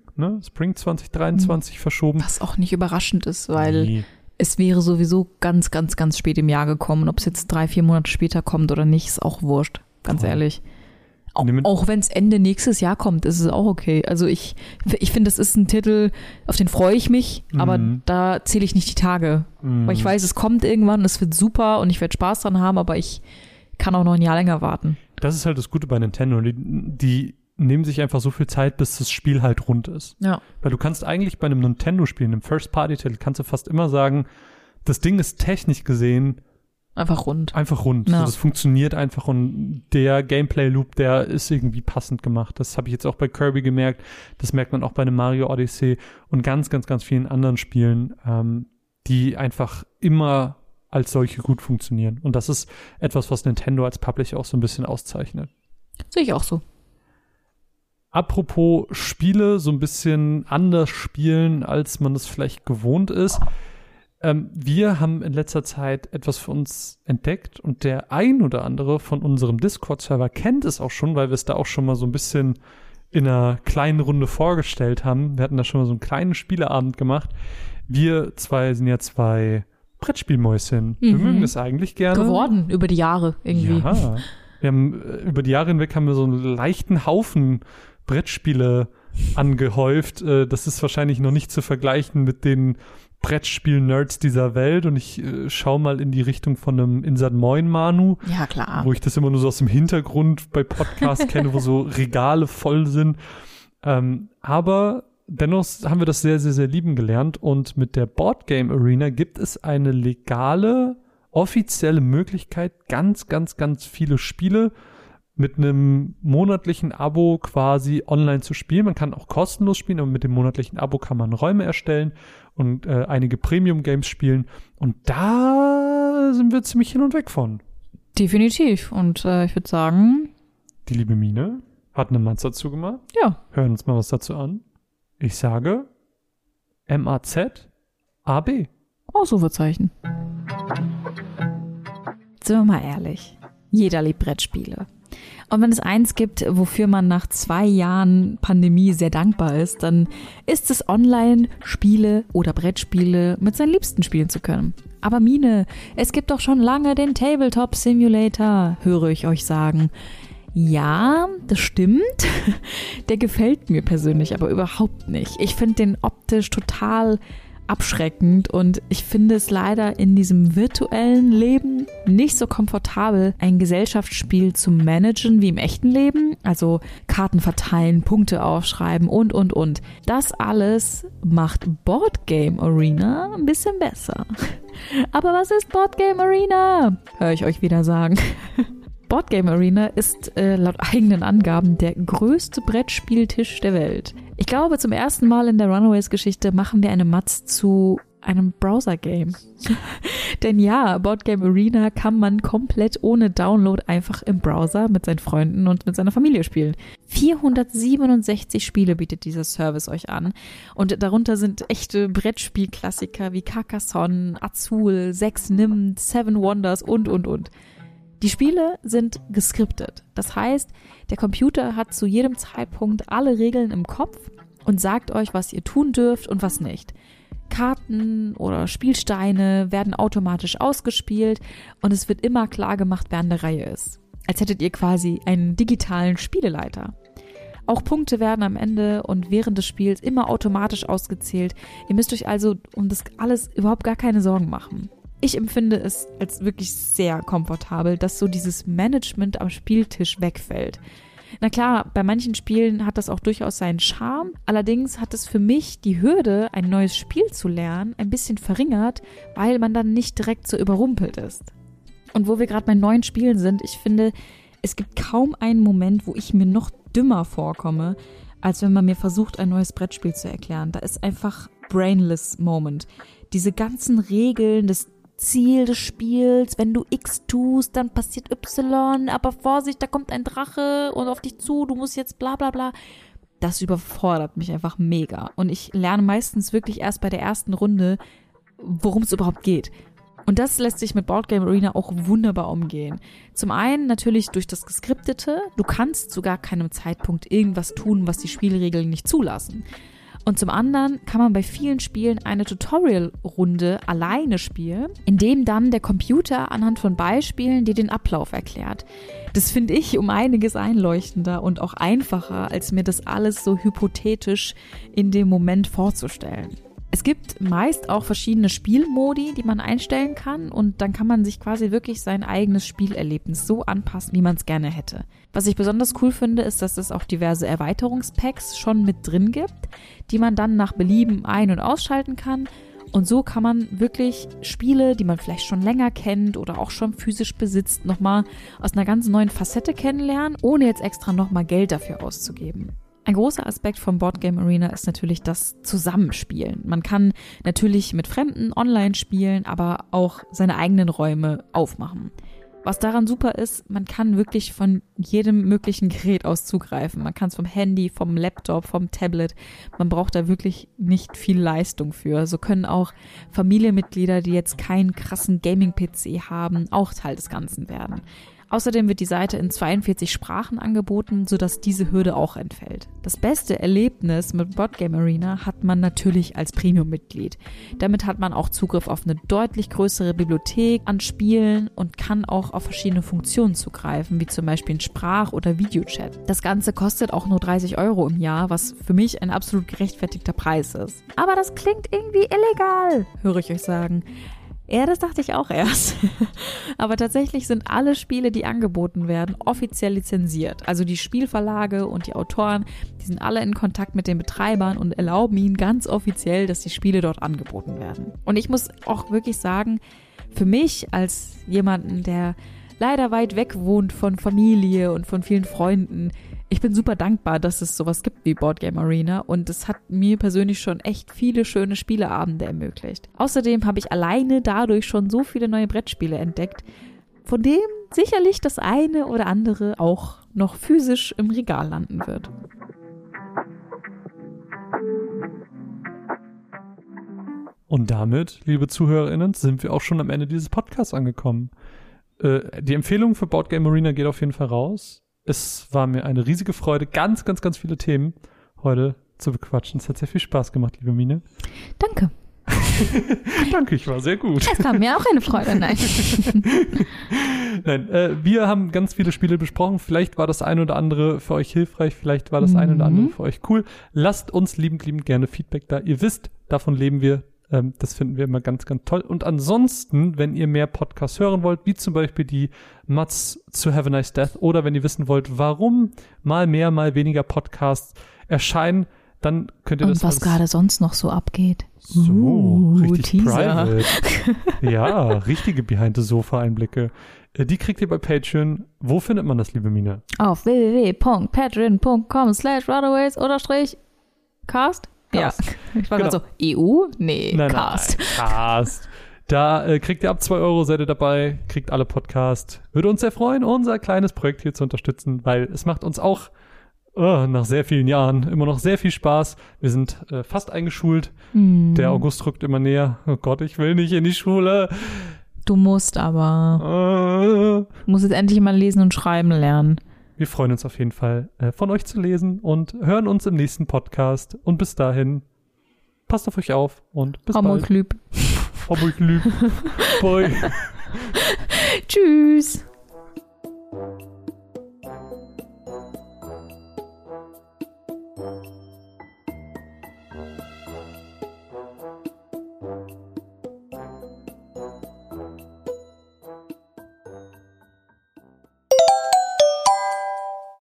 2023 verschoben. Was auch nicht überraschend ist, weil Nee. es wäre sowieso ganz, ganz, ganz spät im Jahr gekommen. Ob es jetzt 3-4 Monate später kommt oder nicht, ist auch wurscht. ganz Voll. ehrlich. Nehmen- Auch wenn es Ende nächstes Jahr kommt, ist es auch okay. Also ich finde, das ist ein Titel, auf den freue ich mich, aber da zähle ich nicht die Tage. Weil ich weiß, es kommt irgendwann, es wird super und ich werde Spaß dran haben, aber ich kann auch noch ein Jahr länger warten. Das ist halt das Gute bei Nintendo. Die nehmen sich einfach so viel Zeit, bis das Spiel halt rund ist. Ja. Weil du kannst eigentlich bei einem Nintendo-Spiel, einem First-Party-Titel, kannst du fast immer sagen, das Ding ist technisch gesehen Einfach rund. einfach rund. Ja. So, das funktioniert einfach und der Gameplay-Loop, der ist irgendwie passend gemacht. Das habe ich jetzt auch bei Kirby gemerkt. Das merkt man auch bei einem Mario Odyssey und ganz, ganz, ganz vielen anderen Spielen, die einfach immer als solche gut funktionieren. Und das ist etwas, was Nintendo als Publisher auch so ein bisschen auszeichnet. Sehe ich auch so. Apropos Spiele, so ein bisschen anders spielen, als man das vielleicht gewohnt ist. Wir haben in letzter Zeit etwas für uns entdeckt und der ein oder andere von unserem Discord-Server kennt es auch schon, weil wir es da auch schon mal so ein bisschen in einer kleinen Runde vorgestellt haben. Wir hatten da schon mal so einen kleinen Spieleabend gemacht. Wir zwei sind ja zwei Brettspielmäuschen. Wir mögen das eigentlich gerne. Geworden über die Jahre irgendwie. Ja. Wir haben über die Jahre hinweg haben wir so einen leichten Haufen Brettspiele angehäuft. Das ist wahrscheinlich noch nicht zu vergleichen mit den Brettspiel-Nerds dieser Welt und ich schaue mal in die Richtung von einem Insert Moin Manu, Ja, klar. wo ich das immer nur so aus dem Hintergrund bei Podcasts kenne, wo so Regale voll sind. Aber dennoch haben wir das sehr, sehr, sehr lieben gelernt und mit der Boardgame Arena gibt es eine legale, offizielle Möglichkeit, ganz, ganz, ganz viele Spiele mit einem monatlichen Abo quasi online zu spielen. Man kann auch kostenlos spielen, aber mit dem monatlichen Abo kann man Räume erstellen und einige Premium-Games spielen. Und da sind wir ziemlich hin und weg von. Definitiv. Und ich würde sagen, Die liebe Mine hat eine Manz dazu gemacht. ja, Hören uns mal was dazu an. Ich sage MAZ-AB. Ausrufezeichen. Sind wir mal ehrlich. Jeder liebt Brettspiele. Und wenn es eins gibt, wofür man nach 2 Jahren Pandemie sehr dankbar ist, dann ist es online Spiele oder Brettspiele mit seinen Liebsten spielen zu können. Aber Mine, es gibt doch schon lange den Tabletop Simulator, höre ich euch sagen. Ja, das stimmt. Der gefällt mir persönlich aber überhaupt nicht. Ich finde den optisch total abschreckend und ich finde es leider in diesem virtuellen Leben nicht so komfortabel, ein Gesellschaftsspiel zu managen wie im echten Leben. Also Karten verteilen, Punkte aufschreiben und. Das alles macht Boardgame Arena ein bisschen besser. Aber was ist Boardgame Arena? Höre ich euch wieder sagen. Boardgame Arena ist laut eigenen Angaben der größte Brettspieltisch der Welt. Ich glaube, zum ersten Mal in der Runaways-Geschichte machen wir eine Matz zu einem Browser-Game. Denn ja, Boardgame Arena kann man komplett ohne Download einfach im Browser mit seinen Freunden und mit seiner Familie spielen. 467 Spiele bietet dieser Service euch an. Und darunter sind echte Brettspielklassiker wie Carcassonne, Azul, 6 Nimmt, 7 Wonders und. Die Spiele sind geskriptet. Das heißt, der Computer hat zu jedem Zeitpunkt alle Regeln im Kopf und sagt euch, was ihr tun dürft und was nicht. Karten oder Spielsteine werden automatisch ausgespielt und es wird immer klar gemacht, wer an der Reihe ist. Als hättet ihr quasi einen digitalen Spieleleiter. Auch Punkte werden am Ende und während des Spiels immer automatisch ausgezählt. Ihr müsst euch also um das alles überhaupt gar keine Sorgen machen. Ich empfinde es als wirklich sehr komfortabel, dass so dieses Management am Spieltisch wegfällt. Na klar, bei manchen Spielen hat das auch durchaus seinen Charme. Allerdings hat es für mich die Hürde, ein neues Spiel zu lernen, ein bisschen verringert, weil man dann nicht direkt so überrumpelt ist. Und wo wir gerade bei neuen Spielen sind, ich finde, es gibt kaum einen Moment, wo ich mir noch dümmer vorkomme, als wenn man mir versucht, ein neues Brettspiel zu erklären. Da ist einfach brainless Moment. Diese ganzen Regeln, das Ziel des Spiels, wenn du X tust, dann passiert Y, aber Vorsicht, da kommt ein Drache und auf dich zu, du musst jetzt bla bla bla. Das überfordert mich einfach mega. Und ich lerne meistens wirklich erst bei der ersten Runde, worum es überhaupt geht. Und das lässt sich mit Boardgame Arena auch wunderbar umgehen. Zum einen natürlich durch das Geskriptete. Du kannst zu gar keinem Zeitpunkt irgendwas tun, was die Spielregeln nicht zulassen. Und zum anderen kann man bei vielen Spielen eine Tutorial-Runde alleine spielen, in dem dann der Computer anhand von Beispielen dir den Ablauf erklärt. Das finde ich um einiges einleuchtender und auch einfacher, als mir das alles so hypothetisch in dem Moment vorzustellen. Es gibt meist auch verschiedene Spielmodi, die man einstellen kann und dann kann man sich quasi wirklich sein eigenes Spielerlebnis so anpassen, wie man es gerne hätte. Was ich besonders cool finde, ist, dass es auch diverse Erweiterungspacks schon mit drin gibt, die man dann nach Belieben ein- und ausschalten kann. Und so kann man wirklich Spiele, die man vielleicht schon länger kennt oder auch schon physisch besitzt, nochmal aus einer ganz neuen Facette kennenlernen, ohne jetzt extra nochmal Geld dafür auszugeben. Ein großer Aspekt vom Boardgame Arena ist natürlich das Zusammenspielen. Man kann natürlich mit Fremden online spielen, aber auch seine eigenen Räume aufmachen. Was daran super ist, man kann wirklich von jedem möglichen Gerät aus zugreifen. Man kann es vom Handy, vom Laptop, vom Tablet. Man braucht da wirklich nicht viel Leistung für. So können auch Familienmitglieder, die jetzt keinen krassen Gaming-PC haben, auch Teil des Ganzen werden. Außerdem wird die Seite in 42 Sprachen angeboten, sodass diese Hürde auch entfällt. Das beste Erlebnis mit Boardgame Arena hat man natürlich als Premium-Mitglied. Damit hat man auch Zugriff auf eine deutlich größere Bibliothek an Spielen und kann auch auf verschiedene Funktionen zugreifen, wie zum Beispiel einen Sprach- oder Videochat. Das Ganze kostet auch nur 30 € im Jahr, was für mich ein absolut gerechtfertigter Preis ist. Aber das klingt irgendwie illegal, höre ich euch sagen. Ja, das dachte ich auch erst. Aber tatsächlich sind alle Spiele, die angeboten werden, offiziell lizenziert. Also die Spielverlage und die Autoren, die sind alle in Kontakt mit den Betreibern und erlauben ihnen ganz offiziell, dass die Spiele dort angeboten werden. Und ich muss auch wirklich sagen, für mich als jemanden, der leider weit weg wohnt von Familie und von vielen Freunden, ich bin super dankbar, dass es sowas gibt wie Boardgame Arena und es hat mir persönlich schon echt viele schöne Spieleabende ermöglicht. Außerdem habe ich alleine dadurch schon so viele neue Brettspiele entdeckt, von dem sicherlich das eine oder andere auch noch physisch im Regal landen wird. Und damit, liebe ZuhörerInnen, sind wir auch schon am Ende dieses Podcasts angekommen. Die Empfehlung für Boardgame Arena geht auf jeden Fall raus. Es war mir eine riesige Freude, ganz, ganz, ganz viele Themen heute zu bequatschen. Es hat sehr viel Spaß gemacht, liebe Mine. Danke. Danke, ich war sehr gut. Es war mir auch eine Freude, nein. Nein, wir haben ganz viele Spiele besprochen. Vielleicht war das eine oder andere für euch hilfreich, vielleicht war das eine oder andere für euch cool. Lasst uns liebend gerne Feedback da. Ihr wisst, davon leben wir. Das finden wir immer ganz, ganz toll. Und ansonsten, wenn ihr mehr Podcasts hören wollt, wie zum Beispiel die Mats zu Have a Nice Death, oder wenn ihr wissen wollt, warum mal mehr, mal weniger Podcasts erscheinen, dann könnt ihr das. Und was gerade sonst noch so abgeht. So, richtig Teaser. private. Ja, richtige Behind-the-Sofa-Einblicke. Die kriegt ihr bei Patreon. Wo findet man das, liebe Mine? Auf www.patreon.com/runaways_cast. Ja, ich war Genau. gerade so, EU? Nee, Nein, Cast. Nein, Cast. Da kriegt ihr ab 2 €, seid ihr dabei, kriegt alle Podcasts. Würde uns sehr freuen, unser kleines Projekt hier zu unterstützen, weil es macht uns auch nach sehr vielen Jahren immer noch sehr viel Spaß. Wir sind fast eingeschult. Der August rückt immer näher. Oh Gott, ich will nicht in die Schule. Du musst aber. Du musst jetzt endlich mal lesen und schreiben lernen. Wir freuen uns auf jeden Fall, von euch zu lesen und hören uns im nächsten Podcast. Und bis dahin, passt auf euch auf und bis bald. Homoklüb. Homoklüb. Bye. Tschüss.